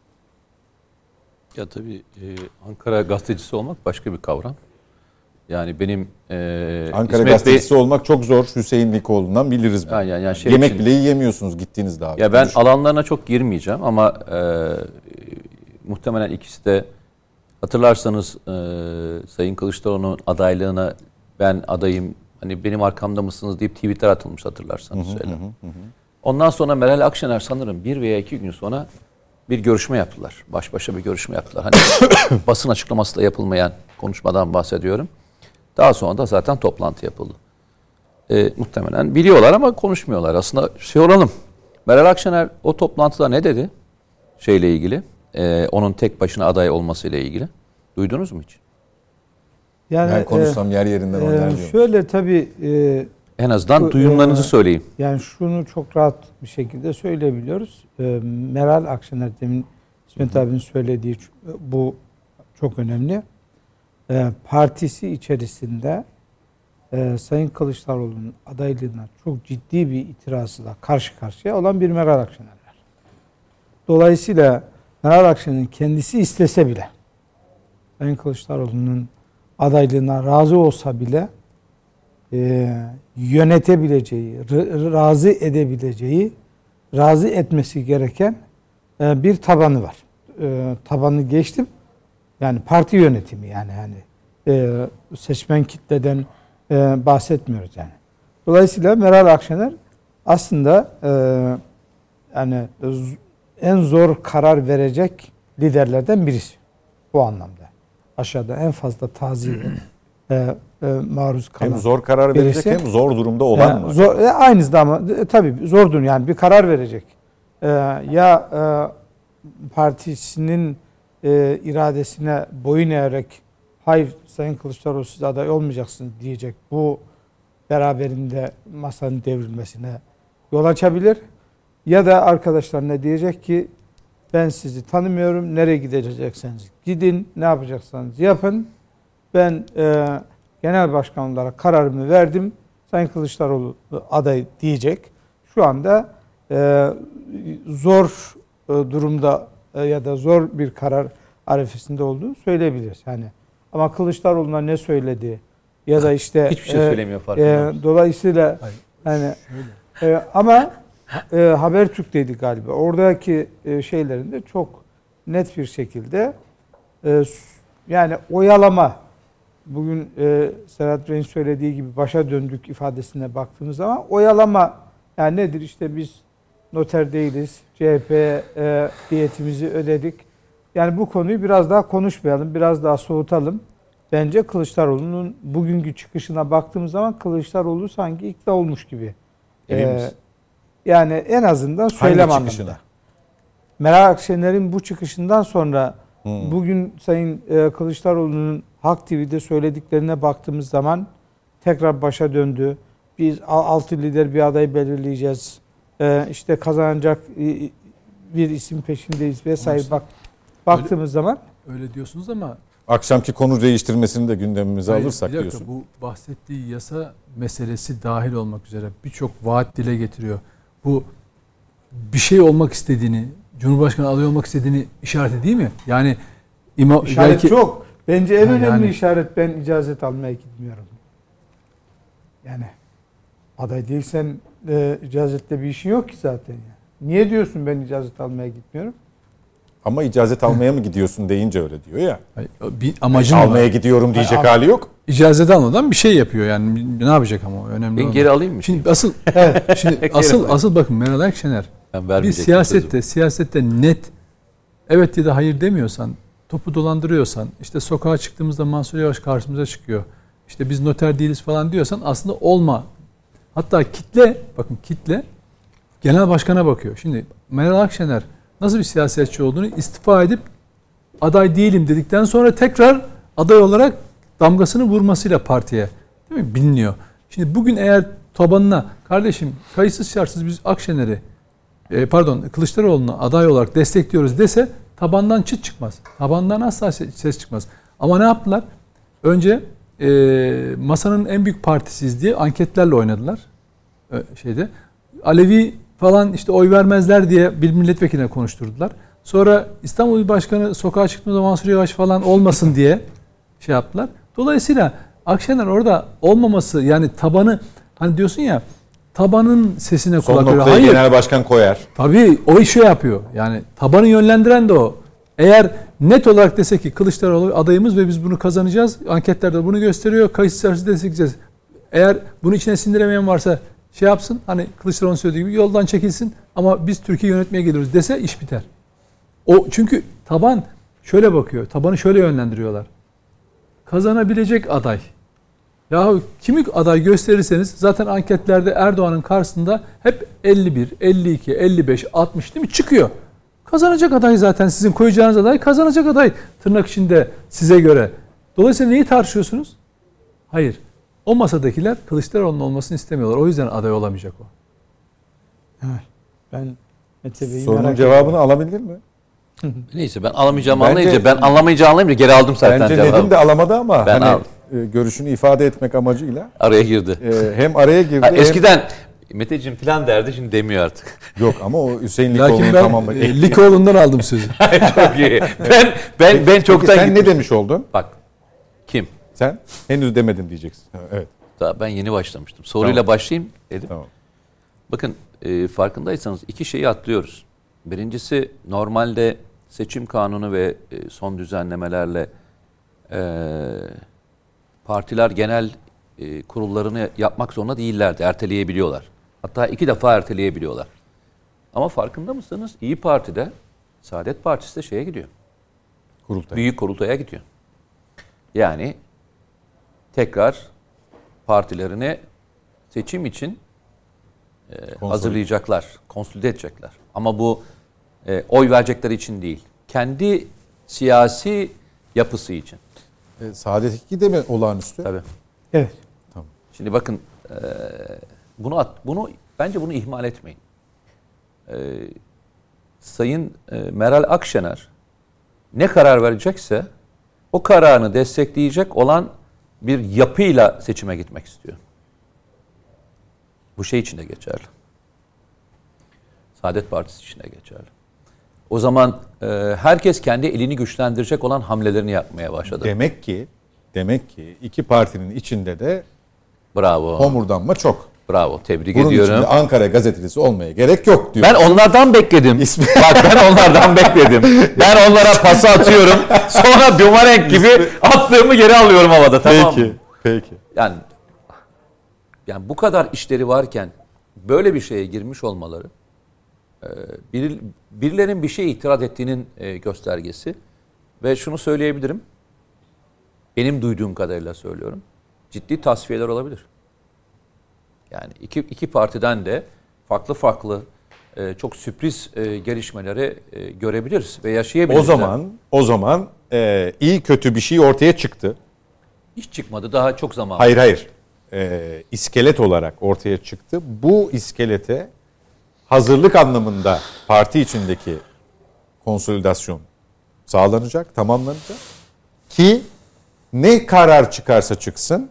Ya tabii e, Ankara gazetecisi olmak başka bir kavram. Yani benim e, Ankara İsmet gazetecisi Bey, olmak çok zor. Hüseyin Likoğlu'ndan biliriz. Yani, yani, yani şey Yemek için, bile yiyemiyorsunuz gittiğinizde abi. Ya ben Konuşun. alanlarına çok girmeyeceğim ama e, muhtemelen ikisi de, hatırlarsanız e, Sayın Kılıçdaroğlu'nun adaylığına ben adayım, hani benim arkamda mısınız deyip Twitter atılmış, hatırlarsanız söyle. Ondan sonra Meral Akşener sanırım bir veya iki gün sonra bir görüşme yaptılar. Baş başa bir görüşme yaptılar. Hani basın açıklaması da yapılmayan konuşmadan bahsediyorum. Daha sonra da zaten toplantı yapıldı. E, muhtemelen biliyorlar ama konuşmuyorlar. Aslında şey olalım. Meral Akşener o toplantıda ne dedi? Şeyle ilgili. E, onun tek başına aday olmasıyla ilgili. Duydunuz mu hiç? Yani ben konuşsam e, yer yerinden e, oynar diyorum. Şöyle tabii e, en azından bu, duyumlarınızı e, söyleyin. Yani şunu çok rahat bir şekilde söyleyebiliyoruz. E, Meral Akşener, demin İsmet abinin söylediği bu çok önemli. E, partisi içerisinde e, Sayın Kılıçdaroğlu'nun adaylığına çok ciddi bir itirazla karşı karşıya olan bir Meral Akşener var. Dolayısıyla Meral Akşener'in kendisi istese bile Sayın Kılıçdaroğlu'nun adaylığına razı olsa bile e, yönetebileceği, r- razı edebileceği, razı etmesi gereken e, bir tabanı var. E, tabanı geçtim. Yani parti yönetimi yani hani e, seçmen kitleden e, bahsetmiyoruz yani. Dolayısıyla Meral Akşener aslında e, yani z- en zor karar verecek liderlerden birisi bu anlamda. Aşağıda en fazla taziye e, e, maruz kalan. Hem zor karar verecek birisi. hem zor durumda olan E, mı? zor, e, aynı zamanda e, tabii zor durum yani bir karar verecek. E, ya e, partisinin e, iradesine boyun eğerek hayır Sayın Kılıçdaroğlu siz aday olmayacaksınız diyecek. Bu beraberinde masanın devrilmesine yol açabilir. Ya da arkadaşlarına diyecek ki ben sizi tanımıyorum. Nereye gidecekseniz gidin. Ne yapacaksanız yapın. Ben e, genel başkan olarak kararımı verdim. Sayın Kılıçdaroğlu aday diyecek. Şu anda e, zor e, durumda e, ya da zor bir karar arifesinde olduğunu söyleyebiliriz. Yani ama Kılıçdaroğlu'na ne söyledi ya da işte Hiçbir şey e, söylemiyor farkında. e, dolayısıyla Hayır, yani e, ama e, Habertürk'teydi galiba. Oradaki e, şeylerinde çok net bir şekilde e, yani oyalama, bugün e, Serhat Bey'in söylediği gibi başa döndük ifadesine baktığımız zaman oyalama yani nedir? İşte biz noter değiliz. C H P'ye e, diyetimizi ödedik. Yani bu konuyu biraz daha konuşmayalım, biraz daha soğutalım. Bence Kılıçdaroğlu'nun bugünkü çıkışına baktığımız zaman Kılıçdaroğlu sanki ikna olmuş gibi. Emin Ee, misin? yani en azından söylem Hangi çıkışına? anlamında. Meral Akşener'in bu çıkışından sonra Hmm. bugün Sayın e, Kılıçdaroğlu'nun Halk T V'de söylediklerine baktığımız zaman tekrar başa döndü. Biz altı lider bir aday belirleyeceğiz. Ee, işte kazanacak e, bir isim peşindeyiz vesaire. Ama Bak baktığımız zaman Öyle diyorsunuz ama Akşamki konu değiştirmesini de gündemimize hayır, alırsak bir dakika, diyorsun. bu bahsettiği yasa meselesi dahil olmak üzere birçok vaat dile getiriyor. Bu bir şey olmak istediğini, Cumhurbaşkanı aday olmak istediğini işareti değil mi? Yani ima, işaret belki, çok. Bence en Ha, önemli yani- işaret ben icazet almaya gitmiyorum. Yani aday değilsen e, icazette bir işin yok ki zaten. Yani. Niye diyorsun ben icazet almaya gitmiyorum? Ama icazet almaya mı gidiyorsun deyince öyle diyor ya. Hayır, bir amacım Almaya var. gidiyorum diyecek Hayır, hali yok. İcazet almadan bir şey yapıyor yani ne yapacak ama o önemli Ben olan. geri alayım mı? Şimdi asıl Evet. şimdi asıl asıl bakın Meral Akşener Ben bir vermeyecektim siyasette sözümü. siyasette net evet ya da hayır demiyorsan, topu dolandırıyorsan, işte sokağa çıktığımızda Mansur Yavaş karşımıza çıkıyor. İşte biz noter değiliz falan diyorsan aslında olma. Hatta kitle, bakın kitle genel başkana bakıyor. Şimdi Meral Akşener nasıl bir siyasetçi olduğunu istifa edip aday değilim dedikten sonra tekrar aday olarak damgasını vurmasıyla partiye değil mi? Biliniyor. Şimdi bugün eğer tabanına kardeşim kayıtsız şartsız biz Akşener'i e, pardon Kılıçdaroğlu'na aday olarak destekliyoruz dese tabandan çıt çıkmaz. Tabandan asla ses çıkmaz. Ama ne yaptılar? Önce e, masanın en büyük partisiyiz diye anketlerle oynadılar. E, şeyde Alevi falan işte oy vermezler diye bir milletvekiline konuşturdular. Sonra İstanbul İl Başkanı sokağa çıktığında Mansur Yavaş falan olmasın diye şey yaptılar. Dolayısıyla Akşener orada olmaması yani tabanı hani diyorsun ya tabanın sesine Son kulak veriyor. noktayı Hayır. genel başkan koyar. Tabii o işi yapıyor. Yani tabanı yönlendiren de o. Eğer net olarak dese ki Kılıçdaroğlu adayımız ve biz bunu kazanacağız. Anketlerde bunu gösteriyor. Kayıtsız şartsız destekleyeceğiz. Eğer bunu içine sindiremeyen varsa şey yapsın. Hani Kılıçdaroğlu'nun söylediği gibi yoldan çekilsin. Ama biz Türkiye yönetmeye geliyoruz dese iş biter. O çünkü taban şöyle bakıyor. Tabanı şöyle yönlendiriyorlar. Kazanabilecek aday. Yahu kimi aday gösterirseniz zaten anketlerde Erdoğan'ın karşısında hep elli bir, elli iki, elli beş, altmış değil mi çıkıyor. Kazanacak aday zaten sizin koyacağınız aday kazanacak aday tırnak içinde size göre. Dolayısıyla neyi tartışıyorsunuz? Hayır. O masadakiler Kılıçdaroğlu'nun olmasını istemiyorlar. O yüzden aday olamayacak o. Evet. Ben Mete Bey'i Sorunun merak cevabını ediyorum. alabildin mi? Neyse ben alamayacağımı Bence- anlayınca ben anlamayacağımı anlayınca geri aldım zaten Bence cevabı. Nedim de alamadı ama Ben hani aldım. e, görüşünü ifade etmek amacıyla Araya girdi. e, hem araya girdi Ha, hem- eskiden Meteciğim falan derdi şimdi demiyor artık. yok ama o Hüseyin Lakin Likoğlu'nu ben tamam. e, Likoğlu'ndan aldım sözü. Çok iyi. Ben ben ben Peki çoktan sen gitmiş- ne demiş oldun? Bak. Kim? Sen henüz demedim diyeceksin. Evet. Daha ben yeni başlamıştım. Soruyla Tamam. başlayayım dedim. Tamam. Bakın e, farkındaysanız iki şeyi atlıyoruz. Birincisi normalde seçim kanunu ve e, son düzenlemelerle e, partiler genel e, kurullarını yapmak zorunda değillerdi. Erteleyebiliyorlar. Hatta iki defa erteleyebiliyorlar. Ama farkında mısınız? İyi Parti'de, Saadet Partisi de şeye gidiyor. Kurultay. Büyük kurultaya gidiyor. Yani tekrar partilerini seçim için e, hazırlayacaklar, konsolide edecekler. Ama bu e, oy verecekleri için değil. Kendi siyasi yapısı için. E, Saadet iki de mi olağanüstü? Tabii. Evet. Şimdi bakın e, bunu at, bunu bence bunu ihmal etmeyin. E, Sayın e, Meral Akşener ne karar verecekse o kararını destekleyecek olan bir yapıyla seçime gitmek istiyor. Bu şey için de geçerli. Saadet Partisi için de geçerli. O zaman e, herkes kendi elini güçlendirecek olan hamlelerini yapmaya başladı. Demek ki demek ki iki partinin içinde de Bravo. homurdanma çok. Bravo. Tebrik Bunun ediyorum. içinde Ankara gazetecisi olmaya gerek yok diyor. Ben onlardan bekledim. İsmi- Bak ben onlardan bekledim. Ben onlara pası atıyorum. Sonra Dumarenk gibi attığımı geri alıyorum havada. Tamam mı? Peki. Peki. Yani yani bu kadar işleri varken böyle bir şeye girmiş olmaları e, bir, birilerinin bir şeye itiraz ettiğinin e, göstergesi. Ve şunu söyleyebilirim. Benim duyduğum kadarıyla söylüyorum. Ciddi tasfiyeler olabilir. Yani iki, iki partiden de farklı farklı e, çok sürpriz e, gelişmeleri e, görebiliriz ve yaşayabiliriz. O zaman o zaman e, iyi kötü bir şey ortaya çıktı. hiç çıkmadı. Daha çok zaman. Hayır hayır. E, iskelet olarak ortaya çıktı. Bu iskelete hazırlık anlamında parti içindeki konsolidasyon sağlanacak, tamamlanacak. Ki ne karar çıkarsa çıksın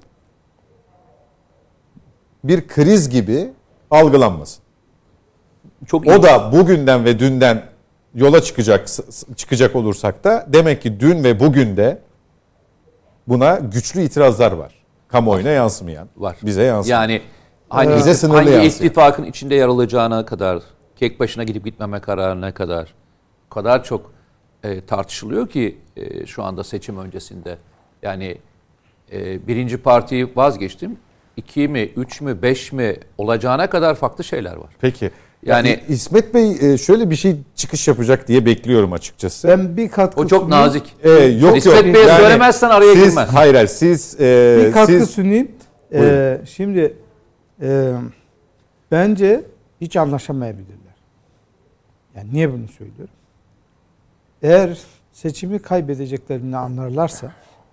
bir kriz gibi algılanmasın. Çok O da bugünden ve dünden yola çıkacak çıkacak olursak da demek ki dün ve bugün de buna güçlü itirazlar var. Kamuoyuna yansımayan, var. bize yansımayan. Yani hangi, Bize sınırlı hangi yansıyor. ittifakın içinde yer alacağına kadar, tek başına gidip gitmeme kararına kadar o kadar çok e, tartışılıyor ki e, şu anda seçim öncesinde. Yani e, birinci partiyi vazgeçtim. İki mi, üç mü, beş mi olacağına kadar farklı şeyler var. Peki. Yani- Yani İsmet Bey şöyle bir şey çıkış yapacak diye bekliyorum açıkçası. Ben bir katkı O çok sunayım. nazik. Ee, yok İsmet yok. Bey'e söylemezsen araya siz, girmez. Hayır hayır siz e, Bir katkı siz sunayım. Ee, şimdi e, bence hiç anlaşamayabilirler. Yani niye bunu söylüyorum? Eğer seçimi kaybedeceklerini anlarlarsa,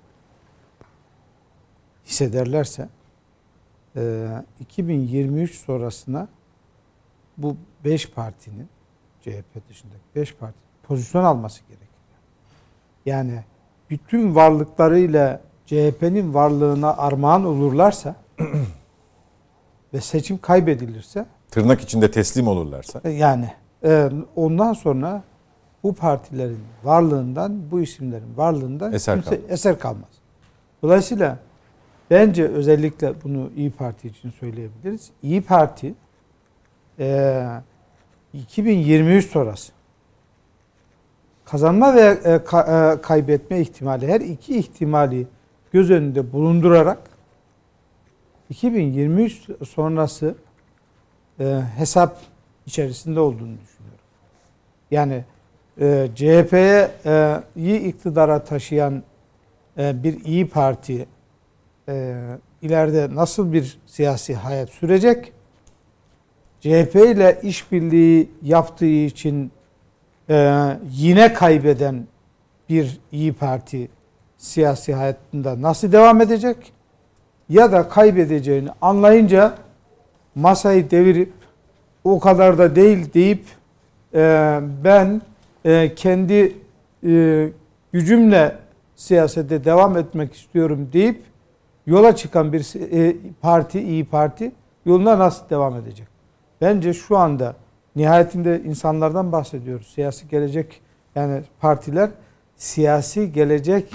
hissederlerse e, iki bin yirmi üç sonrasına bu beş partinin, C H P dışındaki beş parti pozisyon alması gerekiyor. Yani bütün varlıklarıyla C H P'nin varlığına armağan olurlarsa ve seçim kaybedilirse tırnak içinde teslim olurlarsa. yani e, ondan sonra bu partilerin varlığından, bu isimlerin varlığından Eser kimse kalmaz. eser kalmaz. Dolayısıyla bence özellikle bunu İyi Parti için söyleyebiliriz. İyi Parti e, iki bin yirmi üç sonrası kazanma ve e, ka, e, kaybetme ihtimali, her iki ihtimali göz önünde bulundurarak iki bin yirmi üç sonrası e, hesap içerisinde olduğunu düşünüyorum. Yani e, C H P'ye e, iyi iktidara taşıyan e, bir İyi Parti e, ileride nasıl bir siyasi hayat sürecek? C H P ile işbirliği yaptığı için e, yine kaybeden bir İyi Parti siyasi hayatında nasıl devam edecek? Ya da kaybedeceğini anlayınca masayı devirip o kadar da değil deyip e, ben e, kendi e, gücümle siyasete devam etmek istiyorum deyip yola çıkan bir e, parti, İyi Parti yoluna nasıl devam edecek? Bence şu anda nihayetinde insanlardan bahsediyoruz. Siyasi gelecek, yani partiler siyasi gelecek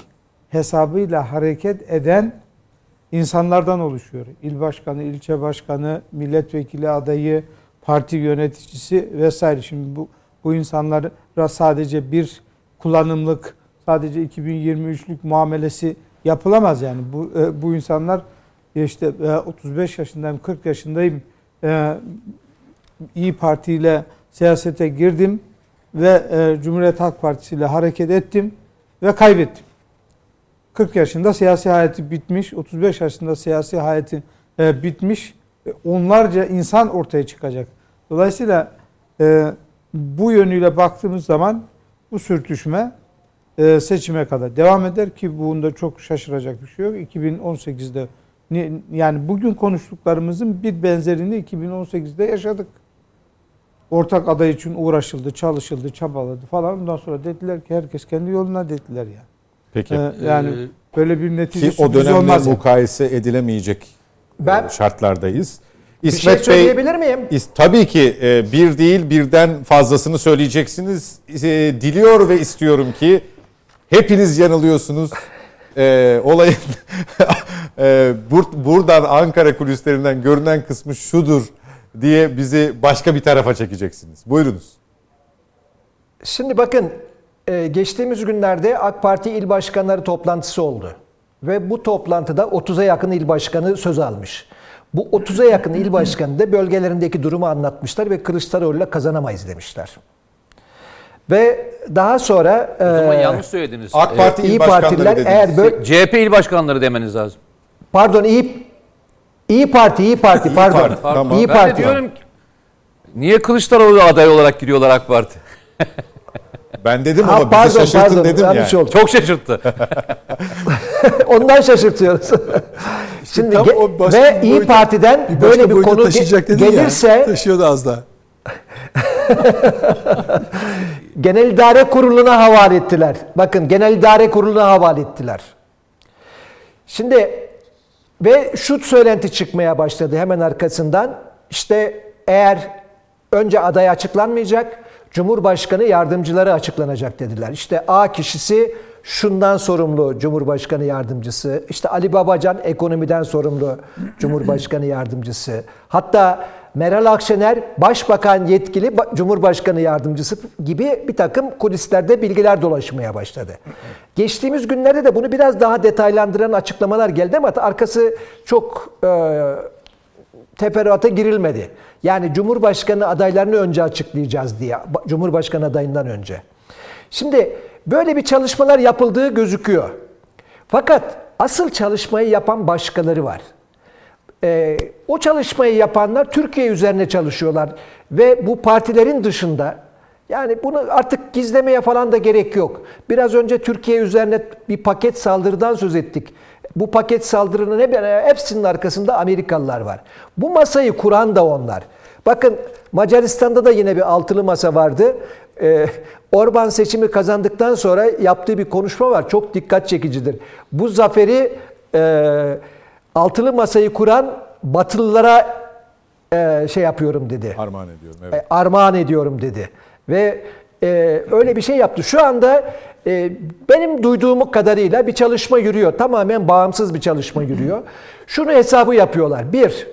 hesabıyla hareket eden insanlardan oluşuyor. İl başkanı, ilçe başkanı, milletvekili adayı, parti yöneticisi vesaire. Şimdi bu bu insanlara sadece bir kullanımlık, sadece iki bin yirmi üçlük muamelesi yapılamaz yani. Bu bu insanlar işte otuz beş yaşındayım, kırk yaşındayım. İyi Parti ile siyasete girdim ve Cumhuriyet Halk Partisi ile hareket ettim ve kaybettim. kırk yaşında siyasi hayatı bitmiş, otuz beş yaşında siyasi hayatı e, bitmiş, e, onlarca insan ortaya çıkacak. Dolayısıyla e, bu yönüyle baktığımız zaman bu sürtüşme e, seçime kadar devam eder ki bunda çok şaşıracak bir şey yok. iki bin on sekizde yani bugün konuştuklarımızın bir benzerini iki bin on sekizde yaşadık. Ortak aday için uğraşıldı, çalışıldı, çabaladı falan. Ondan sonra dediler ki herkes kendi yoluna dediler yani. Peki. Ee, yani ee, böyle bir netice ki o dönemle olmaz mukayese yani. edilemeyecek ben şartlardayız. Bir İsmet şey söyleyebilir Bey, miyim? Is, tabii ki e, bir değil birden fazlasını söyleyeceksiniz. E, diliyor ve istiyorum ki hepiniz yanılıyorsunuz. E, olayın e, bur, buradan Ankara kulislerinden görünen kısmı şudur diye bizi başka bir tarafa çekeceksiniz. Buyurunuz. Şimdi bakın geçtiğimiz günlerde AK Parti il başkanları toplantısı oldu. Ve bu toplantıda otuza yakın il başkanı söz almış. Bu otuza yakın il başkanı da bölgelerindeki durumu anlatmışlar ve Kılıçdaroğlu'yla kazanamayız demişler. Ve daha sonra... O zaman e, yanlış söylediniz. AK Parti e, il İyi başkanları Partiler dediniz. eğer böyle... C H P il başkanları demeniz lazım. Pardon İyi, İyi Parti, İyi Parti pardon. Parti, tamam. İyi Ben Parti. de diyorum ki niye Kılıçdaroğlu aday olarak giriyorlar AK Parti? Ben dedim Ha, ama pardon, bizi şaşırtın pardon, dedim yanlış yani. oldu. Çok şaşırttı. Ondan şaşırtıyoruz. Şimdi Tam ge- o başka ve bir İyi boyuta- Parti'den Bir böyle başka bir boyuta konu taşıyacak ge- dedin ya, gelirse taşıyordu az daha. Genel İdare Kurulu'na havale ettiler. Bakın Genel İdare Kurulu'na havale ettiler. Şimdi ve şu söylenti çıkmaya başladı hemen arkasından. İşte eğer önce aday açıklanmayacak, Cumhurbaşkanı yardımcıları açıklanacak dediler. İşte A kişisi şundan sorumlu Cumhurbaşkanı yardımcısı, işte Ali Babacan ekonomiden sorumlu Cumhurbaşkanı yardımcısı. Hatta Meral Akşener Başbakan yetkili Cumhurbaşkanı yardımcısı gibi bir takım kulislerde bilgiler dolaşmaya başladı. Geçtiğimiz günlerde de bunu biraz daha detaylandıran açıklamalar geldi ama arkası çok e, teferruata girilmedi. Yani Cumhurbaşkanı adaylarını önce açıklayacağız diye. Cumhurbaşkanı adayından önce. Şimdi böyle bir çalışmalar yapıldığı gözüküyor. Fakat asıl çalışmayı yapan başkaları var. Ee, o çalışmayı yapanlar Türkiye üzerine çalışıyorlar. Ve bu partilerin dışında, yani bunu artık gizlemeye falan da gerek yok. Biraz önce Türkiye üzerine bir paket saldırıdan söz ettik. Bu paket saldırının hepsinin arkasında Amerikalılar var. Bu masayı kuran da onlar. Bakın Macaristan'da da yine bir altılı masa vardı. Ee, Orban seçimi kazandıktan sonra yaptığı bir konuşma var. Çok dikkat çekicidir. Bu zaferi e, altılı masayı kuran Batılılara e, şey yapıyorum dedi. Armağan ediyorum. Evet. E, armağan ediyorum dedi. Ve e, öyle bir şey yaptı. Şu anda e, benim duyduğum kadarıyla bir çalışma yürüyor. Tamamen bağımsız bir çalışma yürüyor. Şunu hesabı yapıyorlar. Bir,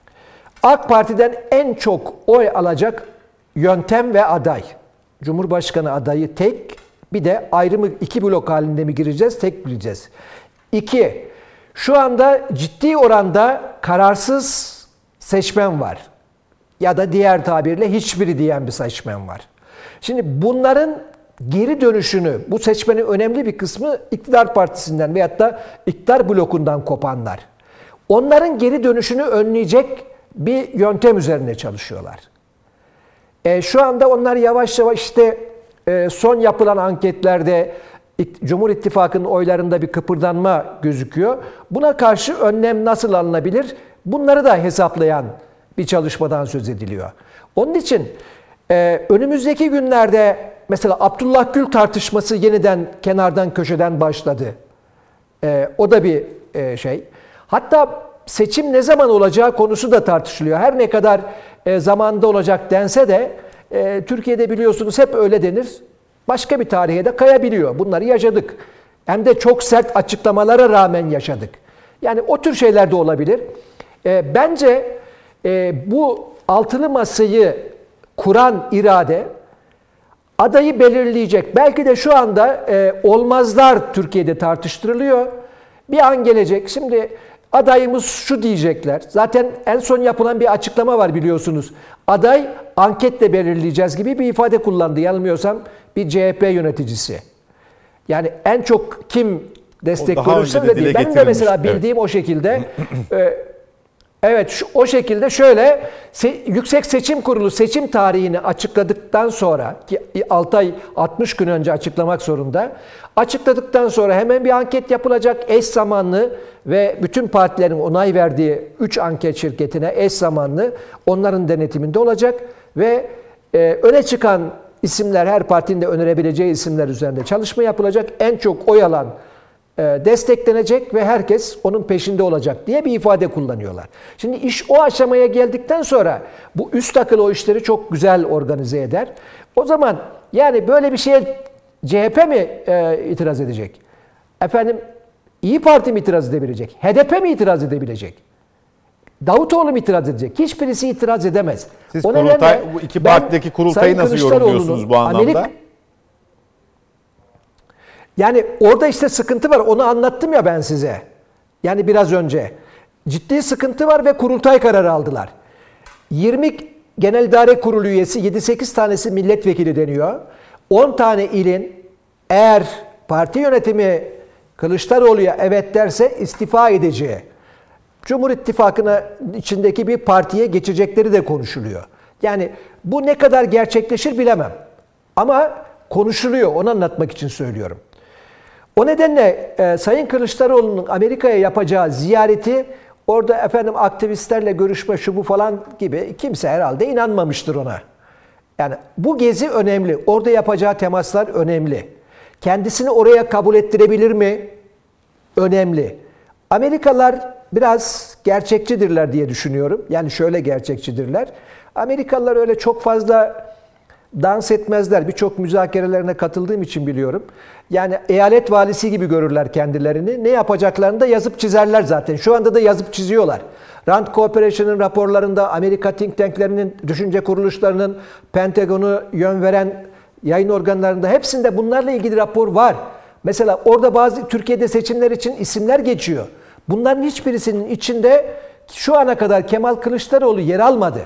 AK Parti'den en çok oy alacak yöntem ve aday. Cumhurbaşkanı adayı tek, bir de ayrımı iki blok halinde mi gireceğiz, tek gireceğiz. İki, şu anda ciddi oranda kararsız seçmen var. Ya da diğer tabirle hiçbiri diyen bir seçmen var. Şimdi bunların geri dönüşünü, bu seçmenin önemli bir kısmı iktidar partisinden veyahut da iktidar blokundan kopanlar. Onların geri dönüşünü önleyecek bir yöntem üzerine çalışıyorlar. E, şu anda onlar yavaş yavaş işte e, son yapılan anketlerde Cumhur İttifakı'nın oylarında bir kıpırdanma gözüküyor. Buna karşı önlem nasıl alınabilir? Bunları da hesaplayan bir çalışmadan söz ediliyor. Onun için e, önümüzdeki günlerde mesela Abdullah Gül tartışması yeniden kenardan köşeden başladı. E, o da bir e, şey. Hatta seçim ne zaman olacağı konusu da tartışılıyor. Her ne kadar e, zamanda olacak dense de e, Türkiye'de biliyorsunuz hep öyle denir. Başka bir tarihe de kayabiliyor. Bunları yaşadık. hem de çok sert açıklamalara rağmen yaşadık. Yani o tür şeyler de olabilir. E, bence e, bu altılı masayı kuran irade adayı belirleyecek. Belki de şu anda e, olmazlar Türkiye'de tartıştırılıyor. Bir an gelecek. Şimdi adayımız şu diyecekler. Zaten en son yapılan bir açıklama var biliyorsunuz. Aday anketle belirleyeceğiz gibi bir ifade kullandı. Yanılmıyorsam bir C H P yöneticisi. Yani en çok kim destek O daha görürse önce de de dile değil. Benim de getirilmiş, mesela bildiğim o şekilde e, evet şu, o şekilde şöyle se, Yüksek Seçim Kurulu seçim tarihini açıkladıktan sonra ki altı ay altmış gün önce açıklamak zorunda. Açıkladıktan sonra hemen bir anket yapılacak eş zamanlı ve bütün partilerin onay verdiği üç anket şirketine eş zamanlı onların denetiminde olacak ve e, öne çıkan isimler, her partinin de önerebileceği isimler üzerinde çalışma yapılacak. En çok oy alan e, desteklenecek ve herkes onun peşinde olacak diye bir ifade kullanıyorlar. Şimdi iş o aşamaya geldikten sonra bu üst akıl o işleri çok güzel organize eder. O zaman yani böyle bir şeye C H P mi e, itiraz edecek? Efendim İyi Parti mi itiraz edebilecek? H D P mi itiraz edebilecek? Davutoğlu mu itiraz edecek? Hiçbirisi itiraz edemez. Siz O kurultay, nedenle bu iki ben partideki kurultayı Sayın nasıl Kılıçdaroğlu'nun yorumluyorsunuz bu anlamda? Amerika- Yani orada işte sıkıntı var. Onu anlattım ya ben size. Yani biraz önce. Ciddi sıkıntı var ve kurultay kararı aldılar. yirmi Genel İdare Kurulu üyesi, yedi sekiz tanesi milletvekili deniyor. on tane ilin eğer parti yönetimi Kılıçdaroğlu'ya evet derse istifa edeceği, Cumhur İttifakı'nın içindeki bir partiye geçecekleri de konuşuluyor. Yani bu ne kadar gerçekleşir bilemem. Ama konuşuluyor. Onu anlatmak için söylüyorum. O nedenle e, Sayın Kılıçdaroğlu'nun Amerika'ya yapacağı ziyareti orada efendim aktivistlerle görüşme şu bu falan gibi kimse herhalde inanmamıştır ona. Yani bu gezi önemli. Orada yapacağı temaslar önemli. Kendisini oraya kabul ettirebilir mi? Önemli. Amerikalılar biraz gerçekçidirler diye düşünüyorum. Yani şöyle gerçekçidirler. Amerikalılar öyle çok fazla dans etmezler. Birçok müzakerelerine katıldığım için biliyorum. Yani eyalet valisi gibi görürler kendilerini. Ne yapacaklarını da yazıp çizerler zaten. Şu anda da yazıp çiziyorlar. Rand Corporation'ın raporlarında, Amerika think tanklerinin, düşünce kuruluşlarının, Pentagon'u yön veren yayın organlarında hepsinde bunlarla ilgili rapor var. Mesela orada bazı Türkiye'de seçimler için isimler geçiyor. Bunların hiçbirisinin içinde şu ana kadar Kemal Kılıçdaroğlu yer almadı.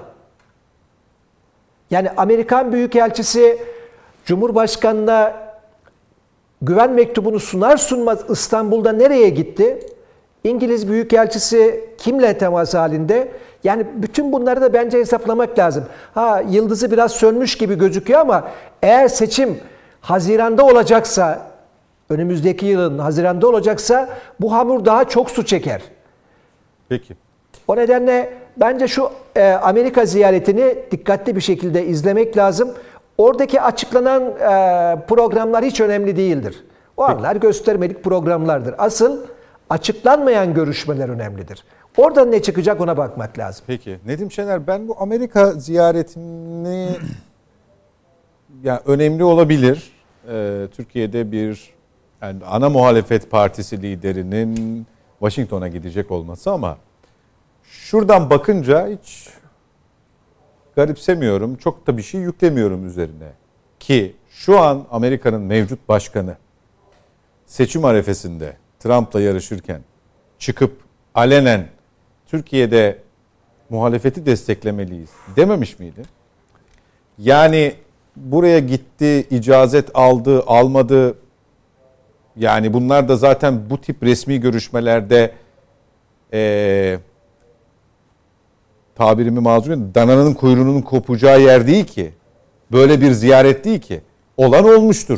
Yani Amerikan Büyükelçisi Cumhurbaşkanı'na güven mektubunu sunar sunmaz İstanbul'da nereye gitti? İngiliz Büyükelçisi kimle temas halinde? Yani bütün bunları da bence hesaplamak lazım. Ha yıldızı biraz sönmüş gibi gözüküyor ama eğer seçim Haziran'da olacaksa, önümüzdeki yılın Haziran'da olacaksa bu hamur daha çok su çeker. Peki. O nedenle bence şu e, Amerika ziyaretini dikkatli bir şekilde izlemek lazım. Oradaki açıklanan e, programlar hiç önemli değildir. O anlar göstermelik programlardır. Asıl açıklanmayan görüşmeler önemlidir. Oradan ne çıkacak ona bakmak lazım. Peki. Nedim Şener, ben bu Amerika ziyaretini yani önemli olabilir. Ee, Türkiye'de bir yani ana muhalefet partisi liderinin Washington'a gidecek olması ama şuradan bakınca hiç garipsemiyorum. Çok da bir şey yüklemiyorum üzerine. Ki şu an Amerika'nın mevcut başkanı seçim arefesinde Trump'la yarışırken çıkıp alenen Türkiye'de muhalefeti desteklemeliyiz dememiş miydi? Yani buraya gitti, icazet aldı, almadı. Yani bunlar da zaten bu tip resmi görüşmelerde ee, tabirimi mazur edin, dananın kuyruğunun kopacağı yer değil ki. Böyle bir ziyaret değil ki. Olan olmuştur.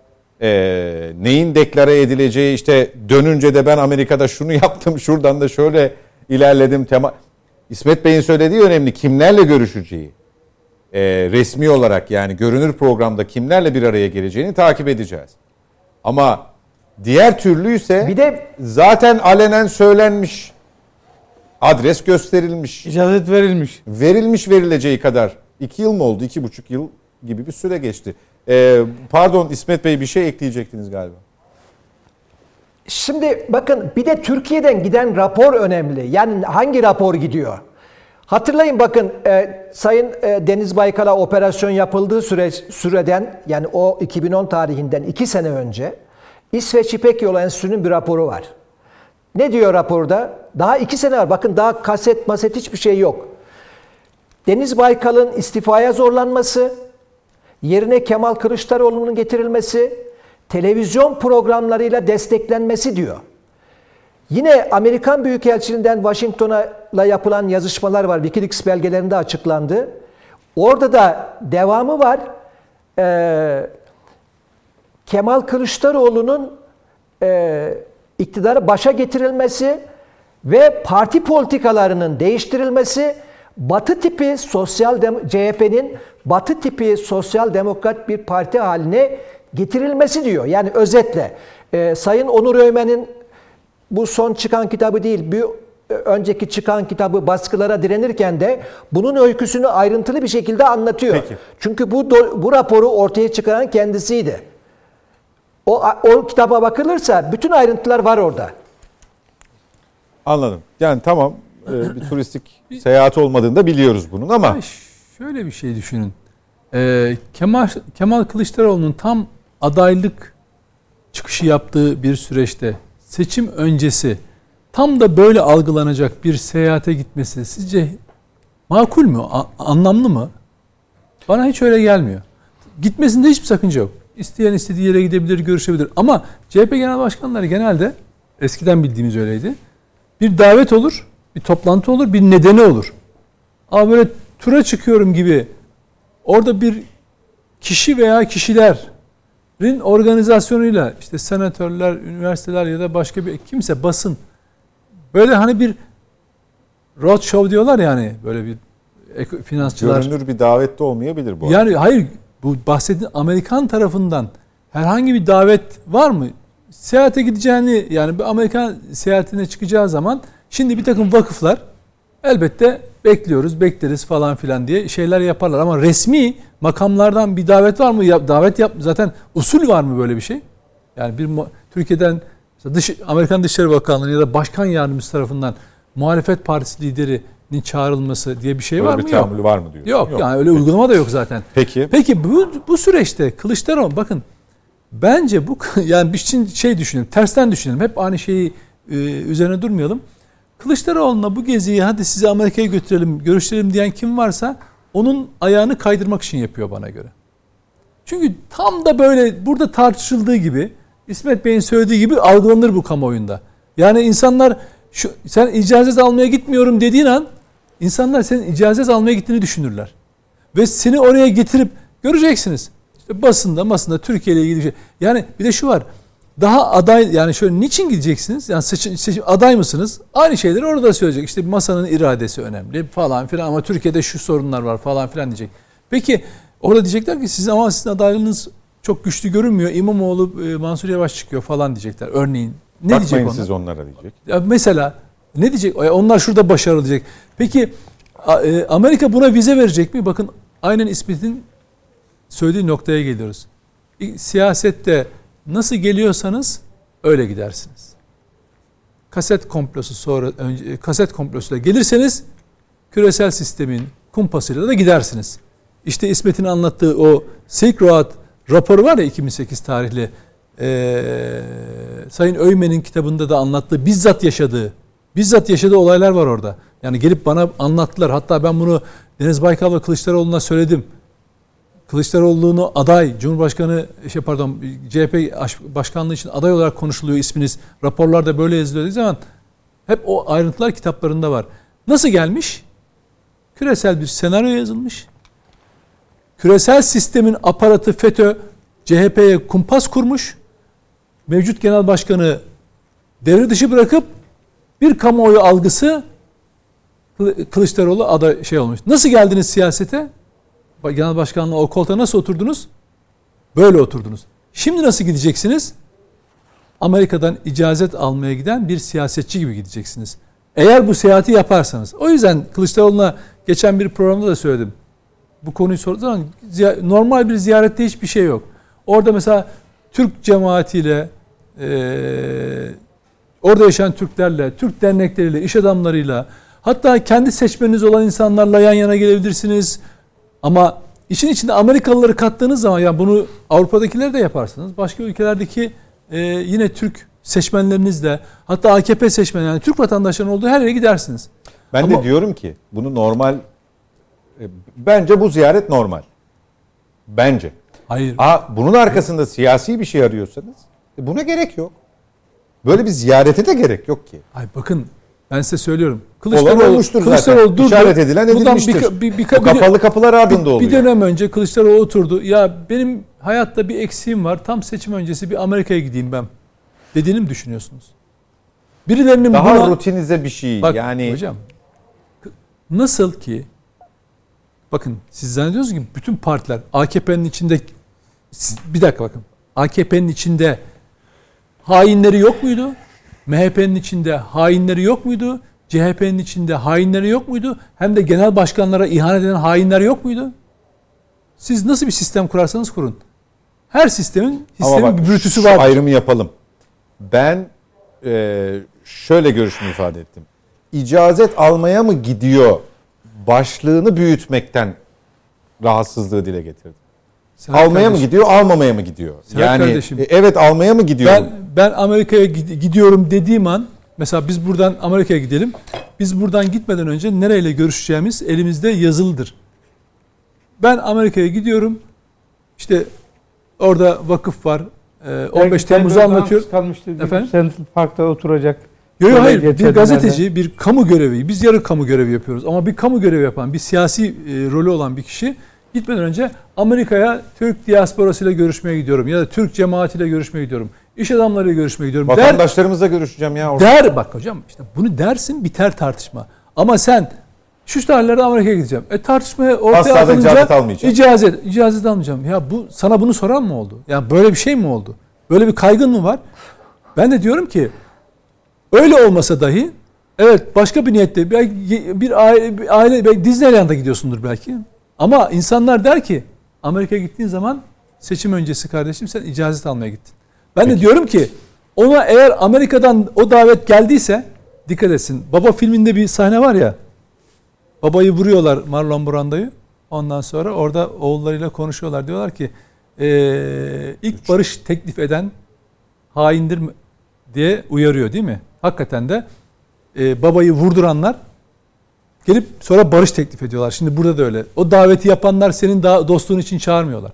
Ee, neyin deklare edileceği, işte dönünce de ben Amerika'da şunu yaptım, şuradan da şöyle ilerledim. Tema... İsmet Bey'in söylediği önemli. Kimlerle görüşeceği. Ee, resmi olarak yani görünür programda kimlerle bir araya geleceğini takip edeceğiz. Ama diğer türlüyse bir de zaten alenen söylenmiş. Adres gösterilmiş. İcazet verilmiş. Verilmiş verileceği kadar. İki yıl mı oldu? İki buçuk yıl gibi bir süre geçti. Ee, pardon İsmet Bey, bir şey ekleyecektiniz galiba. Şimdi bakın bir de Türkiye'den giden rapor önemli. Yani hangi rapor gidiyor? Hatırlayın bakın e, Sayın e, Deniz Baykal'a operasyon yapıldığı süre, süreden yani o iki bin on tarihinden iki sene önce İsveç İpek Yolu Enstitüsü'nün bir raporu var. Ne diyor raporda? Daha iki sene var. Bakın daha kaset maset hiçbir şey yok. Deniz Baykal'ın istifaya zorlanması, yerine Kemal Kılıçdaroğlu'nun getirilmesi, televizyon programlarıyla desteklenmesi diyor. Yine Amerikan Büyükelçiliğinden Washington'a yapılan yazışmalar var. Wikileaks belgelerinde açıklandı. Orada da devamı var. Ee, Kemal Kılıçdaroğlu'nun e, iktidara başa getirilmesi ve parti politikalarının değiştirilmesi, Batı tipi sosyal C H P'nin Batı tipi sosyal demokrat bir parti haline getirilmesi diyor. Yani özetle e, Sayın Onur Öymen'in bu son çıkan kitabı değil, bir önceki çıkan kitabı baskılara direnirken de bunun öyküsünü ayrıntılı bir şekilde anlatıyor. Peki. Çünkü bu bu raporu ortaya çıkaran kendisiydi. O, o kitaba bakılırsa bütün ayrıntılar var orada. Anladım. Yani tamam bir turistik seyahat olmadığını da biliyoruz bunun ama. Ay, şöyle bir şey düşünün. Ee, Kemal, Kemal Kılıçdaroğlu'nun tam adaylık çıkışı yaptığı bir süreçte seçim öncesi tam da böyle algılanacak bir seyahate gitmesi sizce makul mü? A- anlamlı mı? Bana hiç öyle gelmiyor. Gitmesinde hiçbir sakınca yok. İsteyen istediği yere gidebilir, görüşebilir. Ama C H P genel başkanları genelde eskiden bildiğimiz öyleydi. Bir davet olur, bir toplantı olur, bir nedeni olur. Ama böyle tura çıkıyorum gibi orada bir kişi veya kişilerin organizasyonuyla işte senatörler, üniversiteler ya da başka bir kimse, basın böyle hani bir road show diyorlar yani böyle bir finansçılar. Görünür bir davette olmayabilir bu. Yani hayır, bu bahsettiğin Amerikan tarafından herhangi bir davet var mı? Seyahate gideceğini, yani bir Amerikan seyahatine çıkacağı zaman şimdi bir takım vakıflar elbette bekliyoruz, bekleriz falan filan diye şeyler yaparlar. Ama resmi makamlardan bir davet var mı? Ya, davet yap, zaten usul var mı böyle bir şey? Yani bir Türkiye'den dış, Amerikan Dışişleri Bakanlığı ya da Başkan Yardımcısı tarafından muhalefet partisi liderinin çağrılması diye bir şey böyle var bir mı? Yok. bir var mı diyor? Yok, yok yani öyle uygulama da yok zaten. Peki. Peki bu bu süreçte Kılıçdaroğlu bakın bence bu yani bir şey düşünelim, tersten düşünelim. Hep aynı şeyi e, üzerine durmayalım. Kılıçdaroğlu'na bu geziyi hadi sizi Amerika'ya götürelim, görüşelim diyen kim varsa onun ayağını kaydırmak için yapıyor bana göre. Çünkü tam da böyle burada tartışıldığı gibi, İsmet Bey'in söylediği gibi algılanır bu kamuoyunda. Yani insanlar şu, sen icazet almaya gitmiyorum dediğin an insanlar senin icazet almaya gittiğini düşünürler. Ve seni oraya getirip göreceksiniz. İşte basında, basında Türkiye ile ilgili bir şey. Yani bir de şu var. Daha aday, yani şöyle niçin gideceksiniz? Yani seçim, seçim, aday mısınız? Aynı şeyleri orada söyleyecek. İşte masanın iradesi önemli falan filan ama Türkiye'de şu sorunlar var falan filan diyecek. Peki orada diyecekler ki siz ama sizin adaylığınız çok güçlü görünmüyor. İmamoğlu, Mansur Yavaş çıkıyor falan diyecekler. Örneğin ne bakmayın diyecek onlar? siz onlara diyecek. Ya mesela ne diyecek? Onlar şurada başarılı diyecek. Peki Amerika buna vize verecek mi? Bakın aynen İsmet'in söylediği noktaya geliyoruz. Siyasette nasıl geliyorsanız öyle gidersiniz. Kaset komplosu sonra önce kaset komplosuyla gelirseniz küresel sistemin kumpasıyla da gidersiniz. İşte İsmet'in anlattığı o Silk Road raporu var ya iki bin sekiz tarihli ee, Sayın Öymen'in kitabında da anlattığı, bizzat yaşadığı bizzat yaşadığı olaylar var orada. Yani gelip bana anlattılar. Hatta ben bunu Deniz Baykal ve Kılıçdaroğlu'na söyledim. Kılıçdaroğlu'nu aday, Cumhurbaşkanı, şey pardon, C H P başkanlığı için aday olarak konuşuluyor isminiz. Raporlarda böyle yazılıyor dediği zaman hep o ayrıntılar kitaplarında var. Nasıl gelmiş? Küresel bir senaryo yazılmış. Küresel sistemin aparatı FETÖ, C H P'ye kumpas kurmuş. Mevcut genel başkanı devre dışı bırakıp bir kamuoyu algısı Kılıçdaroğlu aday şey olmuş. Nasıl geldiniz siyasete? Genel başkanlığa o koltuğa nasıl oturdunuz? Böyle oturdunuz. Şimdi nasıl gideceksiniz? Amerika'dan icazet almaya giden bir siyasetçi gibi gideceksiniz. Eğer bu seyahati yaparsanız. O yüzden Kılıçdaroğlu'na geçen bir programda da söyledim. Bu konuyu sorduğu zaman normal bir ziyarette hiçbir şey yok. Orada mesela Türk cemaatiyle Ee, orada yaşayan Türklerle, Türk dernekleriyle, iş adamlarıyla, hatta kendi seçmeniniz olan insanlarla yan yana gelebilirsiniz. Ama işin içinde Amerikalıları kattığınız zaman, yani bunu Avrupa'dakiler de yaparsınız. Başka ülkelerdeki e, yine Türk seçmenlerinizle, hatta A K P seçmeni, yani Türk vatandaşlarının olduğu her yere gidersiniz. Ben Ama, de diyorum ki bunu normal, e, bence bu ziyaret normal. Bence. Hayır. Aa, bunun arkasında siyasi bir şey arıyorsanız e, buna gerek yok. Böyle bir ziyarete de gerek yok ki. Ay bakın, ben size söylüyorum. Olan olmuştur zaten. durdu. İşaret edilen edilmiştir. Bir, bir, bir, o kapalı kapılar ardında bir, oluyor. Bir dönem önce Kılıçdaroğlu oturdu. Ya benim hayatta bir eksiğim var. Tam seçim öncesi bir Amerika'ya gideyim ben dediğini mi düşünüyorsunuz? Birilerinin daha buna, rutinize bir şey. Bak, yani hocam, nasıl ki, bakın siz zannediyorsunuz ki bütün partiler A K P'nin içinde, bir dakika bakın, A K P'nin içinde hainleri yok muydu? M H P'nin içinde hainleri yok muydu? C H P'nin içinde hainleri yok muydu? Hem de genel başkanlara ihanet eden hainler yok muydu? Siz nasıl bir sistem kurarsanız kurun. Her sistemin sistemin bak, bir brütüsü şu vardır. ayrımı yapalım. Ben e, şöyle görüşümü ifade ettim. İcazet almaya mı gidiyor başlığını büyütmekten rahatsızlığı dile getirdim. Serhat Almaya kardeşim, mı gidiyor, almamaya mı gidiyor? Serhat yani kardeşim, e, evet almaya mı gidiyor? Ben ben Amerika'ya gidiyorum dediğim an, mesela biz buradan Amerika'ya gidelim. Biz buradan gitmeden önce nereyle görüşeceğimiz elimizde yazılıdır. Ben Amerika'ya gidiyorum. İşte orada vakıf var. on beş Temmuz'u anlatıyor. Efendim? Central Park'ta oturacak. Yok yok hayır. Bir gazeteci, bir kamu görevi. Biz yarı kamu görevi yapıyoruz. Ama bir kamu görevi yapan, bir siyasi e, rolü olan bir kişi gitmeden önce Amerika'ya Türk diasporasıyla görüşmeye gidiyorum. Ya da Türk cemaatiyle görüşmeye gidiyorum. İş adamlarıyla görüşmeye gidiyorum. Vatandaşlarımızla görüşeceğim ya. Orada. Der, bak hocam, işte bunu dersin, biter tartışma. Ama sen şu tarihlerde Amerika'ya gideceğim. E tartışmaya ortaya Asla da atılınca icazet almayacağım. icazet, icazet almayacağım. Ya bu sana bunu soran mı oldu? Ya böyle bir şey mi oldu? Böyle bir kaygın mı var? Ben de diyorum ki öyle olmasa dahi, evet, başka bir niyette bir, bir aile, bir aile belki Disneyland'a gidiyorsundur belki. Ama insanlar der ki Amerika'ya gittiğin zaman seçim öncesi kardeşim sen icazet almaya gittin. Ben Peki. de diyorum ki ona eğer Amerika'dan o davet geldiyse dikkat etsin. Baba filminde bir sahne var ya. Babayı vuruyorlar, Marlon Brando'yu. Ondan sonra orada oğullarıyla konuşuyorlar. Diyorlar ki ee, ilk barış teklif eden haindir diye uyarıyor değil mi? Hakikaten de e, babayı vurduranlar gelip sonra barış teklif ediyorlar. Şimdi burada da öyle. O daveti yapanlar senin da dostluğun için çağırmıyorlar.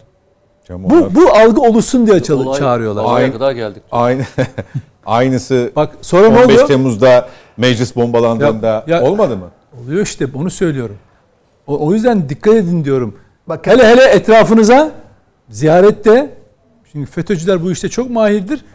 Bu bu algı oluşsun diye ça- Olay, çağırıyorlar. Olaya kadar geldik. Aynı aynısı. Bak sonra ne on beş oluyor? Temmuz'da meclis bombalandığında Ya- ya- olmadı mı? Oluyor işte, onu söylüyorum. O, o yüzden dikkat edin diyorum. Bakın. Hele hele etrafınıza ziyarette, çünkü FETÖ'cüler bu işte çok mahirdir.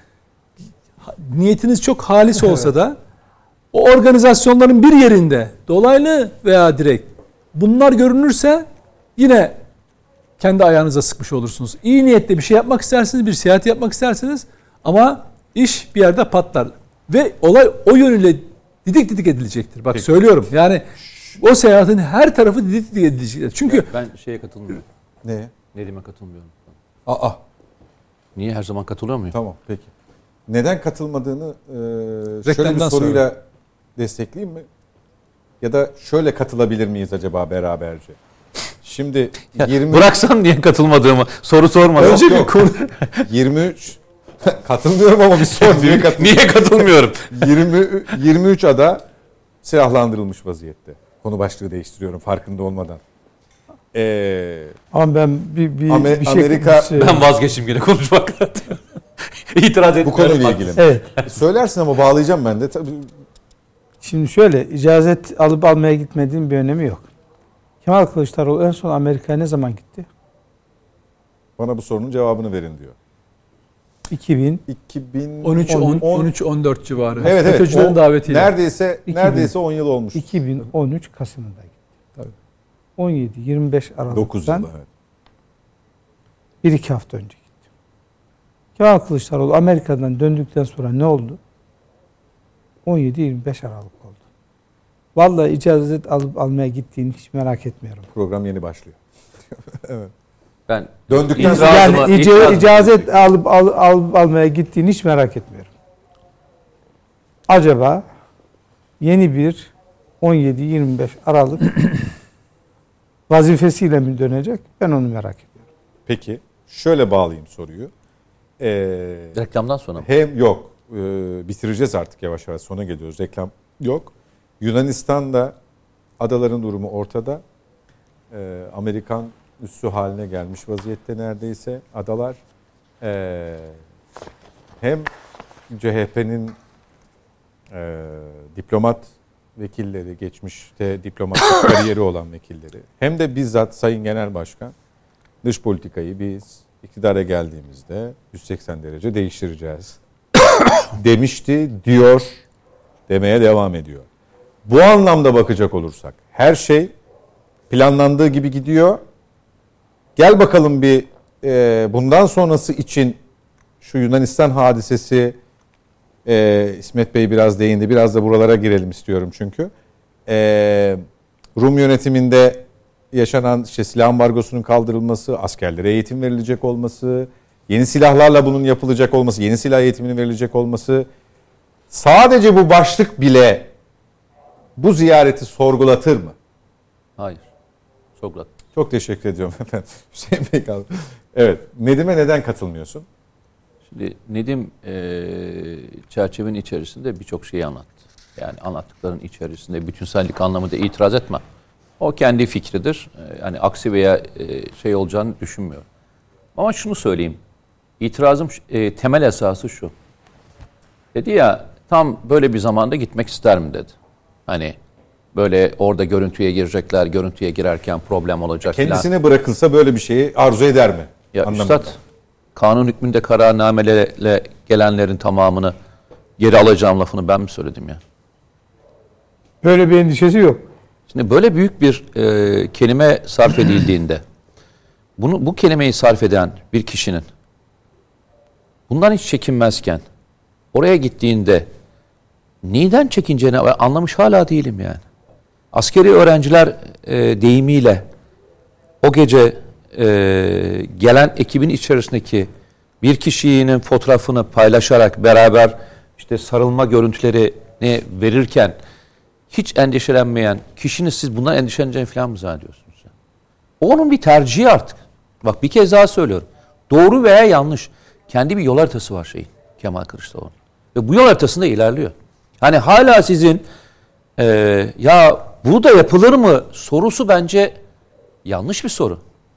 Niyetiniz çok halis olsa da o organizasyonların bir yerinde dolaylı veya direkt bunlar görünürse yine kendi ayağınıza sıkmış olursunuz. İyi niyetle bir şey yapmak istersiniz, bir seyahat yapmak istersiniz ama iş bir yerde patlar. Ve olay o yönüyle didik didik edilecektir. Bak Peki. söylüyorum. Yani o seyahatin her tarafı didik didik edilecektir. Çünkü ben şeye katılmıyorum. Ne? Nedim'e katılmıyorum. Aa. Niye her zaman katılıyor muyum? Tamam peki. Neden katılmadığını e, şöyle bir soruyla sonra. destekleyeyim mi? Ya da şöyle katılabilir miyiz acaba beraberce? Şimdi yirmi bıraksan diye katılmadığımı soru sormadım. Önce bir konu yirmi üç katılmıyorum ama bir sor niye katılmıyorum? Niye katılmıyorum? yirmi yirmi üç ada silahlandırılmış vaziyette. Konu başlığı değiştiriyorum farkında olmadan. Ee, ama ben bir, bir, Amer- bir şey Amerika şey, ben vazgeçtim yine konuşmaktan. İtiraz etmiyorum. Bu konuyla ilgili. Evet. Söylersin ama bağlayacağım ben de. Tabii. Şimdi şöyle, icazet alıp almaya gitmediğin bir önemi yok. Kemal Kılıçdaroğlu en son Amerika'ya ne zaman gitti? Bana bu sorunun cevabını verin diyor. iki bin iki bin on üç on üç on dört civarı. Evet evet. FETÖ'cülerin davetiyle. Neredeyse iki bin neredeyse on yıl olmuş. iki bin on üç Kasım'ında gitti. Tabii. on yedi yirmi beş Aralık'tan dokuz yıl evet. bir iki hafta önce gitti. Kemal Kılıçdaroğlu Amerika'dan döndükten sonra ne oldu? on yedi yirmi beş Aralık oldu. Vallahi icazet alıp almaya gittiğini hiç merak etmiyorum. Program yeni başlıyor. Evet. Ben Döndükten İtirazımı- sonra Yani ica- itirazımı- icazet alıp al, al- almaya gittiğini hiç merak etmiyorum. Acaba yeni bir on yedi yirmi beş Aralık vazifesiyle mi dönecek? Ben onu merak ediyorum. Peki şöyle bağlayayım soruyu. Ee, reklamdan sonra mı? hem yok e, bitireceğiz artık yavaş yavaş sona geliyoruz. Reklam yok. Yunanistan'da adaların durumu ortada. Ee, Amerikan üssü haline gelmiş vaziyette neredeyse adalar. Ee, hem C H P'nin e, diplomat vekilleri, geçmişte diplomatlık kariyeri olan vekilleri, hem de bizzat Sayın Genel Başkan dış politikayı biz iktidara geldiğimizde yüz seksen derece değiştireceğiz demişti, diyor, demeye devam ediyor. Bu anlamda bakacak olursak her şey planlandığı gibi gidiyor. Gel bakalım bir e, bundan sonrası için şu Yunanistan hadisesi, e, İsmet Bey biraz değindi. Biraz da buralara girelim istiyorum çünkü. E, Rum yönetiminde yaşanan işte silah ambargosunun kaldırılması, askerlere eğitim verilecek olması, yeni silahlarla bunun yapılacak olması, yeni silah eğitiminin verilecek olması, sadece bu başlık bile bu ziyareti sorgulatır mı? Hayır. Sokrat. Çok teşekkür ediyorum efendim. Hüseyin Bey kaldı. Evet. Nedim'e neden katılmıyorsun? Şimdi Nedim e, çerçevenin içerisinde birçok şeyi anlattı. Yani anlattıkların içerisinde bütünsellik anlamında itiraz etme. O kendi fikridir. E, yani aksi veya e, şey olacağını düşünmüyorum. Ama şunu söyleyeyim. İtirazım e, temel esası şu. Dedi ya tam böyle bir zamanda gitmek ister mi dedi. Hani böyle orada görüntüye girecekler, görüntüye girerken problem olacak filan. Kendisine bırakılsa böyle bir şeyi arzu eder mi? Ya Anlamında. Üstad, kanun hükmünde kararnamelerle gelenlerin tamamını geri alacağım lafını ben mi söyledim ya? Böyle bir endişesi yok. Şimdi böyle büyük bir e, kelime sarf edildiğinde, bunu bu kelimeyi sarf eden bir kişinin bundan hiç çekinmezken oraya gittiğinde neyden çekineceğini anlamış hala değilim yani. Askeri öğrenciler e, deyimiyle o gece e, gelen ekibin içerisindeki bir kişinin fotoğrafını paylaşarak beraber işte sarılma görüntülerini verirken hiç endişelenmeyen kişinin siz bundan endişeleneceğini falan mı zannediyorsunuz? O onun bir tercihi artık. Bak bir kez daha söylüyorum. Doğru veya yanlış. Kendi bir yol haritası var şeyin. Kemal Kılıçdaroğlu. Ve bu yol haritasında ilerliyor. Hani hala sizin e, ya bu da yapılır mı sorusu bence yanlış bir soru.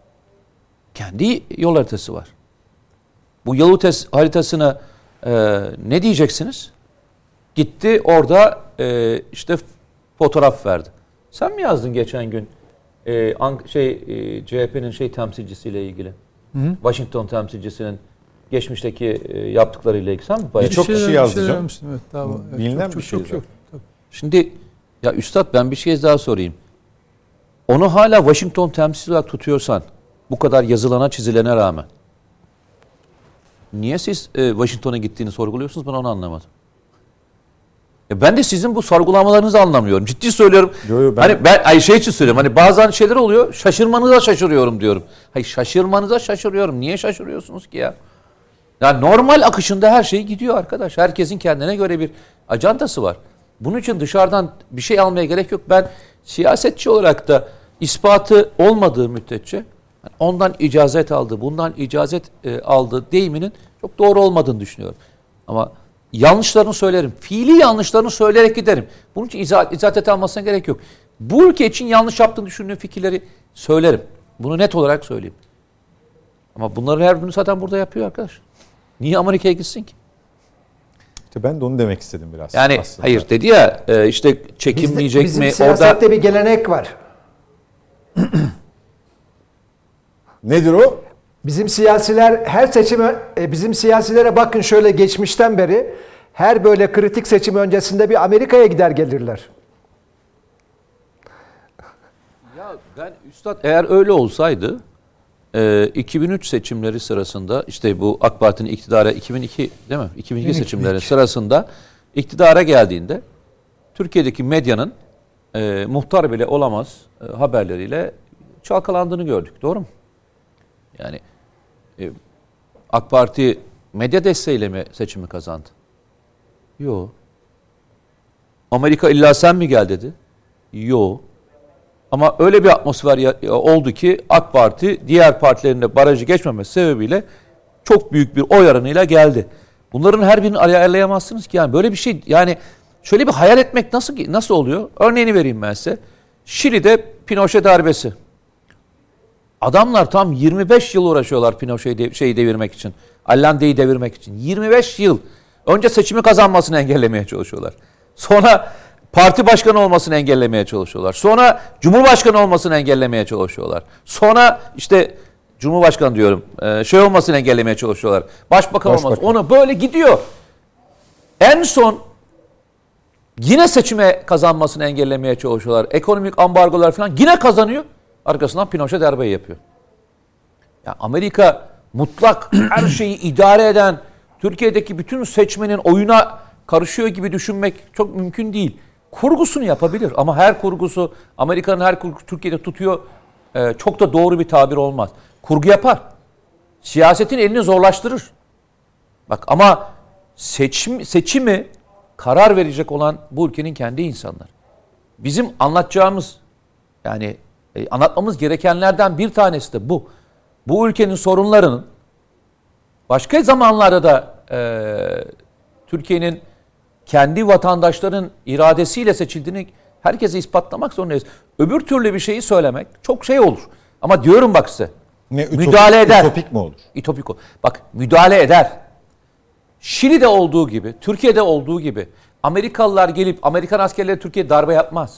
Kendi yol haritası var. Bu yol haritasına e, ne diyeceksiniz? Gitti orada e, işte fotoğraf verdi. Sen mi yazdın geçen gün e, şey e, C H P'nin şey temsilcisiyle ilgili? Hı? Washington temsilcisinin geçmişteki e, yaptıklarıyla ilgili sen mi paylaştın? Çok kişi yazdı canım. Evet, daha, evet, Bilinen çok, bir şey çok, çok, çok. Şimdi ya üstad ben bir şey daha sorayım. Onu hala Washington temsilcisi olarak tutuyorsan bu kadar yazılana çizilene rağmen niye siz e, Washington'a gittiğini sorguluyorsunuz? Ben onu anlamadım. E ben de sizin bu sorgulamalarınızı anlamıyorum. Ciddi söylüyorum. Yo, yo, ben... Hani ben ay şey için söylüyorum. Hani bazen şeyler oluyor. Şaşırmanıza şaşırıyorum diyorum. Hayır şaşırmanıza şaşırıyorum. Niye şaşırıyorsunuz ki ya? Ya normal akışında her şey gidiyor arkadaş. Herkesin kendine göre bir ajandası var. Bunun için dışarıdan bir şey almaya gerek yok. Ben siyasetçi olarak da ispatı olmadığı müddetçe ondan icazet aldı, bundan icazet e, aldı deyiminin çok doğru olmadığını düşünüyorum. Ama yanlışlarını söylerim. Fiili yanlışlarını söyleyerek giderim. Bunun için izahat, izahat almasına gerek yok. Bu ülke için yanlış yaptığını düşündüğüm fikirleri söylerim. Bunu net olarak söyleyeyim. Ama bunların her birini zaten burada yapıyor arkadaş. Niye Amerika'ya gitsin ki? İşte ben de onu demek istedim biraz. Yani aslında. hayır dedi ya e, işte çekinmeyecek Bizde, mi? bizim siyasette Orada bir gelenek var. Nedir o? Bizim siyasiler her seçime, bizim siyasilere bakın şöyle geçmişten beri her böyle kritik seçim öncesinde bir Amerika'ya gider gelirler. Ya ben üstad eğer öyle olsaydı e, iki bin üç seçimleri sırasında işte bu AK Parti'nin iktidara iki bin iki değil mi? iki bin iki seçimleri sırasında iktidara geldiğinde Türkiye'deki medyanın e, muhtar bile olamaz e, haberleriyle çalkalandığını gördük. Doğru mu? Yani e, AK Parti medya desteğiyle mi seçimi kazandı? Yok. Amerika illa sen mi gel dedi? Yok. Ama öyle bir atmosfer ya, oldu ki AK Parti diğer partilerin de barajı geçmemesi sebebiyle çok büyük bir oy oranıyla geldi. Bunların her birini ayarlayamazsınız ki. Yani böyle bir şey, yani şöyle bir hayal etmek nasıl nasıl oluyor? Örneğini vereyim ben size. Şili'de Pinochet darbesi. Adamlar tam yirmi beş yıl uğraşıyorlar Pinochet'i şeyi devirmek için. Allende'yi devirmek için. yirmi beş yıl. Önce seçimi kazanmasını engellemeye çalışıyorlar. Sonra parti başkanı olmasını engellemeye çalışıyorlar. Sonra cumhurbaşkanı olmasını engellemeye çalışıyorlar. Sonra işte cumhurbaşkanı diyorum, şey olmasını engellemeye çalışıyorlar. Başbakan, Başbakan. olması. Onu böyle gidiyor. En son yine seçime kazanmasını engellemeye çalışıyorlar. Ekonomik ambargolar falan yine kazanıyor. Arkasından Pinochet darbeyi yapıyor. Ya Amerika mutlak her şeyi idare eden, Türkiye'deki bütün seçmenin oyuna karışıyor gibi düşünmek çok mümkün değil. Kurgusunu yapabilir ama her kurgusu, Amerika'nın her kurgusu Türkiye'de tutuyor. Ee, çok da doğru bir tabir olmaz. Kurgu yapar. Siyasetin elini zorlaştırır. Bak ama seçim, seçimi karar verecek olan bu ülkenin kendi insanları. Bizim anlatacağımız, yani e, anlatmamız gerekenlerden bir tanesi de bu. Bu ülkenin sorunlarının başka zamanlarda da e, Türkiye'nin kendi vatandaşların iradesiyle seçildiğini herkese ispatlamak zorundayız. Öbür türlü bir şeyi söylemek çok şey olur. Ama diyorum bak size. Ne, ütopik, müdahale eder. Ütopik mi olur? Ütopik o. Bak müdahale eder. Şili'de olduğu gibi, Türkiye'de olduğu gibi Amerikalılar gelip Amerikan askerleri Türkiye'ye darbe yapmaz.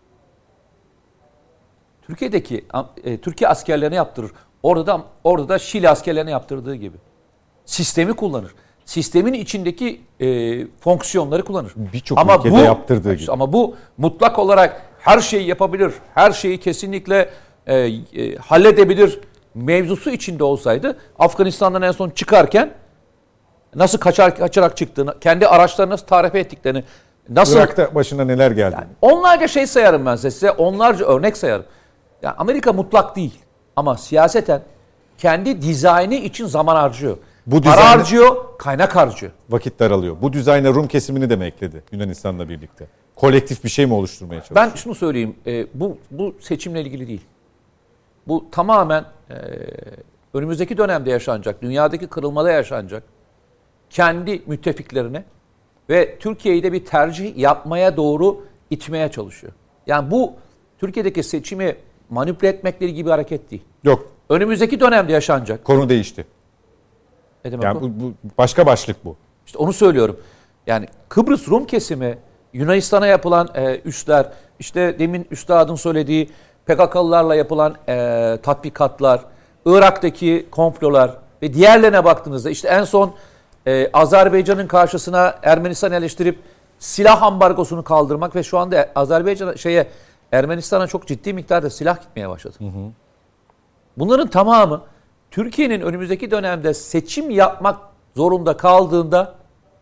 Türkiye'deki e, Türkiye askerlerine yaptırır. Orada da orada da Şili askerlerine yaptırdığı gibi. Sistemi kullanır. Sistemin içindeki e, fonksiyonları kullanır. Birçok ülkede bu, yaptırdığı gibi. Ama bu mutlak olarak her şeyi yapabilir, her şeyi kesinlikle e, e, halledebilir mevzusu içinde olsaydı Afganistan'dan en son çıkarken nasıl kaçar, kaçarak çıktığını, kendi araçlarını nasıl tarife ettiklerini, nasıl... Irak'ta başına neler geldi. Yani onlarca şey sayarım ben size, size onlarca örnek sayarım. Yani Amerika mutlak değil ama siyaseten kendi dizaynı için zaman harcıyor. Bu para dizaynı, harcıyor, kaynak harcıyor. Vakit daralıyor. Bu dizayna Rum kesimini de mi ekledi Yunanistan'la birlikte? Kolektif bir şey mi oluşturmaya çalışıyor? Ben şunu söyleyeyim, e, bu bu seçimle ilgili değil. Bu tamamen e, önümüzdeki dönemde yaşanacak, dünyadaki kırılmada yaşanacak kendi müttefiklerine ve Türkiye'yi de bir tercih yapmaya doğru itmeye çalışıyor. Yani bu Türkiye'deki seçimi manipüle etmekleri gibi bir hareket değil. Yok. Önümüzdeki dönemde yaşanacak. Konu değişti. Ne demek yani o? bu, bu başka başlık bu. İşte onu söylüyorum. Yani Kıbrıs Rum kesimi, Yunanistan'a yapılan e, üsler, işte demin üstadın söylediği P K K'lılarla yapılan e, tatbikatlar, Irak'taki komplolar ve diğerlerine baktığınızda işte en son e, Azerbaycan'ın karşısına Ermenistan eleştirip silah ambargosunu kaldırmak ve şu anda Azerbaycan'a şeye Ermenistan'a çok ciddi miktarda silah gitmeye başladı. Hı hı. Bunların tamamı Türkiye'nin önümüzdeki dönemde seçim yapmak zorunda kaldığında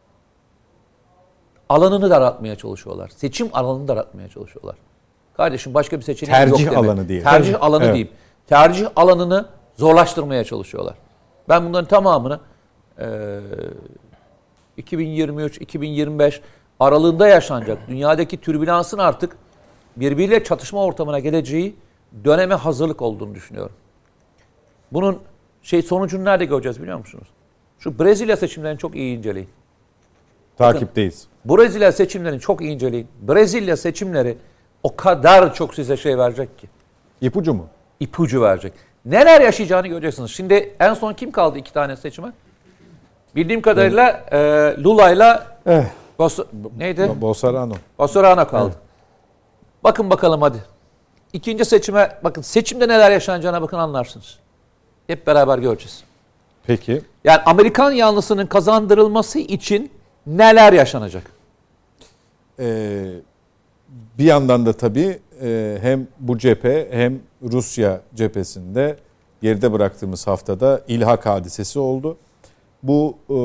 alanını daraltmaya çalışıyorlar. Seçim alanını daraltmaya çalışıyorlar. Kardeşim başka bir seçeneği yok demek. Tercih alanı diyelim. Tercih Tercih alanı evet. diyeyim. Tercih alanını zorlaştırmaya çalışıyorlar. Ben bunların tamamını e, iki bin yirmi üç iki bin yirmi beş aralığında yaşanacak dünyadaki türbülansın artık birbiriyle çatışma ortamına geleceği döneme hazırlık olduğunu düşünüyorum. Bunun şey sonucunu nerede göreceğiz biliyor musunuz? Şu Brezilya seçimlerini çok iyi inceleyin. Takipteyiz. Bakın, Brezilya seçimlerini çok iyi inceleyin. Brezilya seçimleri o kadar çok size şey verecek ki. İpucu mu? İpucu verecek. Neler yaşayacağını göreceksiniz. Şimdi en son kim kaldı iki tane seçime? Bildiğim kadarıyla e, Lula'yla evet. Bos- neydi? Bolsonaro. Bolsonaro kaldı. Evet. Bakın bakalım hadi. İkinci seçime bakın. Seçimde neler yaşanacağına bakın anlarsınız. Hep beraber göreceğiz. Peki. Yani Amerikan yanlısının kazandırılması için neler yaşanacak? Ee, bir yandan da tabii e, hem bu cephe hem Rusya cephesinde geride bıraktığımız haftada ilhak hadisesi oldu. Bu e,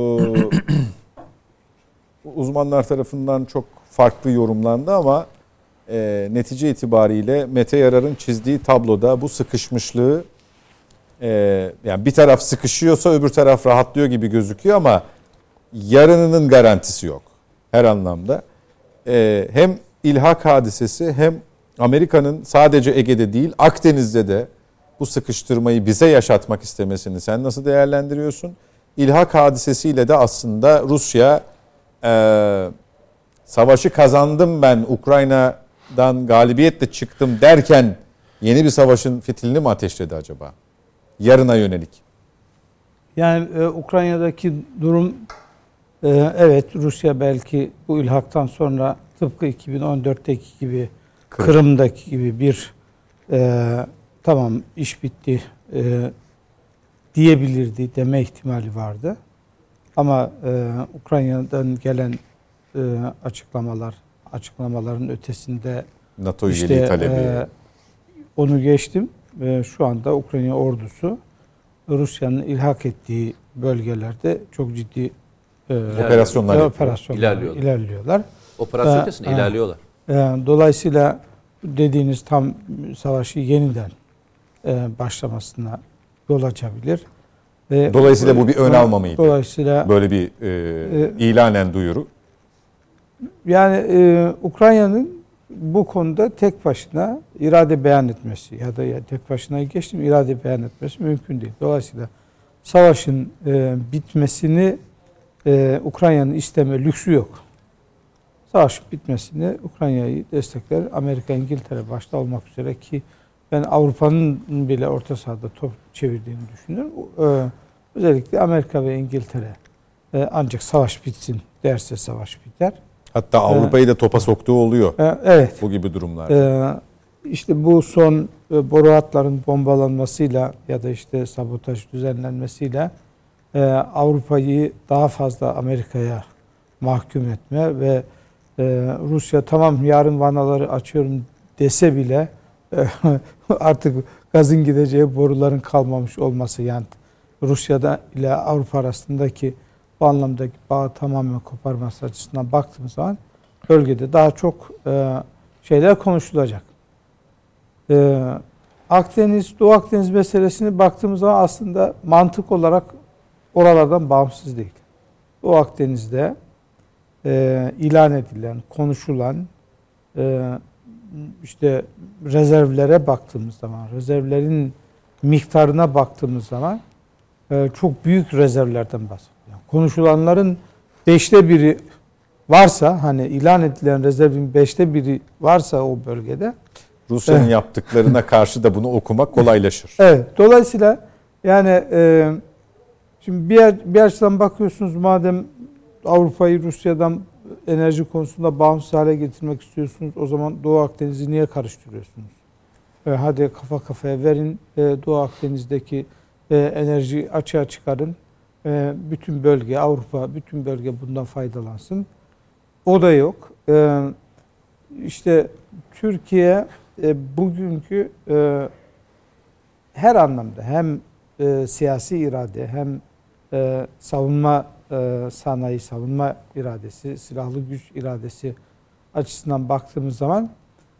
uzmanlar tarafından çok farklı yorumlandı ama e, netice itibariyle Mete Yarar'ın çizdiği tabloda bu sıkışmışlığı e, yani bir taraf sıkışıyorsa öbür taraf rahatlıyor gibi gözüküyor ama yarınının garantisi yok her anlamda. E, hem ilhak hadisesi hem Amerika'nın sadece Ege'de değil Akdeniz'de de bu sıkıştırmayı bize yaşatmak istemesini sen nasıl değerlendiriyorsun? İlhak hadisesiyle de aslında Rusya e, savaşı kazandım ben, Ukrayna'dan galibiyetle çıktım derken yeni bir savaşın fitilini mi ateşledi acaba? Yarına yönelik. Yani e, Ukrayna'daki durum e, evet, Rusya belki bu ilhaktan sonra tıpkı iki bin on dörtteki gibi Kırım. Kırım'daki gibi bir e, tamam iş bitti e, diyebilirdi deme ihtimali vardı. Ama e, Ukrayna'dan gelen e, açıklamalar, açıklamaların ötesinde NATO işte, üyeliği talebi. E, onu geçtim. E, şu anda Ukrayna ordusu Rusya'nın ilhak ettiği bölgelerde çok ciddi e, operasyonlar, operasyonlar ilerliyorlar. ilerliyorlar. Operasyon ötesinde ilerliyorlar. E, dolayısıyla dediğiniz tam savaşı yeniden e, başlamasına yol açabilir. Ve dolayısıyla bu bir ön alma mıydı? Dolayısıyla böyle bir e, e, ilanen duyuru. Yani e, Ukrayna'nın bu konuda tek başına irade beyan etmesi ya da ya tek başına geçtim irade beyan etmesi mümkün değil. Dolayısıyla savaşın e, bitmesini e, Ukrayna'nın isteme lüksü yok. Savaşın bitmesini Ukrayna'yı destekler. Amerika, İngiltere başta olmak üzere ki ben Avrupa'nın bile orta sahada top çevirdiğini düşünüyorum. Ee, özellikle Amerika ve İngiltere ee, ancak savaş bitsin derse savaş biter. Hatta Avrupa'yı ee, da topa soktuğu oluyor. E, evet. Bu gibi durumlar. Ee, işte bu son e, boru hatların bombalanmasıyla ya da işte sabotaj düzenlenmesiyle e, Avrupa'yı daha fazla Amerika'ya mahkum etme ve e, Rusya tamam yarın vanaları açıyorum dese bile artık gazın gideceği boruların kalmamış olması, yani Rusya'da ile Avrupa arasındaki bu anlamdaki bağı tamamen koparması açısından baktığımız zaman bölgede daha çok e, şeyler konuşulacak. E, Akdeniz, Doğu Akdeniz meselesine baktığımız zaman aslında mantık olarak oralardan bağımsız değil. Doğu Akdeniz'de e, ilan edilen, konuşulan e, işte rezervlere baktığımız zaman, rezervlerin miktarına baktığımız zaman e, çok büyük rezervlerden bahsediyoruz. Yani konuşulanların beşte biri varsa, hani ilan edilen rezervin beşte biri varsa o bölgede, Rusya'nın evet. yaptıklarına karşı da bunu okumak kolaylaşır. Evet. Dolayısıyla yani e, şimdi bir, yer, bir açıdan bakıyorsunuz, madem Avrupa'yı Rusya'dan enerji konusunda bağımsız hale getirmek istiyorsunuz, o zaman Doğu Akdeniz'i niye karıştırıyorsunuz? E, hadi kafa kafaya verin, e, Doğu Akdeniz'deki e, enerji açığa çıkarın. E, bütün bölge, Avrupa, bütün bölge bundan faydalansın. O da yok. E, işte Türkiye e, bugünkü e, her anlamda hem e, siyasi irade hem e, savunma e, sanayi, savunma iradesi, silahlı güç iradesi açısından baktığımız zaman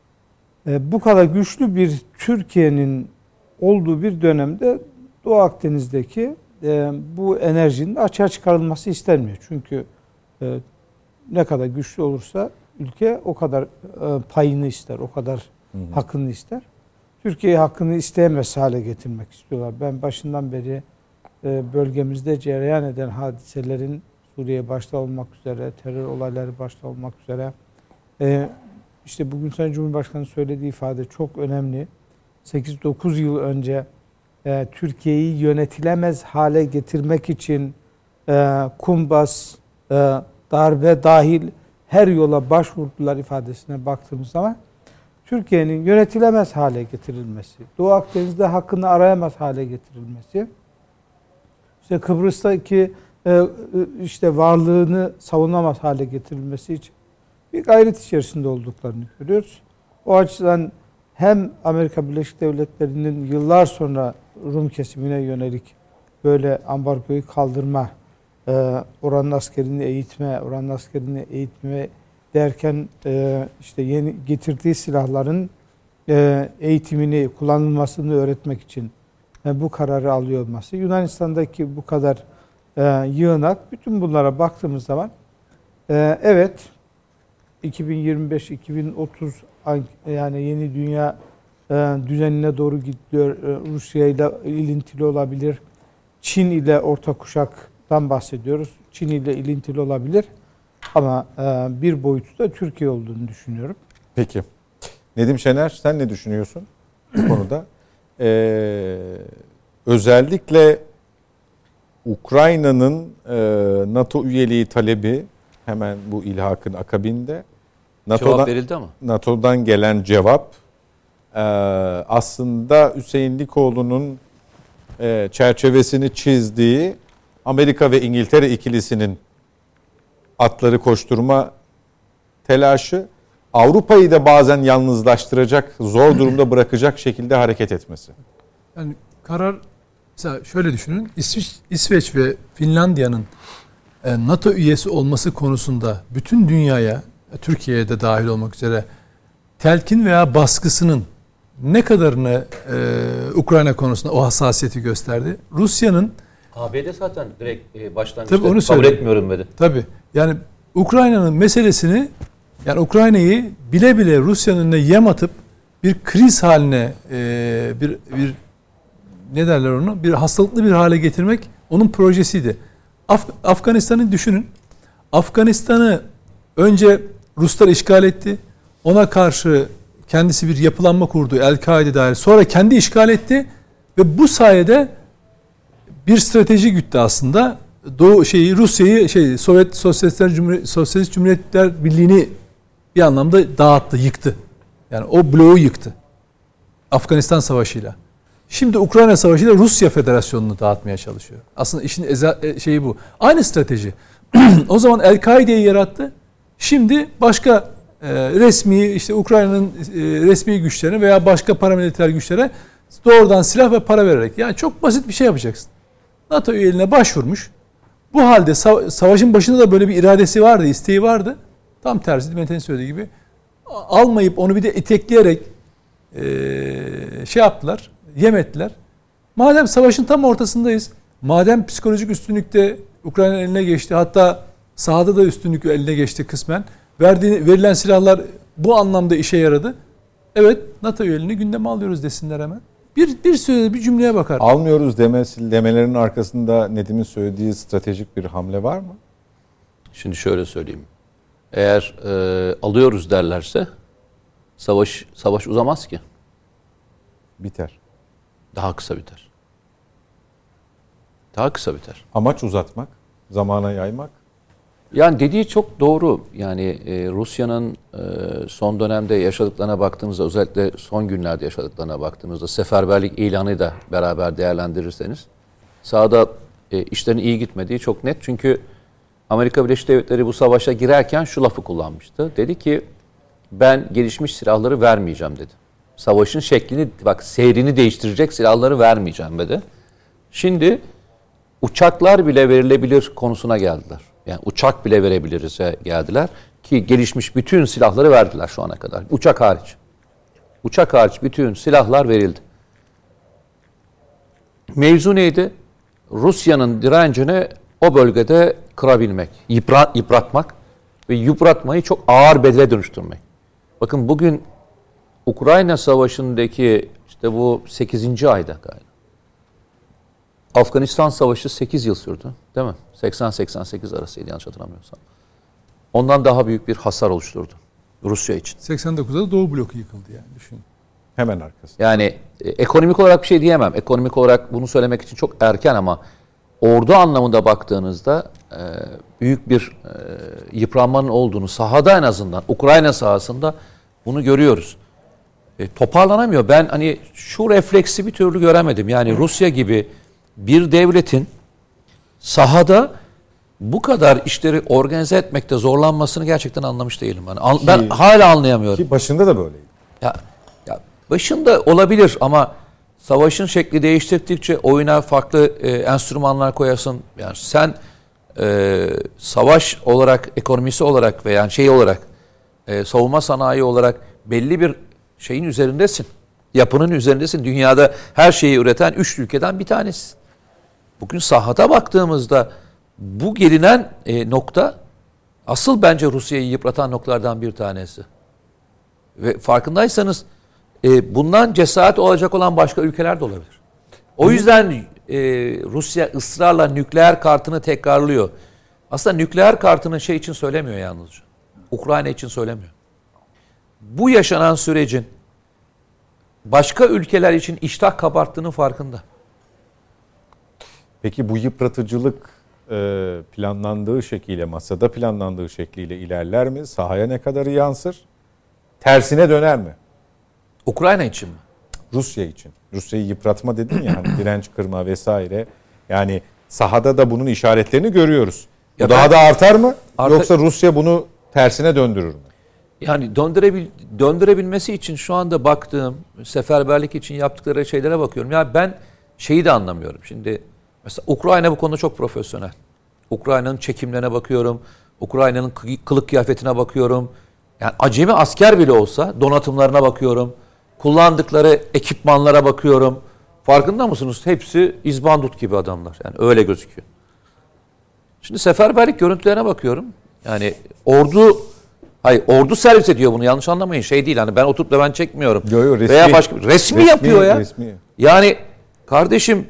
e, bu kadar güçlü bir Türkiye'nin olduğu bir dönemde Doğu Akdeniz'deki e, bu enerjinin açığa çıkarılması istenmiyor. Çünkü e, ne kadar güçlü olursa ülke o kadar e, payını ister, o kadar hı hı. hakkını ister. Türkiye'yi hakkını isteyemez hale getirmek istiyorlar. Ben başından beri e, bölgemizde cereyan eden hadiselerin, Suriye başta olmak üzere, terör olayları başta olmak üzere, e, işte bugün Sayın Cumhurbaşkanı söylediği ifade çok önemli. sekiz dokuz yıl önce e, Türkiye'yi yönetilemez hale getirmek için e, kumbas, e, darbe dahil her yola başvurdular ifadesine baktığımız zaman Türkiye'nin yönetilemez hale getirilmesi, Doğu Akdeniz'de hakkını arayamaz hale getirilmesi, işte Kıbrıs'taki işte varlığını savunamaz hale getirilmesi için bir gayret içerisinde olduklarını görüyoruz. O açıdan hem Amerika Birleşik Devletleri'nin yıllar sonra Rum kesimine yönelik böyle ambargoyu kaldırma, oranın askerini eğitme, oranın askerini eğitme derken işte yeni getirdiği silahların eğitimini, kullanılmasını öğretmek için e, bu kararı alıyor olması, Yunanistan'daki bu kadar e, yığınak, bütün bunlara baktığımız zaman e, evet iki bin yirmi beş iki bin otuz yani yeni dünya e, düzenine doğru gidiyor. E, Rusya ile ilintili olabilir. Çin ile orta kuşaktan bahsediyoruz. Çin ile ilintili olabilir. Ama e, bir boyutu da Türkiye olduğunu düşünüyorum. Peki. Nedim Şener, sen ne düşünüyorsun bu konuda? Ee, özellikle Ukrayna'nın e, NATO üyeliği talebi hemen bu ilhakın akabinde NATO'dan, cevap verildi ama. NATO'dan gelen cevap e, aslında Hüseyin Likoğlu'nun e, çerçevesini çizdiği Amerika ve İngiltere ikilisinin atları koşturma telaşı, Avrupa'yı da bazen yalnızlaştıracak, zor durumda bırakacak şekilde hareket etmesi. Yani karar, mesela şöyle düşünün, İsveç, İsveç ve Finlandiya'nın NATO üyesi olması konusunda bütün dünyaya, Türkiye'ye de dahil olmak üzere telkin veya baskısının ne kadarını e, Ukrayna konusunda o hassasiyeti gösterdi. Rusya'nın A B D zaten direkt e, başlangıçta tabii onu kabul söyledi. etmiyorum dedi. Tabii. Yani Ukrayna'nın meselesini, yani Ukrayna'yı bile bile Rusya'nın önüne yem atıp bir kriz haline, e, bir bir ne derler onu, bir hastalıklı bir hale getirmek onun projesiydi. Af- Afganistan'ı düşünün. Afganistan'ı önce Ruslar işgal etti. Ona karşı kendisi bir yapılanma kurdu. El-Kaide dahil. Sonra kendi işgal etti ve bu sayede bir strateji güttü aslında. Doğu şeyi Rusya'yı şey Sovyet Sosyalistler Cumhuriyet Sosyalist Cumhuriyetler Birliği'ni bir anlamda dağıttı, yıktı. Yani o bloğu yıktı. Afganistan Savaşı'yla. Şimdi Ukrayna Savaşı'yla Rusya Federasyonu'nu dağıtmaya çalışıyor. Aslında işin eza, şeyi bu. Aynı strateji. O zaman El-Kaide'yi yarattı. Şimdi başka e, resmi işte Ukrayna'nın e, resmi güçlerine veya başka paramiliter güçlere doğrudan silah ve para vererek. Yani çok basit bir şey yapacaksın. NATO üyeliğine başvurmuş. Bu halde sava- savaşın başında da böyle bir iradesi vardı, isteği vardı. Tam tersi Metin'in söylediği gibi almayıp onu bir de itekleyerek e, şey yaptılar, yem ettiler. Madem savaşın tam ortasındayız, madem psikolojik üstünlükte Ukrayna'nın eline geçti, hatta sahada da üstünlük eline geçti kısmen, verdiği, verilen silahlar bu anlamda işe yaradı. Evet, NATO üyeliğini gündeme alıyoruz desinler hemen. Bir, bir söz, bir cümleye bakar. Almıyoruz demesi, demelerinin arkasında Nedim'in söylediği stratejik bir hamle var mı? Şimdi şöyle söyleyeyim. Eğer e, alıyoruz derlerse savaş savaş uzamaz ki. Biter. Daha kısa biter. Daha kısa biter. Amaç uzatmak, zamana yaymak. Yani dediği çok doğru. Yani e, Rusya'nın e, son dönemde yaşadıklarına baktığımızda, özellikle son günlerde yaşadıklarına baktığımızda, seferberlik ilanı da beraber değerlendirirseniz sahada e, işlerin iyi gitmediği çok net. Çünkü Amerika Birleşik Devletleri bu savaşa girerken şu lafı kullanmıştı. Dedi ki ben gelişmiş silahları vermeyeceğim dedi. Savaşın şeklini, bak seyrini değiştirecek silahları vermeyeceğim dedi. Şimdi uçaklar bile verilebilir konusuna geldiler. Yani uçak bile verebiliriz'e geldiler ki gelişmiş bütün silahları verdiler şu ana kadar. Uçak hariç. Uçak hariç bütün silahlar verildi. Mevzu neydi? Rusya'nın direncini o bölgede kırabilmek, yıpra, yıpratmak ve yıpratmayı çok ağır bedele dönüştürmek. Bakın bugün Ukrayna Savaşı'ndaki işte bu sekizinci ayda galiba. Afganistan Savaşı sekiz yıl sürdü, değil mi? seksen seksen sekiz arasıydı yanlış hatırlamıyorsam. Ondan daha büyük bir hasar oluşturdu Rusya için. seksen dokuzda da Doğu bloku yıkıldı yani düşünün. Hemen arkası. Yani e, ekonomik olarak bir şey diyemem. Ekonomik olarak bunu söylemek için çok erken ama ordu anlamında baktığınızda e, büyük bir e, yıpranmanın olduğunu sahada en azından Ukrayna sahasında bunu görüyoruz. E, toparlanamıyor. Ben hani şu refleksi bir türlü göremedim. Yani Rusya gibi bir devletin sahada bu kadar işleri organize etmekte zorlanmasını gerçekten anlamış değilim. Yani An- ben Ki- hala anlayamıyorum. Ki başında da böyleydi. Ya, ya başında olabilir ama savaşın şekli değiştirdikçe oyuna farklı e, enstrümanlar koyasın. Yani sen e, savaş olarak, ekonomisi olarak veya şey olarak, e, savunma sanayi olarak belli bir şeyin üzerindesin. yapının üzerindesin. Dünyada her şeyi üreten üç ülkeden bir tanesi. Bugün sahada baktığımızda bu gelinen e, nokta asıl bence Rusya'yı yıpratan noktalardan bir tanesi. Ve farkındaysanız e, bundan cesaret olacak olan başka ülkeler de olabilir. O yüzden e, Rusya ısrarla nükleer kartını tekrarlıyor. Aslında nükleer kartını şey için söylemiyor yalnızca. Ukrayna için söylemiyor. Bu yaşanan sürecin başka ülkeler için iştah kabarttığının farkında. Peki bu yıpratıcılık e, planlandığı şekliyle, masada planlandığı şekliyle ilerler mi? Sahaya ne kadarı yansır? Tersine döner mi? Ukrayna için mi? Rusya için. Rusya'yı yıpratma dedin ya, hani direnç kırma vesaire. Yani sahada da bunun işaretlerini görüyoruz. Bu Ya daha ben- da artar mı? Arta- Yoksa Rusya bunu tersine döndürür mü? Yani döndürebil döndürebilmesi için şu anda baktığım seferberlik için yaptıkları şeylere bakıyorum. Ya ben şeyi de anlamıyorum. Şimdi mesela Ukrayna bu konuda çok profesyonel. Ukrayna'nın çekimlerine bakıyorum. Ukrayna'nın kı- kılık kıyafetine bakıyorum. Yani acemi asker bile olsa donatımlarına bakıyorum. Kullandıkları ekipmanlara bakıyorum. Farkında mısınız? Hepsi izbandut gibi adamlar. Yani öyle gözüküyor. Şimdi seferberlik görüntülerine bakıyorum. Yani ordu hayır ordu servis ediyor bunu, yanlış anlamayın. Şey değil hani ben oturup da ben çekmiyorum. Yo, yo, resmi. Veya başka resmi, Resmi, yapıyor ya. resmi. Yani kardeşim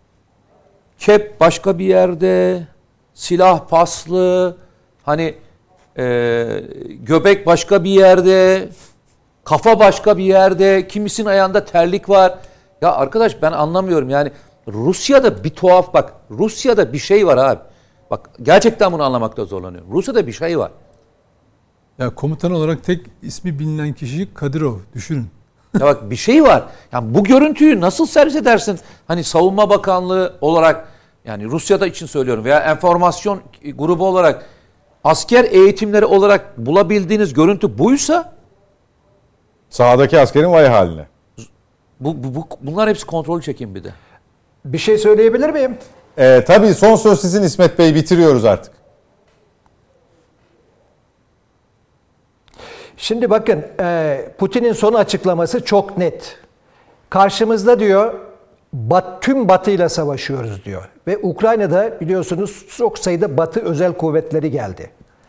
kep başka bir yerde, silah paslı, hani e, göbek başka bir yerde, kafa başka bir yerde, kimisinin ayağında terlik var. Ya arkadaş ben anlamıyorum yani Rusya'da bir tuhaf bak Rusya'da bir şey var abi. Bak gerçekten bunu anlamakta zorlanıyorum. Rusya'da bir şey var. Ya komutan olarak tek ismi bilinen kişi Kadyrov. Düşünün. Ya bak bir şey var. Yani bu görüntüyü nasıl servis edersin? Hani Savunma Bakanlığı olarak yani Rusya'da için söylüyorum veya enformasyon grubu olarak asker eğitimleri olarak bulabildiğiniz görüntü buysa Sahadaki askerin vay haline. bu, bu, bu bunlar hepsi kontrol çekim bir de. Bir şey söyleyebilir miyim? Ee, tabii son söz sizin İsmet Bey, bitiriyoruz artık. Şimdi bakın e, Putin'in son açıklaması çok net. Karşımızda diyor bat, tüm Batı'yla savaşıyoruz diyor. Ve Ukrayna'da biliyorsunuz çok sayıda Batı özel kuvvetleri geldi.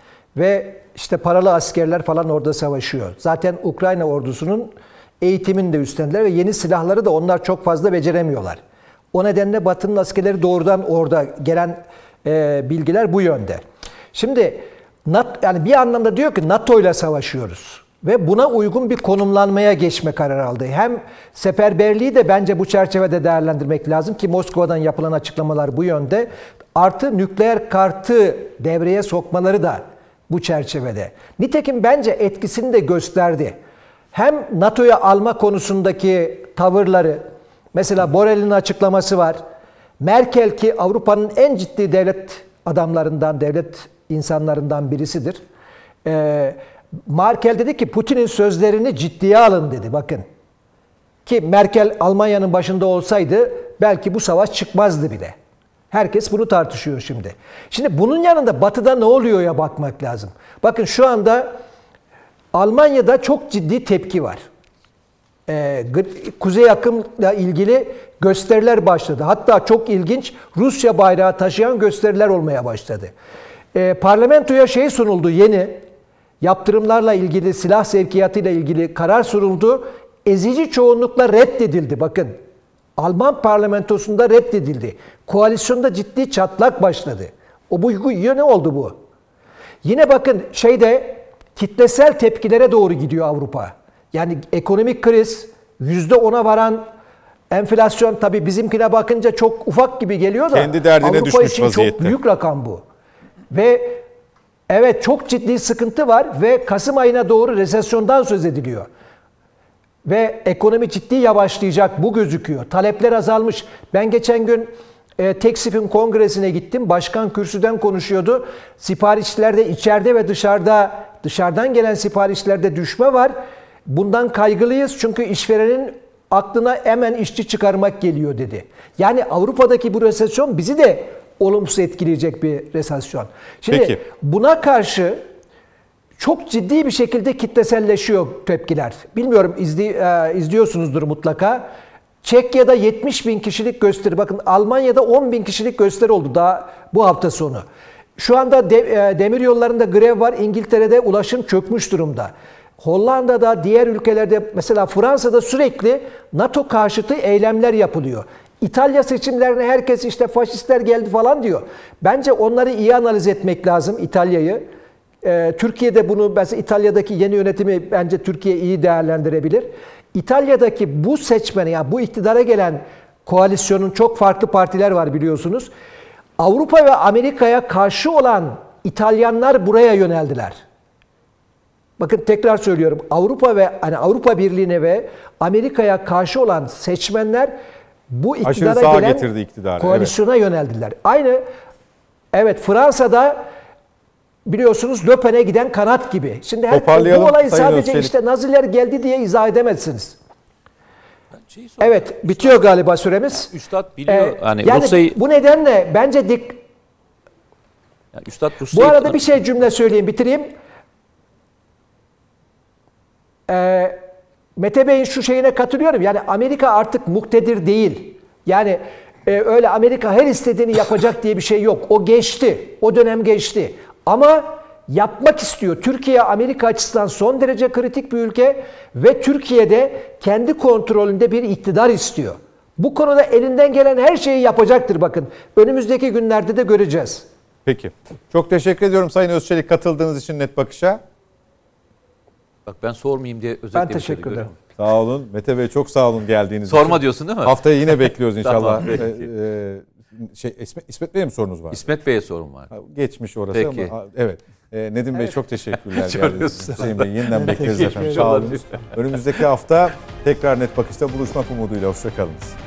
Ve işte paralı askerler falan orada savaşıyor. Zaten Ukrayna ordusunun eğitimini de üstlendiler ve yeni silahları da onlar çok fazla beceremiyorlar. O nedenle Batı'nın askerleri doğrudan orada gelen e, bilgiler bu yönde. Şimdi NATO, yani bir anlamda diyor ki NATO ile savaşıyoruz ve buna uygun bir konumlanmaya geçme kararı aldı. Hem seferberliği de bence bu çerçevede değerlendirmek lazım ki Moskova'dan yapılan açıklamalar bu yönde. Artı nükleer kartı devreye sokmaları da bu çerçevede. Nitekim bence etkisini de gösterdi. Hem NATO'ya alma konusundaki tavırları, mesela Borrell'in açıklaması var. Merkel ki Avrupa'nın en ciddi devlet adamlarından, devlet insanlarından birisidir. Ee, Merkel dedi ki Putin'in sözlerini ciddiye alın dedi. Bakın. Ki Merkel Almanya'nın başında olsaydı belki bu savaş çıkmazdı bile. Herkes bunu tartışıyor şimdi. Şimdi bunun yanında Batı'da ne oluyor ya bakmak lazım. Bakın şu anda Almanya'da çok ciddi tepki var. Ee, Kuzey akımla ilgili gösteriler başladı. Hatta çok ilginç Rusya bayrağı taşıyan gösteriler olmaya başladı. Ee, parlamentoya şey sunuldu yeni, yaptırımlarla ilgili, silah sevkiyatıyla ilgili karar sunuldu. Ezici çoğunlukla reddedildi. Bakın, Alman parlamentosunda reddedildi. Koalisyonda ciddi çatlak başladı. O bu ne oldu bu? Yine bakın şeyde kitlesel tepkilere doğru gidiyor Avrupa. Yani ekonomik kriz, yüzde ona varan enflasyon, tabii bizimkine bakınca çok ufak gibi geliyor da kendi derdine Avrupa düşmüş için vaziyette. çok büyük rakam bu. Ve evet çok ciddi sıkıntı var ve Kasım ayına doğru resesyondan söz ediliyor. Ve ekonomi ciddi yavaşlayacak, bu gözüküyor. Talepler azalmış. Ben geçen gün e, Teksif'in kongresine gittim. Başkan kürsüden konuşuyordu. Siparişlerde içeride ve dışarıda, dışarıdan gelen siparişlerde düşme var. Bundan kaygılıyız çünkü işverenin aklına hemen işçi çıkarmak geliyor dedi. Yani Avrupa'daki bu resesyon bizi de olumsuz etkileyecek bir resesyon. Şimdi Peki. buna karşı çok ciddi bir şekilde kitleselleşiyor tepkiler. Bilmiyorum izli, e, izliyorsunuzdur mutlaka. Çekya'da yetmiş bin kişilik gösteri. Bakın Almanya'da on bin kişilik gösteri oldu daha bu hafta sonu. Şu anda de, e, demir yollarında grev var. İngiltere'de ulaşım çökmüş durumda. Hollanda'da, diğer ülkelerde, mesela Fransa'da sürekli NATO karşıtı eylemler yapılıyor. İtalya seçimlerine herkes işte faşistler geldi falan diyor. Bence onları iyi analiz etmek lazım, İtalya'yı. Ee, Türkiye'de bunu, mesela İtalya'daki yeni yönetimi bence Türkiye iyi değerlendirebilir. İtalya'daki bu seçmeni, yani bu iktidara gelen koalisyonun çok farklı partiler var biliyorsunuz. Avrupa ve Amerika'ya karşı olan İtalyanlar buraya yöneldiler. Bakın tekrar söylüyorum. Avrupa ve hani Avrupa Birliği'ne ve Amerika'ya karşı olan seçmenler bu iktidara gelen iktidarı, koalisyona evet. yöneldiler. Aynı evet Fransa'da biliyorsunuz Le Pen'e giden kanat gibi. Şimdi her, bu olayı sadece Özçelik. işte Naziler geldi diye izah edemezsiniz. Evet, bitiyor galiba süremiz. Üstad biliyor. Ee, hani yani Rusya'yı... bu nedenle bence dik. Yani Üstad Bu Rusya'yı... arada bir şey cümle söyleyeyim, bitireyim. Ee, Mete Bey'in şu şeyine katılıyorum. Yani Amerika artık muktedir değil. Yani e, öyle Amerika her istediğini yapacak diye bir şey yok. O geçti. O dönem geçti. Ama yapmak istiyor. Türkiye Amerika açısından son derece kritik bir ülke ve Türkiye'de kendi kontrolünde bir iktidar istiyor. Bu konuda elinden gelen her şeyi yapacaktır bakın. Önümüzdeki günlerde de göreceğiz. Peki. Çok teşekkür ediyorum Sayın Özçelik katıldığınız için Net Bakış'a. Bak ben sormayayım diye özellikle ben teşekkür ederim. Sağ olun. Mete Bey çok sağ olun geldiğiniz Sorma için. Sorma diyorsun değil mi? Haftaya yine bekliyoruz inşallah. Tamam, ee, şey, İsmet, İsmet Bey'e mi sorunuz var? İsmet Bey'e sorun var. Geçmiş orası Peki. ama evet. Ee, Nedim Bey evet. çok teşekkürler. Geldiniz. Hüseyin Bey yeniden bekleriz efendim. Sağ olun. Önümüzdeki hafta tekrar Net Bakış'ta buluşmak umuduyla. Hoşça kalınız.